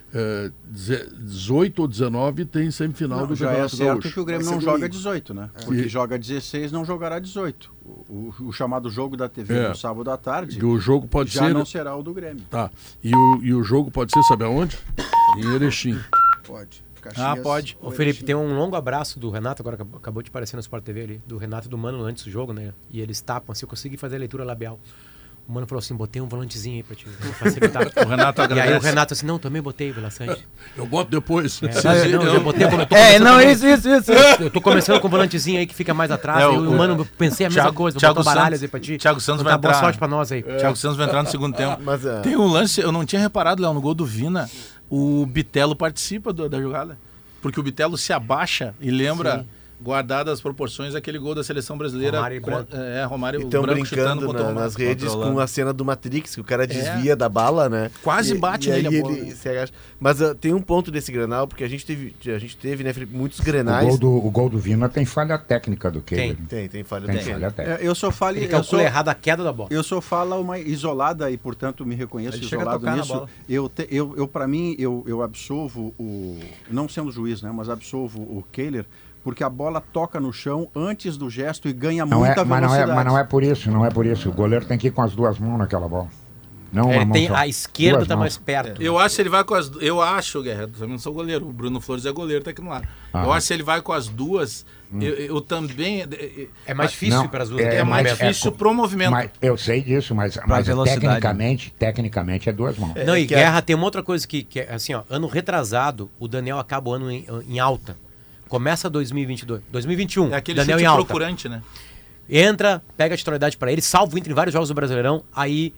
É, dezoito ou dezenove tem semifinal não, do já Campeonato é certo Gaúcho. que o Grêmio Vai não ser joga domingo. dezoito, né? É. Porque E- joga dezesseis, não jogará dezoito. O, o- o chamado jogo da T V É. no sábado à tarde E o jogo pode já ser... não será o do Grêmio. Tá. E o, e o jogo pode ser, sabe aonde? Em Erechim. Pode. Ah, pode. Ô, Felipe, tem um longo abraço do Renato, agora acabou- acabou de aparecer no Sport T V ali, do Renato e do Mano antes do jogo, né? E eles tapam, assim, eu consegui fazer a leitura labial. O Mano falou assim, botei um volantezinho aí pra te pra facilitar. O Renato E aí o agradece. Renato assim, não, também botei, bastante. Eu boto depois. É, não, eu botei, eu tô É, começando não, com- isso, isso, isso. Eu tô começando com o volantezinho aí que fica mais atrás. É, e o- o Mano, pensei a mesma Thiago- coisa, vou Thiago botar baralhas Santos- aí pra ti. Thiago Santos Então vai tá, boa entrar. sorte pra nós aí. Thiago Santos vai entrar no segundo tempo. Mas, ah, Tem um lance, eu não tinha reparado, Léo, no gol do Vina, o Bitelo participa do- da jogada. Porque o Bitelo se abaixa e lembra, guardadas as proporções, aquele gol da seleção brasileira. Romário e com- Branco. É, Romário estão Branco chutando brincando contra o na- Romário. nas redes Controlando. com a cena do Matrix, que o cara desvia da bala, né? Quase E- bate e nele aí a bola, ele né? se agacha. Mas ah, tem um ponto desse Grenal, porque a gente teve, a gente teve, né, Felipe, muitos O Grenais. gol, do, o gol do Vina tem falha técnica do Kehler. Tem, tem falha Tem do Kehler. falha técnica. É, eu só falo, Ele eu calcula sou, errado a queda da bola. eu só falo uma isolada e, portanto, me reconheço Ele chega a isolado tocar na nisso. bola. Eu, te, eu, eu para mim, eu, eu absolvo o, não sendo juiz, né, mas absolvo o Kehler, porque a bola toca no chão antes do gesto e ganha Não é, muita mas, não é, velocidade. mas não é por isso, não é por isso. O goleiro tem que ir com as duas mãos naquela bola. Não uma Ele mão tem, só. a esquerda Duas tá mãos. mais perto. Eu acho que ele vai com as du- Eu acho, Guerra, eu também não sou goleiro. O Bruno Flores é goleiro, tá aqui no lado. Ah. Eu acho que se ele vai com as duas, eu, eu também. É mais difícil Não, para as duas. é É, naquele mais momento. difícil é, pro movimento. Mas eu sei disso, mas, mas velocidade. tecnicamente, tecnicamente é duas mãos. Não, e que a- Guerra tem uma outra coisa que, que é assim, ó, ano retrasado, o Daniel acaba o ano em, em alta. Começa dois mil e vinte e dois. dois mil e vinte e um, É aquele Daniel chute em alta. procurante, né? Entra, pega a titularidade pra ele, salva o Inter em vários jogos do Brasileirão, aí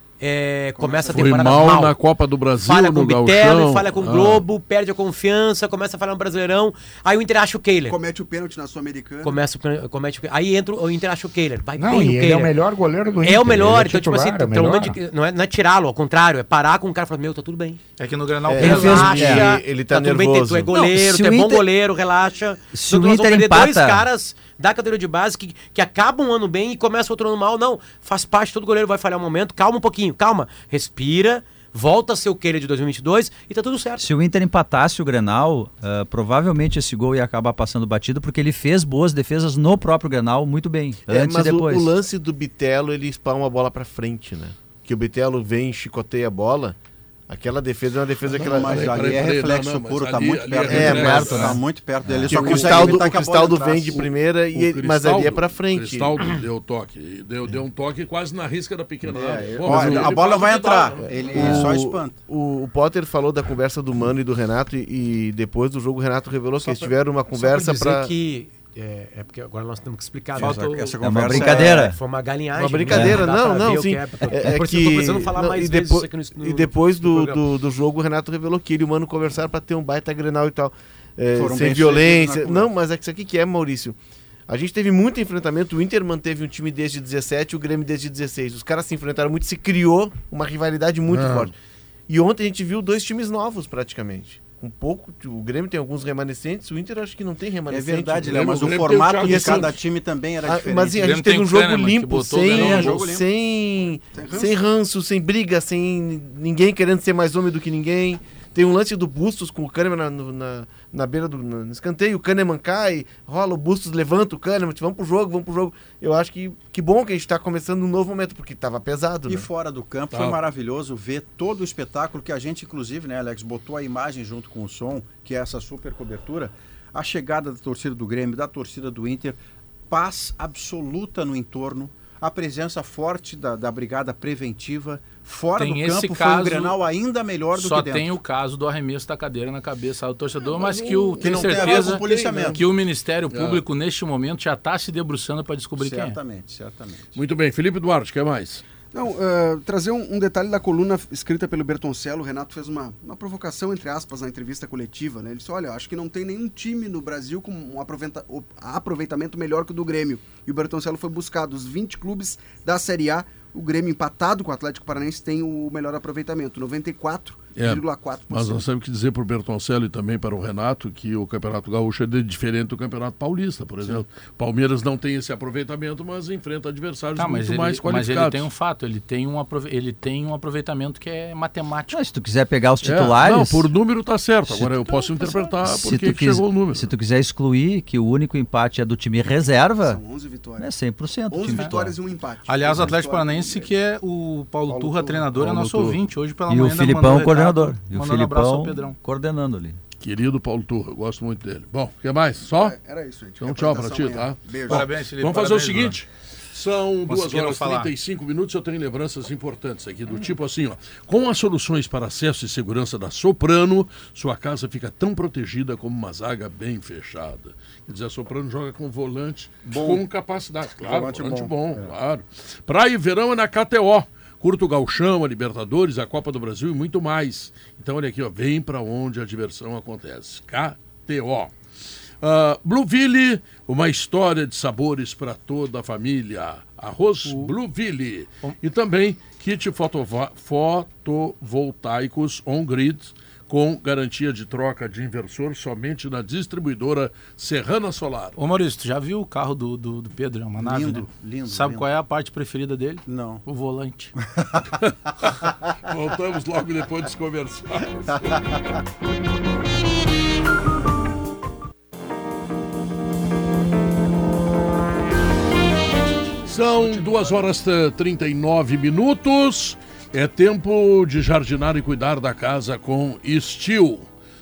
é, começa a Foi temporada mal, mal. na Copa do Brasil, Falha com no o Bitelo, Gauchão. falha com o Ah. Globo, perde a confiança, começa a falhar no Brasileirão, aí o Inter acha o Kehler. Comete o pênalti na Sul-Americana. Começa, o- comete, o- aí entra o o Inter acha o Kehler. Vai Não, bem e o ele Kehler. é o melhor goleiro do Inter. É o melhor, ele é então, tipo assim, titular, é o pelo melhor. menos de- não, é, não é tirá-lo, ao contrário, é parar com o cara e falar, meu, tá tudo bem. É que no Granal É, Ele ele fez- relaxa, é, ele tá tudo bem, nervoso. tu é goleiro, Não, se tu é o bom Inter- goleiro, relaxa. Se Então, o nós vamos Inter perder dois empata- caras da categoria de base que, que acabam um ano bem e começam outro ano mal. Não, faz parte, todo goleiro vai falhar um momento, calma um pouquinho, calma, respira, volta a ser o Kehler de dois mil e vinte e dois e tá tudo certo. Se o Inter empatasse o Grenal, ah, provavelmente esse gol ia acabar passando batido, porque ele fez boas defesas no próprio Grenal muito bem, É, antes mas e o, depois. o lance do Bitelo, ele espalma a bola pra frente, né? Que o Bitelo vem, chicoteia a bola. Aquela defesa é uma defesa que ela... Mas Peraí, ali peraí, é peraí, reflexo não, não, mas puro, tá ali- muito ali perto. é dele, perto, tá né? muito perto dele. Que Só o consegue Cristaldo, evitar o que a bola Cristaldo entrasse. vem de primeira, e O ele- mas ali é pra O frente. Cristaldo deu toque. Deu, deu um toque quase na risca da pequena área. É, Pô, mas olha, ele a bola faz vai o que dá, entrar. né? Ele, ele só espanta. O, o Potter falou da conversa do Mano e do Renato, e, e depois do jogo o Renato revelou que eles tiveram uma conversa Só pra dizer pra... que é, é porque agora nós temos que explicar. Falta né? o- Essa É uma conversa brincadeira. Foi uma galinhagem. Uma brincadeira, né? Dá não, pra não, ver o sim. que é, porque- É, é por isso que... eu tô precisando falar não, mais e vezes depois, isso aqui no, no e depois no do, programa. do, do jogo o Renato revelou que ele e o Mano conversaram pra ter um baita Grenal e tal. É, Foram sem bem violência. sucedidos na Não, mas é que isso aqui que é, Maurício. A gente teve muito enfrentamento, o Inter manteve um time desde dezessete, o Grêmio desde dezesseis. Os caras se enfrentaram muito, se criou uma rivalidade muito Não. forte. E ontem a gente viu dois times novos praticamente. Um pouco, o Grêmio tem alguns remanescentes, o Inter acho que não tem É remanescente. verdade, O Léo, Grêmio- mas o Grêmio tem o formato Thiago de assim, cada time também era Ah, diferente. mas assim, a Grêmio gente teve tem um jogo Kahneman, que limpo, botou sem, o Grêmio no jogo limpo. sem, Sem ranço. sem ranço, sem briga, sem ninguém querendo ser mais homem do que ninguém. Tem um lance do Bustos com o Kahneman na, no- na, na beira do no escanteio, o Kahneman cai, rola, o Bustos levanta o Kahneman, vamos pro jogo, vamos pro jogo. Eu acho que que bom que a gente tá começando um novo momento, porque tava pesado, E né? fora do campo Tá. foi maravilhoso ver todo o espetáculo que a gente, inclusive, né, Alex, botou a imagem junto com o som, que é essa super cobertura, a chegada da torcida do Grêmio, da torcida do Inter, paz absoluta no entorno, a presença forte da, da brigada preventiva, fora Tem do esse campo foi um caso, Grenal ainda melhor do Só que dentro. tem o caso do arremesso da cadeira na cabeça do torcedor, mas mas que o não- que tenho não tem a ver certeza com policiamento. que o Ministério Público neste momento já está se debruçando para descobrir quem é. Certamente, certamente. Muito bem, Felipe Duarte, quer mais? Não, uh, trazer um, um detalhe da coluna escrita pelo Bertoncello. O Renato fez uma, uma provocação, entre aspas, na entrevista coletiva, né? Ele disse, olha, acho que não tem nenhum time no Brasil com um aproveita- o- aproveitamento melhor que o do Grêmio. E o Bertoncello foi buscar dos vinte clubes da Série A, o Grêmio empatado com o Atlético Paranaense tem o melhor aproveitamento, noventa e quatro vírgula quatro por cento. Mas nós temos que dizer para o Bertoncello e também para o Renato que o Campeonato Gaúcho é de- diferente do Campeonato Paulista, por exemplo. Palmeiras não tem esse aproveitamento, mas enfrenta adversários Tá, mas muito ele, mais mas qualificados. ele tem um fato, ele tem um, aprove- ele tem um aproveitamento que é matemático. Mas se tu quiser pegar os É, titulares... não, por número tá certo. Se Agora tu- eu posso interpretar se porque tu que quis- chegou o número. Se tu quiser excluir que o único empate é do time reserva, São onze vitórias. é cem por cento. onze time vitórias e um empate. Aliás, o Essa Atlético vitória Paranaense, do que é o Paulo, Paulo Turra, Turra. treinador, é Paulo nosso Turra. ouvinte. Hoje pela E manhã o ainda Filipão, mandou recado, coordenador. E o mandando um abraço ao Filipão Pedrão. coordenando ali. Querido Paulo Turra, eu gosto muito dele. Bom, quer mais? Só? É, era isso, gente. Então tchau pra ti, Apresentação tá? amanhã. Beijo. Parabéns, Felipe. Vamos fazer parabéns, o seguinte. São duas Conseguiram horas e falar. trinta e cinco minutos, eu tenho lembranças importantes aqui, do tipo assim, ó. Com as soluções para acesso e segurança da Soprano, sua casa fica tão protegida como uma zaga bem fechada. Quer dizer, a Soprano joga com volante com capacidade. Claro, volante, Volante bom, bom, é. claro. Praia e verão é na K T O. Curta o Gauchão, a Libertadores, a Copa do Brasil e muito mais. Então, olha aqui, ó, vem para onde a diversão acontece. K T O. Uh, Blueville, uma história de sabores para toda a família. Arroz Blueville. E também kit fotova- fotovoltaicos on-grid com garantia de troca de inversor somente na distribuidora Serrana Solar. Ô Maurício, tu já viu o carro do, do, do Pedro? É uma nave, Lindo, né? lindo, Sabe lindo. qual é a parte preferida dele? Não. O volante. Voltamos logo depois dos comerciais. São duas horas e trinta e nove minutos. É tempo de jardinar e cuidar da casa com Steel.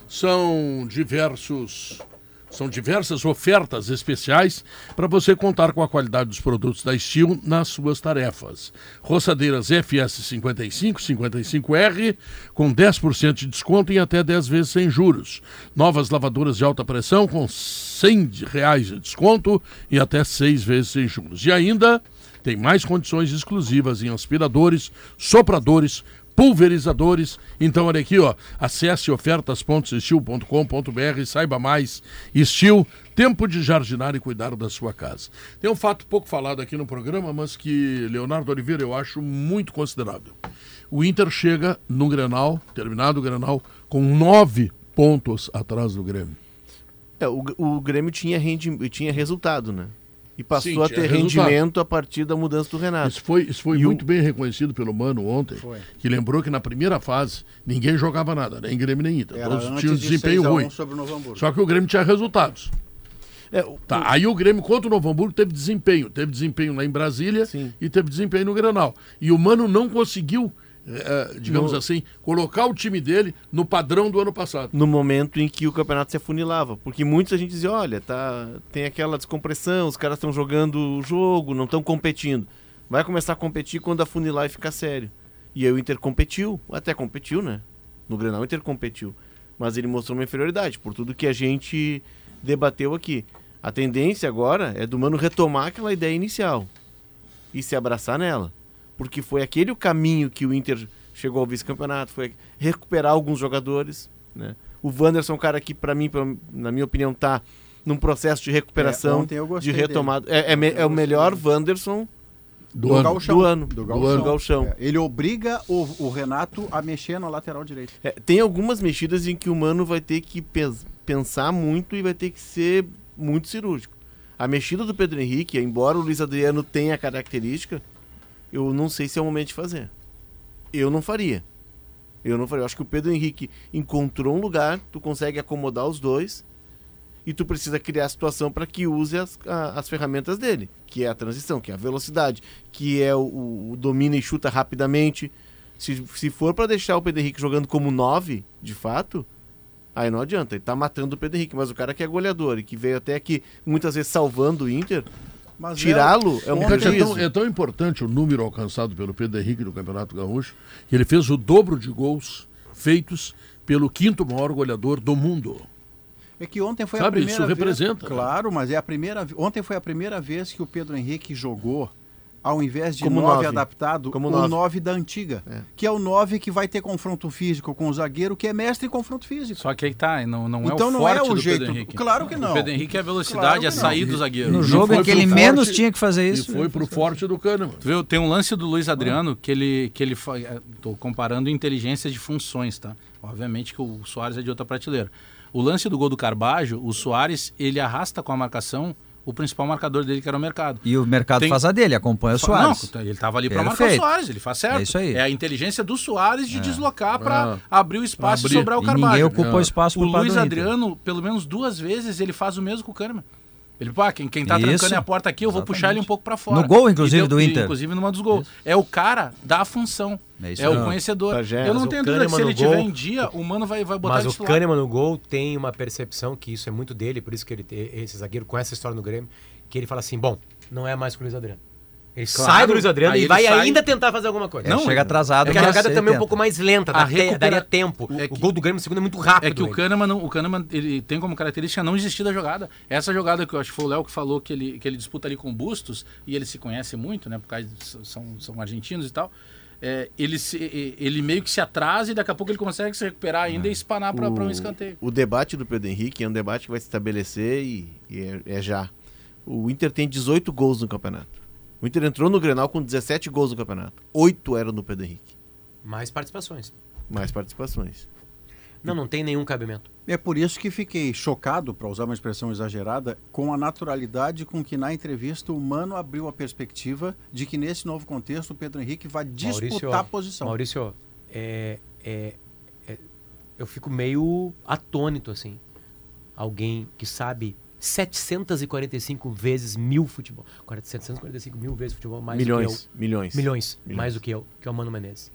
São diversos, são diversas ofertas especiais para você contar com a qualidade dos produtos da Steel nas suas tarefas. Roçadeiras F S cinquenta e cinco, cinquenta e cinco R com dez por cento de desconto em até dez vezes sem juros. Novas lavadoras de alta pressão com cem reais de desconto e até seis vezes sem juros. E ainda tem mais condições exclusivas em aspiradores, sopradores, pulverizadores. Então, olha aqui, ó, acesse ofertas ponto steel ponto com ponto br e saiba mais. Steel, tempo de jardinar e cuidar da sua casa. Tem um fato pouco falado aqui no programa, mas que Leonardo Oliveira eu acho muito considerável. O Inter chega no Grenal, terminado o Grenal, com nove pontos atrás do Grêmio. É, o, o Grêmio tinha, rendi, tinha resultado, né? E passou Sim, a tinha ter resultado. rendimento a partir da mudança do Renato. Isso foi, isso foi E muito o- bem reconhecido pelo Mano ontem, que lembrou que na primeira fase ninguém jogava nada, nem Grêmio nem Inter. Era Todos antes tinham de desempenho seis a um ruim. sobre o Novo Hamburgo. Só que o Grêmio tinha resultados. É, o- Tá, aí o Grêmio contra o Novo Hamburgo teve desempenho. Teve desempenho lá em Brasília Sim. e teve desempenho no Grenal. E o Mano não conseguiu, eh, digamos No- assim, colocar o time dele no padrão do ano passado. no momento em que o campeonato se afunilava. Porque muita gente dizia, olha, tá, tem aquela descompressão, os caras estão jogando o jogo, não estão competindo. Vai começar a competir quando afunilar e ficar sério. E aí o Inter competiu, até competiu, né? No Grenal o Inter competiu. Mas ele mostrou uma inferioridade, por tudo que a gente debateu aqui. A tendência agora é do Mano retomar aquela ideia inicial e se abraçar nela. Porque foi aquele o caminho que o Inter chegou ao vice-campeonato, foi recuperar alguns jogadores, né? O Wanderson é um cara que, para mim, pra- na minha opinião, tá num processo de recuperação, É, ontem eu de gostei retomada. É, é, me- é o melhor Wanderson Do, Do ano. Gauchão. do ano. Do Do Gauchão. Gauchão. É, ele obriga o, o Renato a mexer na lateral direita. É, tem algumas mexidas em que o Mano vai ter que pes- pensar muito e vai ter que ser muito cirúrgico. A mexida do Pedro Henrique, embora o Luiz Adriano tenha a característica, eu não sei se é o momento de fazer. Eu não faria. Eu não falei. Eu acho que o Pedro Henrique encontrou um lugar, tu consegue acomodar os dois e tu precisa criar a situação para que use as, a, as ferramentas dele, que é a transição, que é a velocidade, que é o, o domina e chuta rapidamente. Se, se for para deixar o Pedro Henrique jogando como nove, de fato, aí não adianta. Ele tá matando o Pedro Henrique, mas o cara que é goleador e que veio até aqui muitas vezes salvando o Inter, Mas tirá-lo é, é um É tão, prejuízo. é tão importante o número alcançado pelo Pedro Henrique no Campeonato Gaúcho, que ele fez o dobro de gols feitos pelo quinto maior goleador do mundo. É que ontem foi Sabe, a primeira isso vez... representa, né? Claro, mas é a primeira... Ontem foi a primeira vez que o Pedro Henrique jogou, ao invés de Como nove nove. adaptado, Como o nove. nove da antiga. É. Que é o nove que vai ter confronto físico com o zagueiro, que é mestre em confronto físico. Só que aí tá, não, não Então é o não forte é o do jeito- Pedro Henrique. claro que não. O Pedro Henrique é a velocidade, Claro que é não. sair do zagueiro. No E jogo foi em que pro ele forte- menos tinha que fazer E isso. foi pro forte do Kahneman. Tu viu, tem um lance do Luiz Adriano que ele, que ele fa- eh, tô comparando inteligência de funções, tá? Obviamente que o Soares é de outra prateleira. O lance do gol do Carbajo, o Soares, ele arrasta com a marcação o principal marcador dele, que era o Mercado. E o mercado Tem- faz a dele, acompanha o Soares. Não, ele estava ali para marcar o Perfeito. Soares, ele faz certo. É isso aí. É a inteligência do Soares de deslocar para Ah. abrir o espaço Abrir. e sobrar o E Carbajo. ninguém ocupou É. espaço O pro Luiz lado do Inter. Adriano, pelo menos duas vezes, ele faz o mesmo com o Kahneman. Ele, pá, quem, quem tá Isso. trancando é a porta aqui, eu vou Exatamente. puxar ele um pouco para fora. No gol, inclusive, E do e, Inter. Inclusive numa dos gols. É o cara da função. É É, isso o aí. conhecedor. Pajé. Eu não Mas tenho o dúvida que se Kahneman ele no tiver gol- em dia, o Mano vai, vai botar Mas ele o titular. Kahneman no gol tem uma percepção que isso é muito dele, por isso que ele esse zagueiro com essa história no Grêmio, que ele fala assim, bom, não é mais com o Luiz Adriano. Ele Claro, sai do Luiz Adriano aí e ele vai sai- ainda tentar fazer alguma coisa. É, Não, chega atrasado. É que a mas jogada você também é um tenta. pouco mais lenta, A dá te- recupera- daria tempo. É O que- gol do Grêmio no segundo é muito rápido. É que o ainda. Kahneman, não- o Kahneman ele tem como característica não desistir da jogada. Essa jogada que eu acho que foi o Léo que falou que ele, que ele disputa ali com o Bustos, e ele se conhece muito, né? Por causa de, são, são argentinos e tal. É, ele, se, ele meio que se atrasa e daqui a pouco ele consegue se recuperar ainda e espanar para um escanteio. O debate do Pedro Henrique é um debate que vai se estabelecer e, e é, é já. O Inter tem dezoito gols no campeonato. O Inter entrou no Grenal com dezessete gols no campeonato. Oito eram no Pedro Henrique. Mais participações. Mais participações. Não, não tem nenhum cabimento. É por isso que fiquei chocado, para usar uma expressão exagerada, com a naturalidade com que na entrevista o Mano abriu a perspectiva de que nesse novo contexto o Pedro Henrique vai disputar Maurício, a posição. Maurício, é, é, é, eu fico meio atônito, assim. Alguém que sabe setecentos e quarenta e cinco vezes mil futebol. setecentos e quarenta e cinco mil vezes futebol mais milhões, do que eu. milhões. Milhões. Milhões. Mais do que eu, que é o Mano Menezes.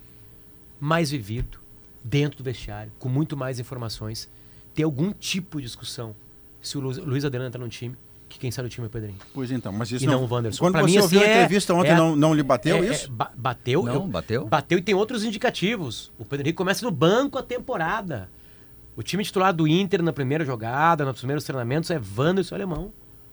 Mais vivido, dentro do vestiário, com muito mais informações, ter algum tipo de discussão se o Luiz, Luiz Adriano entrar no time, que quem sabe o time é o Pedro Henrique. Pois então, mas isso E não o Wanderson. Quando Pra você mim, ouviu assim, a é- entrevista ontem, é- não, não lhe bateu É, é, isso? ba- bateu? Não, eu- bateu? Bateu e tem outros indicativos. O Pedro Henrique começa no banco a temporada. O time titular do Inter na primeira jogada, nos primeiros treinamentos, é Wanderson e Alemão.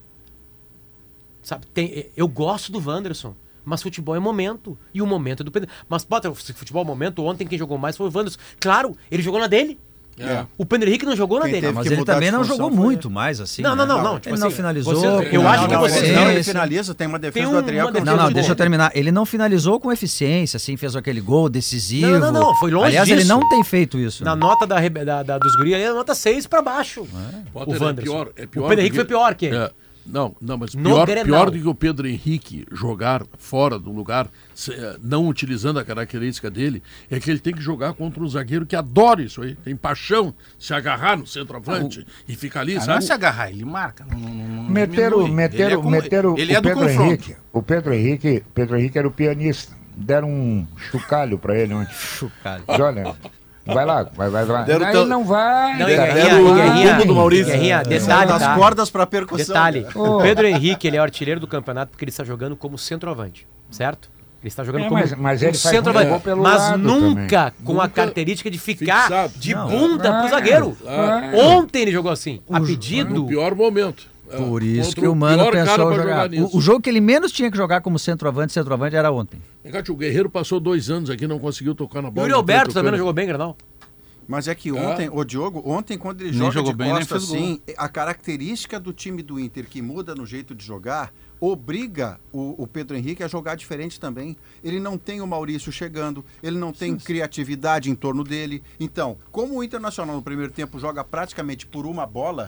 Sabe, tem, eu gosto do Wanderson, mas futebol é momento. E o momento é do Pedro. Mas bota, se futebol é momento, ontem quem jogou mais foi o Wanderson. Claro, ele jogou na dele. É. O Pedro Henrique não jogou na Quem dele. teve Mas que ele mudar também de não função jogou foi muito mais, assim. Não, né? não, não, não. Tipo Ele não assim, finalizou. você- com eu acho que não, vocês ele não- não, ele eficiência. finaliza, tem uma defesa Tem do Adriel uma que eu defesa Não, não, de deixa gol. eu terminar. Ele não finalizou com eficiência, assim, fez aquele gol decisivo. Não, não, não, foi longe Aliás, ele disso. não tem feito isso. Na né? nota da, rebe- da, da- dos guri, ele é nota seis pra baixo. Potter, O é Wanderson. pior, é pior O Pedro Henrique do foi pior que ele. É. Não, não, mas No pior, Grenal. pior do que o Pedro Henrique jogar fora do lugar, se- eh, não utilizando a característica dele, é que ele tem que jogar contra um zagueiro que adora isso aí, tem paixão, se agarrar no centroavante e ficar ali, Ah, não é sabe? se agarrar, ele marca. Não, não, não Meteram, diminui. meteram, ele é, como- meteram ele o é do Pedro confronto. Henrique. O Pedro Henrique, Pedro Henrique era o pianista. Deram um chocalho pra ele ontem. Chucalho. Diz, olha, vai lá, vai, vai, vai. Deram Não, teu- ele não vai. Não, e cara. Guerrinha, Deram e o Guerrinha, tubo do Maurício. Guerrinha, detalhe, das tá? cordas para percussão. Detalhe, né? o Pedro Henrique, ele é o artilheiro do campeonato porque ele está jogando como centroavante, certo? Ele está jogando É, como mas- mas ele um faz centroavante, muito gol pelo mas lado nunca com a Nunca característica de ficar fixado. de Não. bunda pro Ah, zagueiro. ah. Ontem ele jogou assim, a pedido. No pior momento. É, Por isso contra que o Mano pior cara pensou pra jogar. nisso. O, o jogo que ele menos tinha que jogar como centroavante, centroavante era ontem. Cátia, o Guerreiro passou dois anos aqui, não conseguiu tocar na bola. Yuri na Alberto frente do também não campo. jogou bem, Granal. Mas é que É. ontem, o Diogo, ontem quando ele Nem joga jogou de bem, nem costa fez gol. assim, a característica do time do Inter que muda no jeito de jogar, obriga o, o Pedro Henrique a jogar diferente também. Ele não tem o Maurício chegando, ele não tem criatividade em torno dele. Então, como o Internacional no primeiro tempo joga praticamente por uma bola,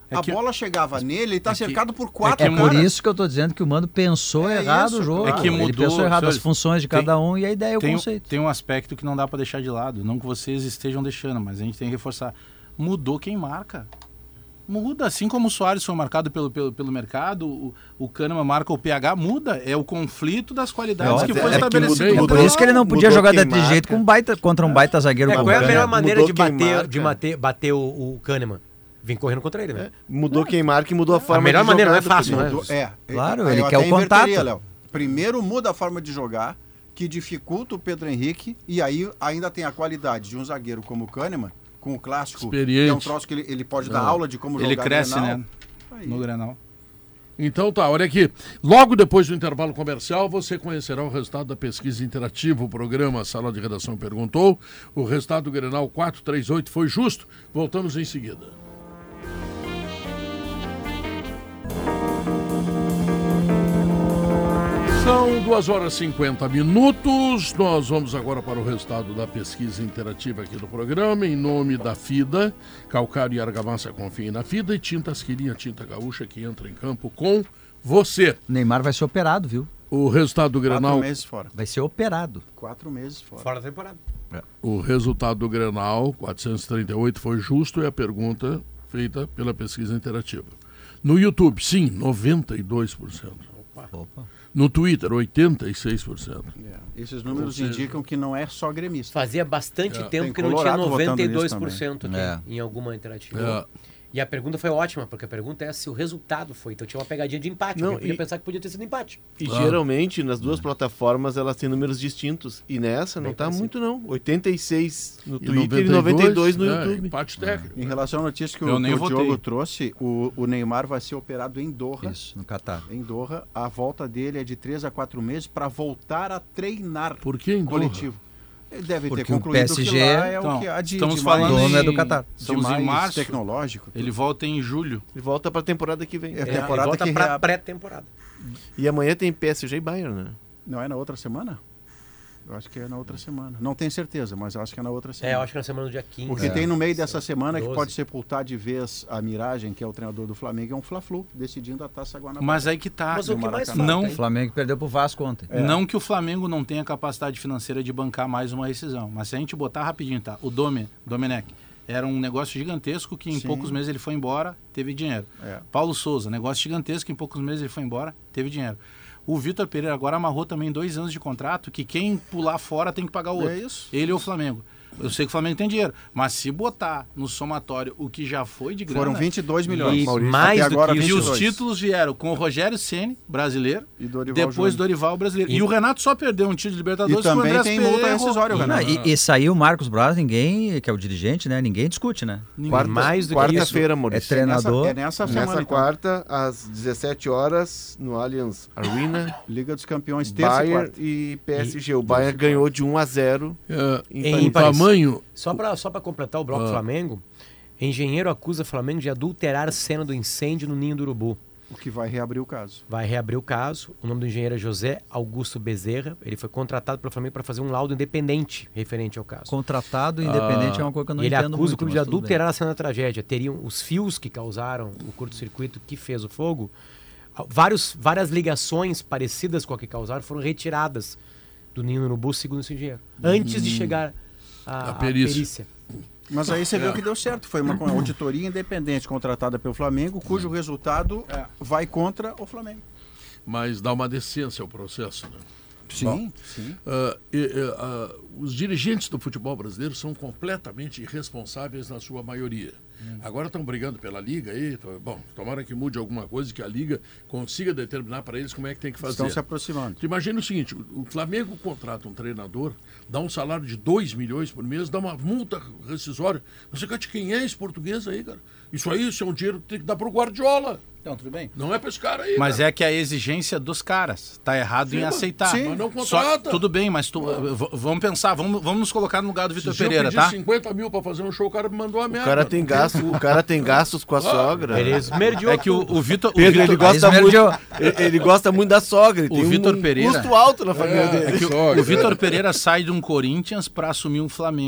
É a que- bola chegava nele, ele tá é que- cercado por É, quatro é por caras. isso que eu tô dizendo que o Mano pensou É errado isso, o jogo. claro. É que Ele mudou, pensou errado senhores, as funções de tem- cada um e a ideia e o tem, conceito. tem um aspecto que não dá pra deixar de lado. Não que vocês estejam deixando, mas a gente tem que reforçar. Mudou quem marca. Muda, assim como o Soares foi marcado pelo, pelo, pelo mercado, o, o Kahneman marca o P H, muda. É o conflito das qualidades É, que é foi que estabelecido. mudou- no Por isso que ele não podia Mudou jogar quem daquele marca. jeito com um baita, contra um baita zagueiro É, como qual é a o melhor Kahneman. maneira de Mudou quem bater, marca. de bater, bater o, o Kahneman? Vem correndo contra ele, né? Mudou quem marca e mudou a forma melhor de maneira jogar não é do fácil, time. né? Mudou- É, Claro, aí ele eu quer até o contato. inverteria, Léo. Primeiro muda a forma de jogar, que dificulta o Pedro Henrique, e aí ainda tem a qualidade de um zagueiro como o Kahneman, com o clássico, Experiente. que é um troço que ele, ele pode dar É. aula de como Ele jogar cresce, Grenal. né? Aí. No Grenal. Então tá, olha aqui. Logo depois do intervalo comercial, você conhecerá o resultado da pesquisa interativa. O programa Sala de Redação perguntou. O resultado do Grenal quatro três oito foi justo. Voltamos em seguida. São duas horas e cinquenta minutos. Nós vamos agora para o resultado da pesquisa interativa aqui do programa. Em nome da FIDA, Calcário e Argamassa confiem na FIDA e Tintas Quirinha, Tinta Gaúcha, que entra em campo com você. Neymar vai ser operado, viu? O resultado do Quatro Grenal, meses fora. Vai ser operado. Quatro meses fora. Fora da temporada. o resultado do Grenal quatrocentos e trinta e oito foi justo, e a pergunta feita pela pesquisa interativa. No YouTube, sim, noventa e dois por cento. Opa. No Twitter, oitenta e seis por cento. É. Esses números Ou seja- indicam que não é só gremista. Fazia bastante É. tempo Tem que não tinha Colorado votando noventa e dois por nisso cento aqui É. em alguma interativa. É. E a pergunta foi ótima, porque a pergunta é se o resultado foi. Então tinha uma pegadinha de empate. Não, Não, podia e- pensar que podia ter sido empate. E Claro. geralmente nas duas plataformas elas têm números distintos. E nessa não Bem tá parecido. muito não. oitenta e seis no E Twitter e noventa e dois no é, YouTube. empate técnico. Em relação à notícia que Eu o, nem que o votei. Diogo trouxe, o, o Neymar vai ser operado em Doha. Isso, no Catar. Em Doha, a volta dele é de três a quatro meses para voltar a treinar Por que em Doha? coletivo. Ele deve Porque ter o concluído P S G que lá é Então, o que há de, estamos de falando mais, dono em, é do Catar. de Estamos mais em março. tecnológico. Ele volta em julho. E volta pra temporada que vem. É. É, temporada e volta que pra rea- pré-temporada. E amanhã tem P S G e Bayern, né? Não é na outra semana? Eu acho que é na outra semana. Não tenho certeza, mas eu acho que é na outra semana. É, eu acho que na semana do dia quinze. O que É. tem no meio dessa semana que doze. pode sepultar de vez a Miragem, que é o treinador do Flamengo, é um Fla-Flu, decidindo a Taça Guanabara. Mas aí que tá. Mas o que mais Maracanã. falta, Não- hein? O Flamengo perdeu pro Vasco ontem. Não que o Flamengo não tenha capacidade financeira de bancar mais uma rescisão, mas se a gente botar rapidinho, tá? O Dome, Domenech, era um negócio gigantesco que em Sim. poucos meses ele foi embora, teve dinheiro. É. Paulo Souza, negócio gigantesco que em poucos meses ele foi embora, teve dinheiro. O Vitor Pereira agora amarrou também dois anos de contrato que quem pular fora tem que pagar o outro. É isso. Ele ou o Flamengo. Eu sei que o Flamengo tem dinheiro, mas se botar no somatório o que já foi de grana... Foram vinte e dois milhões. E Maurício. mais Até do agora, que isso, E os vinte e dois. títulos vieram com o Rogério Ceni, brasileiro, E Dorival depois Júnior. Dorival, brasileiro. E- E, o Renato só perdeu um título de Libertadores E também com o Andrés tem multa Pereira. rescisória, o Não, Renato. e, e saiu o Marcos Braz, ninguém, que é o dirigente, né? Ninguém discute, né? Quarta, mais do que quarta-feira, É Maurício. treinador. É nessa, é nessa semana, Nessa então. quarta, às dezessete horas, no Allianz Arena, Liga dos Campeões, terça e Bayern quarta. e P S G. O Bayern ganhou de um a zero É, em Em Paris. o Paris. tamanho. Só para só pra completar o bloco Ah. Flamengo, engenheiro acusa Flamengo de adulterar a cena do incêndio no Ninho do Urubu. O que vai reabrir o caso. Vai reabrir o caso. O nome do engenheiro é José Augusto Bezerra. Ele foi contratado pelo Flamengo para fazer um laudo independente referente ao caso. Contratado independente é uma coisa que eu não E ele entendo acusa muito, o clube mas de tudo bem. adulterar a cena da tragédia. Teriam os fios que causaram o curto-circuito que fez o fogo. Vários, várias ligações parecidas com a que causaram foram retiradas do Ninho do Urubu, segundo esse engenheiro. Antes de chegar a, A a perícia. perícia. Mas aí você É. viu que deu certo. Foi uma auditoria independente contratada pelo Flamengo, cujo resultado vai contra o Flamengo. Mas dá uma decência ao processo, né? Sim, sim. Ah, e, e, ah, os dirigentes do futebol brasileiro são completamente irresponsáveis na sua maioria. Agora estão brigando pela Liga aí. tô- Bom, tomara que mude alguma coisa, que a Liga consiga determinar para eles como é que tem que fazer. Estão se aproximando. Tu imagina o seguinte, o o Flamengo contrata um treinador, dá um salário de dois milhões por mês, dá uma multa rescisória. Não sei quem é esse português aí, cara. Isso aí, isso é um dinheiro que tem que dar pro Guardiola. Então, tudo bem. Não é para esse cara aí, Mas cara. é que a exigência dos caras tá errado Sim, em mas- aceitar. sim, mas não Só- contrata. tudo bem, mas tu, v- vamos pensar, vamos, vamos nos colocar no lugar do Vitor Se eu Pereira, pedir tá? cinquenta mil para fazer um show, o cara me mandou a O merda. cara tem gasto, o cara tem gastos com a sogra. Ele esmerdeou É que o, o Vitor... o Pedro, Vitor- ele gosta Aí muito, esmerdeou. ele, ele gosta muito da sogra. Ele O tem um Vitor Pereira- custo alto na família É, dele. É que o- Sogra. o Vitor Pereira sai de um Corinthians para assumir um Flamengo.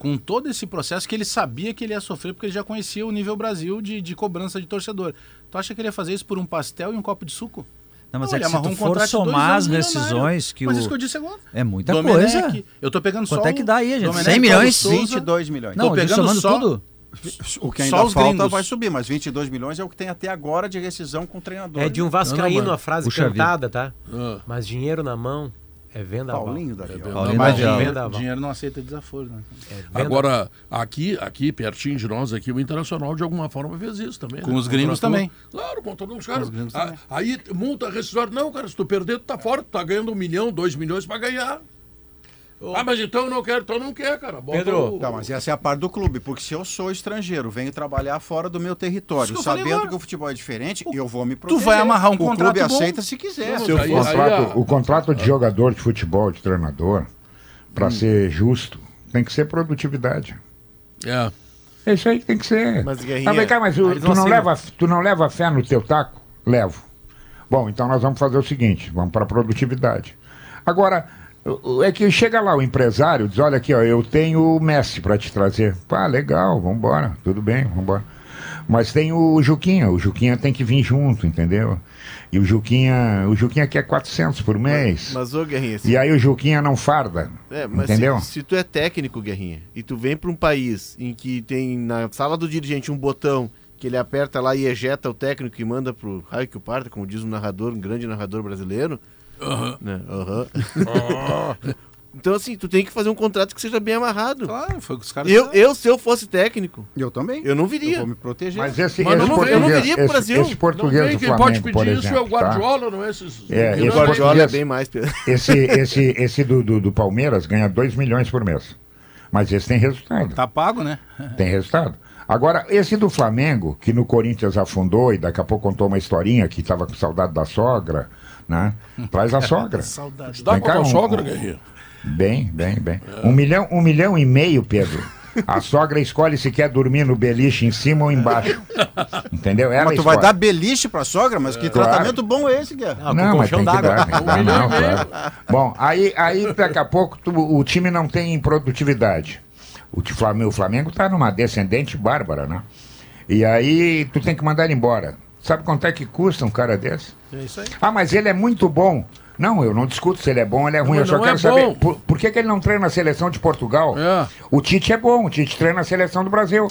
com todo esse processo que ele sabia que ele ia sofrer, porque ele já conhecia o nível Brasil de, de cobrança de torcedor. Tu acha que ele ia fazer isso por um pastel e um copo de suco? Não, mas Não, é que ele se amarrou tu um for contrato de dois somar as anos rescisões que Mas o... isso que eu disse agora. É muita Domenech, coisa. eu tô pegando Quanto só é que dá aí, gente? Domenech, cem milhões? Paulo Souza. vinte e dois milhões. Não, Tô ele pegando somando só- tudo. O que Só ainda os falta gringos. vai subir, mas vinte e dois milhões é o que tem até agora de rescisão com o treinador. É de um Não, vascaíno não, a frase puxa cantada, tá? Ah. Mas dinheiro na mão é venda Paulinho da É Viola. Paulinho Mas da Viola. dinheiro, Venda, Val. dinheiro não aceita desaforo, né? É venda- Agora, aqui, aqui, pertinho de nós, aqui, o Internacional, de alguma forma, fez isso também. Com né? os gringos Contratou- também. Claro, contratou uns caras. os gringos Ah, também. aí, multa rescisória. Não, cara, se tu perder, tu tá fora. Tu tá ganhando um milhão, dois milhões pra ganhar. Ah, mas então eu não quero. Então não quer, cara. Bota Pedro, o- Tá, mas essa é a parte do clube, porque se eu sou estrangeiro, venho trabalhar fora do meu território, Isso que eu falei sabendo agora. que o futebol é diferente, eu vou me proteger. vai amarrar um o clube contrato bom. aceita se quiser. Não, Se o, Aí- aí contrato, a- o contrato de jogador de futebol, de treinador, para ser justo, tem que ser produtividade. É. É isso aí que tem que ser. Mas, Guerrinha, Ah, vem cá, mas o- eles tu, não não assinam. leva, tu não leva fé no teu taco? Levo. Bom, então nós vamos fazer o seguinte, vamos para produtividade. Agora, o- o- é que chega lá o empresário, diz, olha aqui, ó, eu tenho o Messi para te trazer. Pá, legal, vamos embora, tudo bem, vamos embora. Mas tem o Juquinha, o Juquinha tem que vir junto, entendeu? E o Juquinha, o Juquinha quer quatrocentos por mês. Mas, ô, Guerrinha, se, E aí o Juquinha não farda, é, mas entendeu? se, se tu é técnico, Guerrinha, e tu vem pra um país em que tem na sala do dirigente um botão que ele aperta lá e ejeta o técnico e manda pro raio que o parta, como diz um narrador, um grande narrador brasileiro, Aham. né? Aham. Então, assim, tu tem que fazer um contrato que seja bem amarrado. Claro, foi o que os caras Eu, fizeram. eu, se eu fosse técnico, Eu também. eu não Eu viria. vou me proteger. Mas esse, Mas esse não vem, português, eu não viria pro esse, Brasil. esse Não português tem, do quem Flamengo, pode pedir por isso exemplo, é o Guardiola, não é esses. É, não esse O é- Guardiola é português- bem mais. Pedro. tá? Esse, esse, esse do, do, do Palmeiras ganha dois milhões por mês. Mas esse tem resultado. Tá pago, né? Tem resultado. Agora, esse do Flamengo, que no Corinthians afundou e daqui a pouco contou uma historinha que estava com saudade da sogra, né? Traz a sogra. Saudade. Dá Vem pra cá, tua um- sogra, um- Guerreiro? Bem, bem, bem. Um milhão, um milhão e meio, Pedro. A sogra escolhe se quer dormir no beliche em cima ou embaixo. Entendeu? Ela Mas tu vai escolhe. dar beliche pra sogra? Mas que Claro. tratamento bom é esse, Guerra? Ah, com Não, mas colchão tem que d'água. dar, tem que dar, não, claro. Bom, aí, aí daqui a pouco tu- o time não tem produtividade. O ti- Flamengo, o Flamengo tá numa descendente bárbara, né? E aí tu tem que mandar ele embora. Sabe quanto é que custa um cara desse? É isso aí. Ah, mas ele é muito bom. Não, eu não discuto se ele é bom ou ele é ruim. mas Eu só não quero é saber bom. por, por que, que ele não treina a seleção de Portugal? É. O Tite é bom, o Tite treina a seleção do Brasil.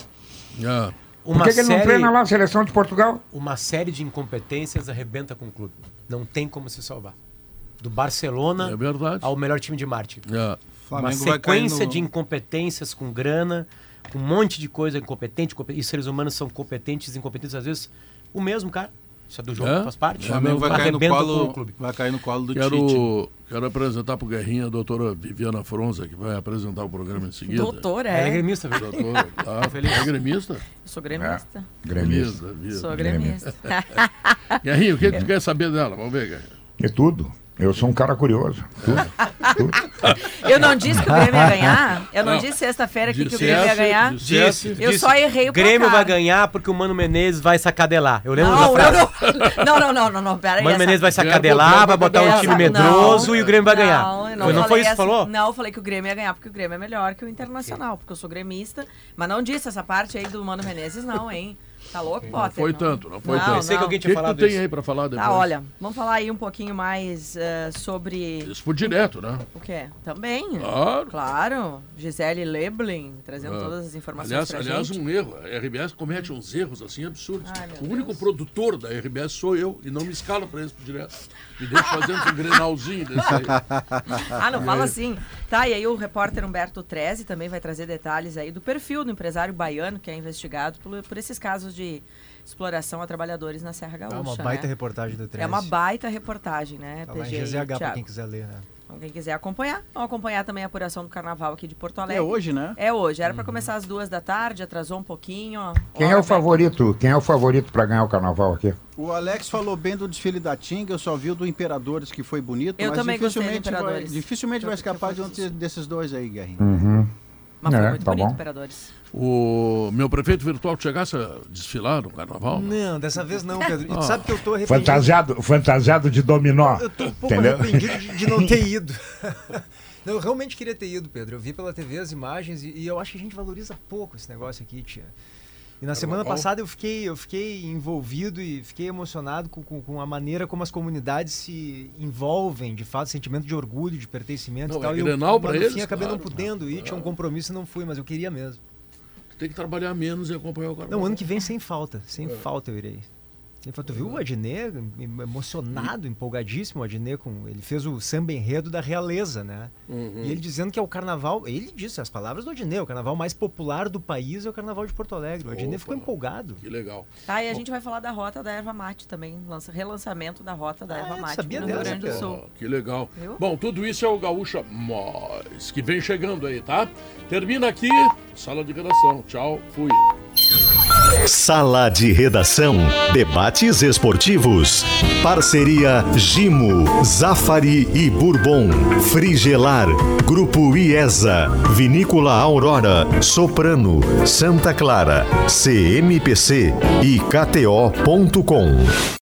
É. Por Uma que, que ele não série, treina lá a seleção de Portugal? uma série de incompetências arrebenta com o clube. Não tem como se salvar. Do Barcelona É verdade. ao melhor time de marketing. É. Uma Flamengo vai cair sequência no- de incompetências com grana, com um monte de coisa incompetente, incompetente, e seres humanos são competentes e incompetentes, às vezes o mesmo, cara. Isso é do jogo, É? faz parte. O Flamengo vai cair, no Arrebenta com o colo, clube. vai cair no colo do Tite. Quero, quero apresentar pro Guerrinha a doutora Viviana Fronza, que vai apresentar o programa em seguida. Doutor, Ela é é. gremista, viu? Doutora, tá? É gremista? Eu sou gremista. Gremista. Gremista. Sou gremista. Guerrinha, o que, que tu quer saber dela? Vamos ver, Guerrinha. É tudo. Eu sou um cara curioso. Tudo. tudo. Eu não disse que o Grêmio ia ganhar? Eu não, Não. disse sexta-feira aqui que o Disse Grêmio ia essa, ganhar? disse essa. Disse, Eu disse, só errei o Grêmio placar. vai ganhar porque o Mano Menezes vai sacadelar. Eu lembro Não, da eu frase. não, não, não, não, não, não, pera aí. O Mano essa- Menezes vai Ganhar, sacadelar, vai botar um essa- time medroso não, e o Grêmio vai não, ganhar. eu não, Foi- não foi falei isso que essa- falou? Não, eu falei que o Grêmio ia ganhar porque o Grêmio é melhor que o Internacional, porque eu sou gremista, mas não disse essa parte aí do Mano Menezes não, hein? Tá louco, Potter? Não foi tanto, não foi Não, tanto. Pensei que não. alguém O que, tinha que tu falado tem isso. aí pra falar depois? Tá, olha, vamos falar aí um pouquinho mais eh, sobre Isso foi direto, né? o quê? Também. Claro. Claro. Gisele Leblin, trazendo Ah. todas as informações Aliás, pra aliás gente. um erro. A R B S comete uns erros assim absurdos. Ai, meu o único Deus. produtor da R B S sou eu e não me escalo pra isso direto. Me deixa fazendo um grenalzinho desse aí. Ah, não E fala aí? assim. Tá, e aí o repórter Humberto Treze também vai trazer detalhes aí do perfil do empresário baiano que é investigado por, por esses casos de exploração a trabalhadores na Serra Gaúcha. É uma né? baita reportagem do treze. É uma baita reportagem, né, Tá lá em P G G Z H e pra Thiago? quem quiser ler, né? Então, quem quiser acompanhar, vamos acompanhar também a apuração do carnaval aqui de Porto Alegre. É hoje, né? É hoje, era pra começar às duas da tarde, atrasou um pouquinho. Ó. Quem é Hora o favorito? Quem é o favorito para ganhar o carnaval aqui? O Alex falou bem do desfile da Tinga, eu só vi o do Imperadores, que foi bonito, Eu mas também gostei do dificilmente vai, Imperadores. dificilmente Eu- vai eu escapar de fui um assistir. desses dois aí, Guerrinho. Uhum. Mas foi É, muito tá bonito, bom. Imperadores. o meu prefeito virtual chegasse a desfilar no carnaval? Não, dessa vez não, Pedro. E tu Ah. sabe que eu tô arrependido. Fantasiado, fantasiado de dominó. Eu tô um pouco entendeu? arrependido de, de não ter ido. Não, eu realmente queria ter ido, Pedro. Eu vi pela T V as imagens e, e eu acho que a gente valoriza pouco esse negócio aqui, tia. E na semana passada eu fiquei, eu fiquei envolvido e fiquei emocionado com, com, com a maneira como as comunidades se envolvem, de fato, sentimento de orgulho, de pertencimento Não, e tal. é e eu, Grenal pra mas no eles, fim, acabei claro, não podendo ir, tinha um compromisso e não fui, mas eu queria mesmo. Tem que trabalhar menos e acompanhar o carnaval. Não, ano que vem sem falta, sem É. falta eu irei. Sem falta. Tu viu o Adnet, emocionado, empolgadíssimo, o Adnet, com, ele fez o samba enredo da realeza, né? Uhum. E ele dizendo que é o carnaval, ele disse as palavras do Adnet, o carnaval mais popular do país é o carnaval de Porto Alegre. O Adnet ficou empolgado. Que legal. Tá, e a gente vai falar da rota da erva mate também, lança, relançamento da rota da erva mate sabia aqui no Rio dessa, Grande do Pedro. Sul. Que legal. Viu? Bom, tudo isso é o Gaúcha Mais, que vem chegando aí, tá? Termina aqui, sala de redação. Tchau, fui. Sala de Redação. Debates esportivos. Parceria Gimo, Zafari e Bourbon. Frigelar. Grupo IESA. Vinícola Aurora. Soprano. Santa Clara. C M P C e K T O ponto com.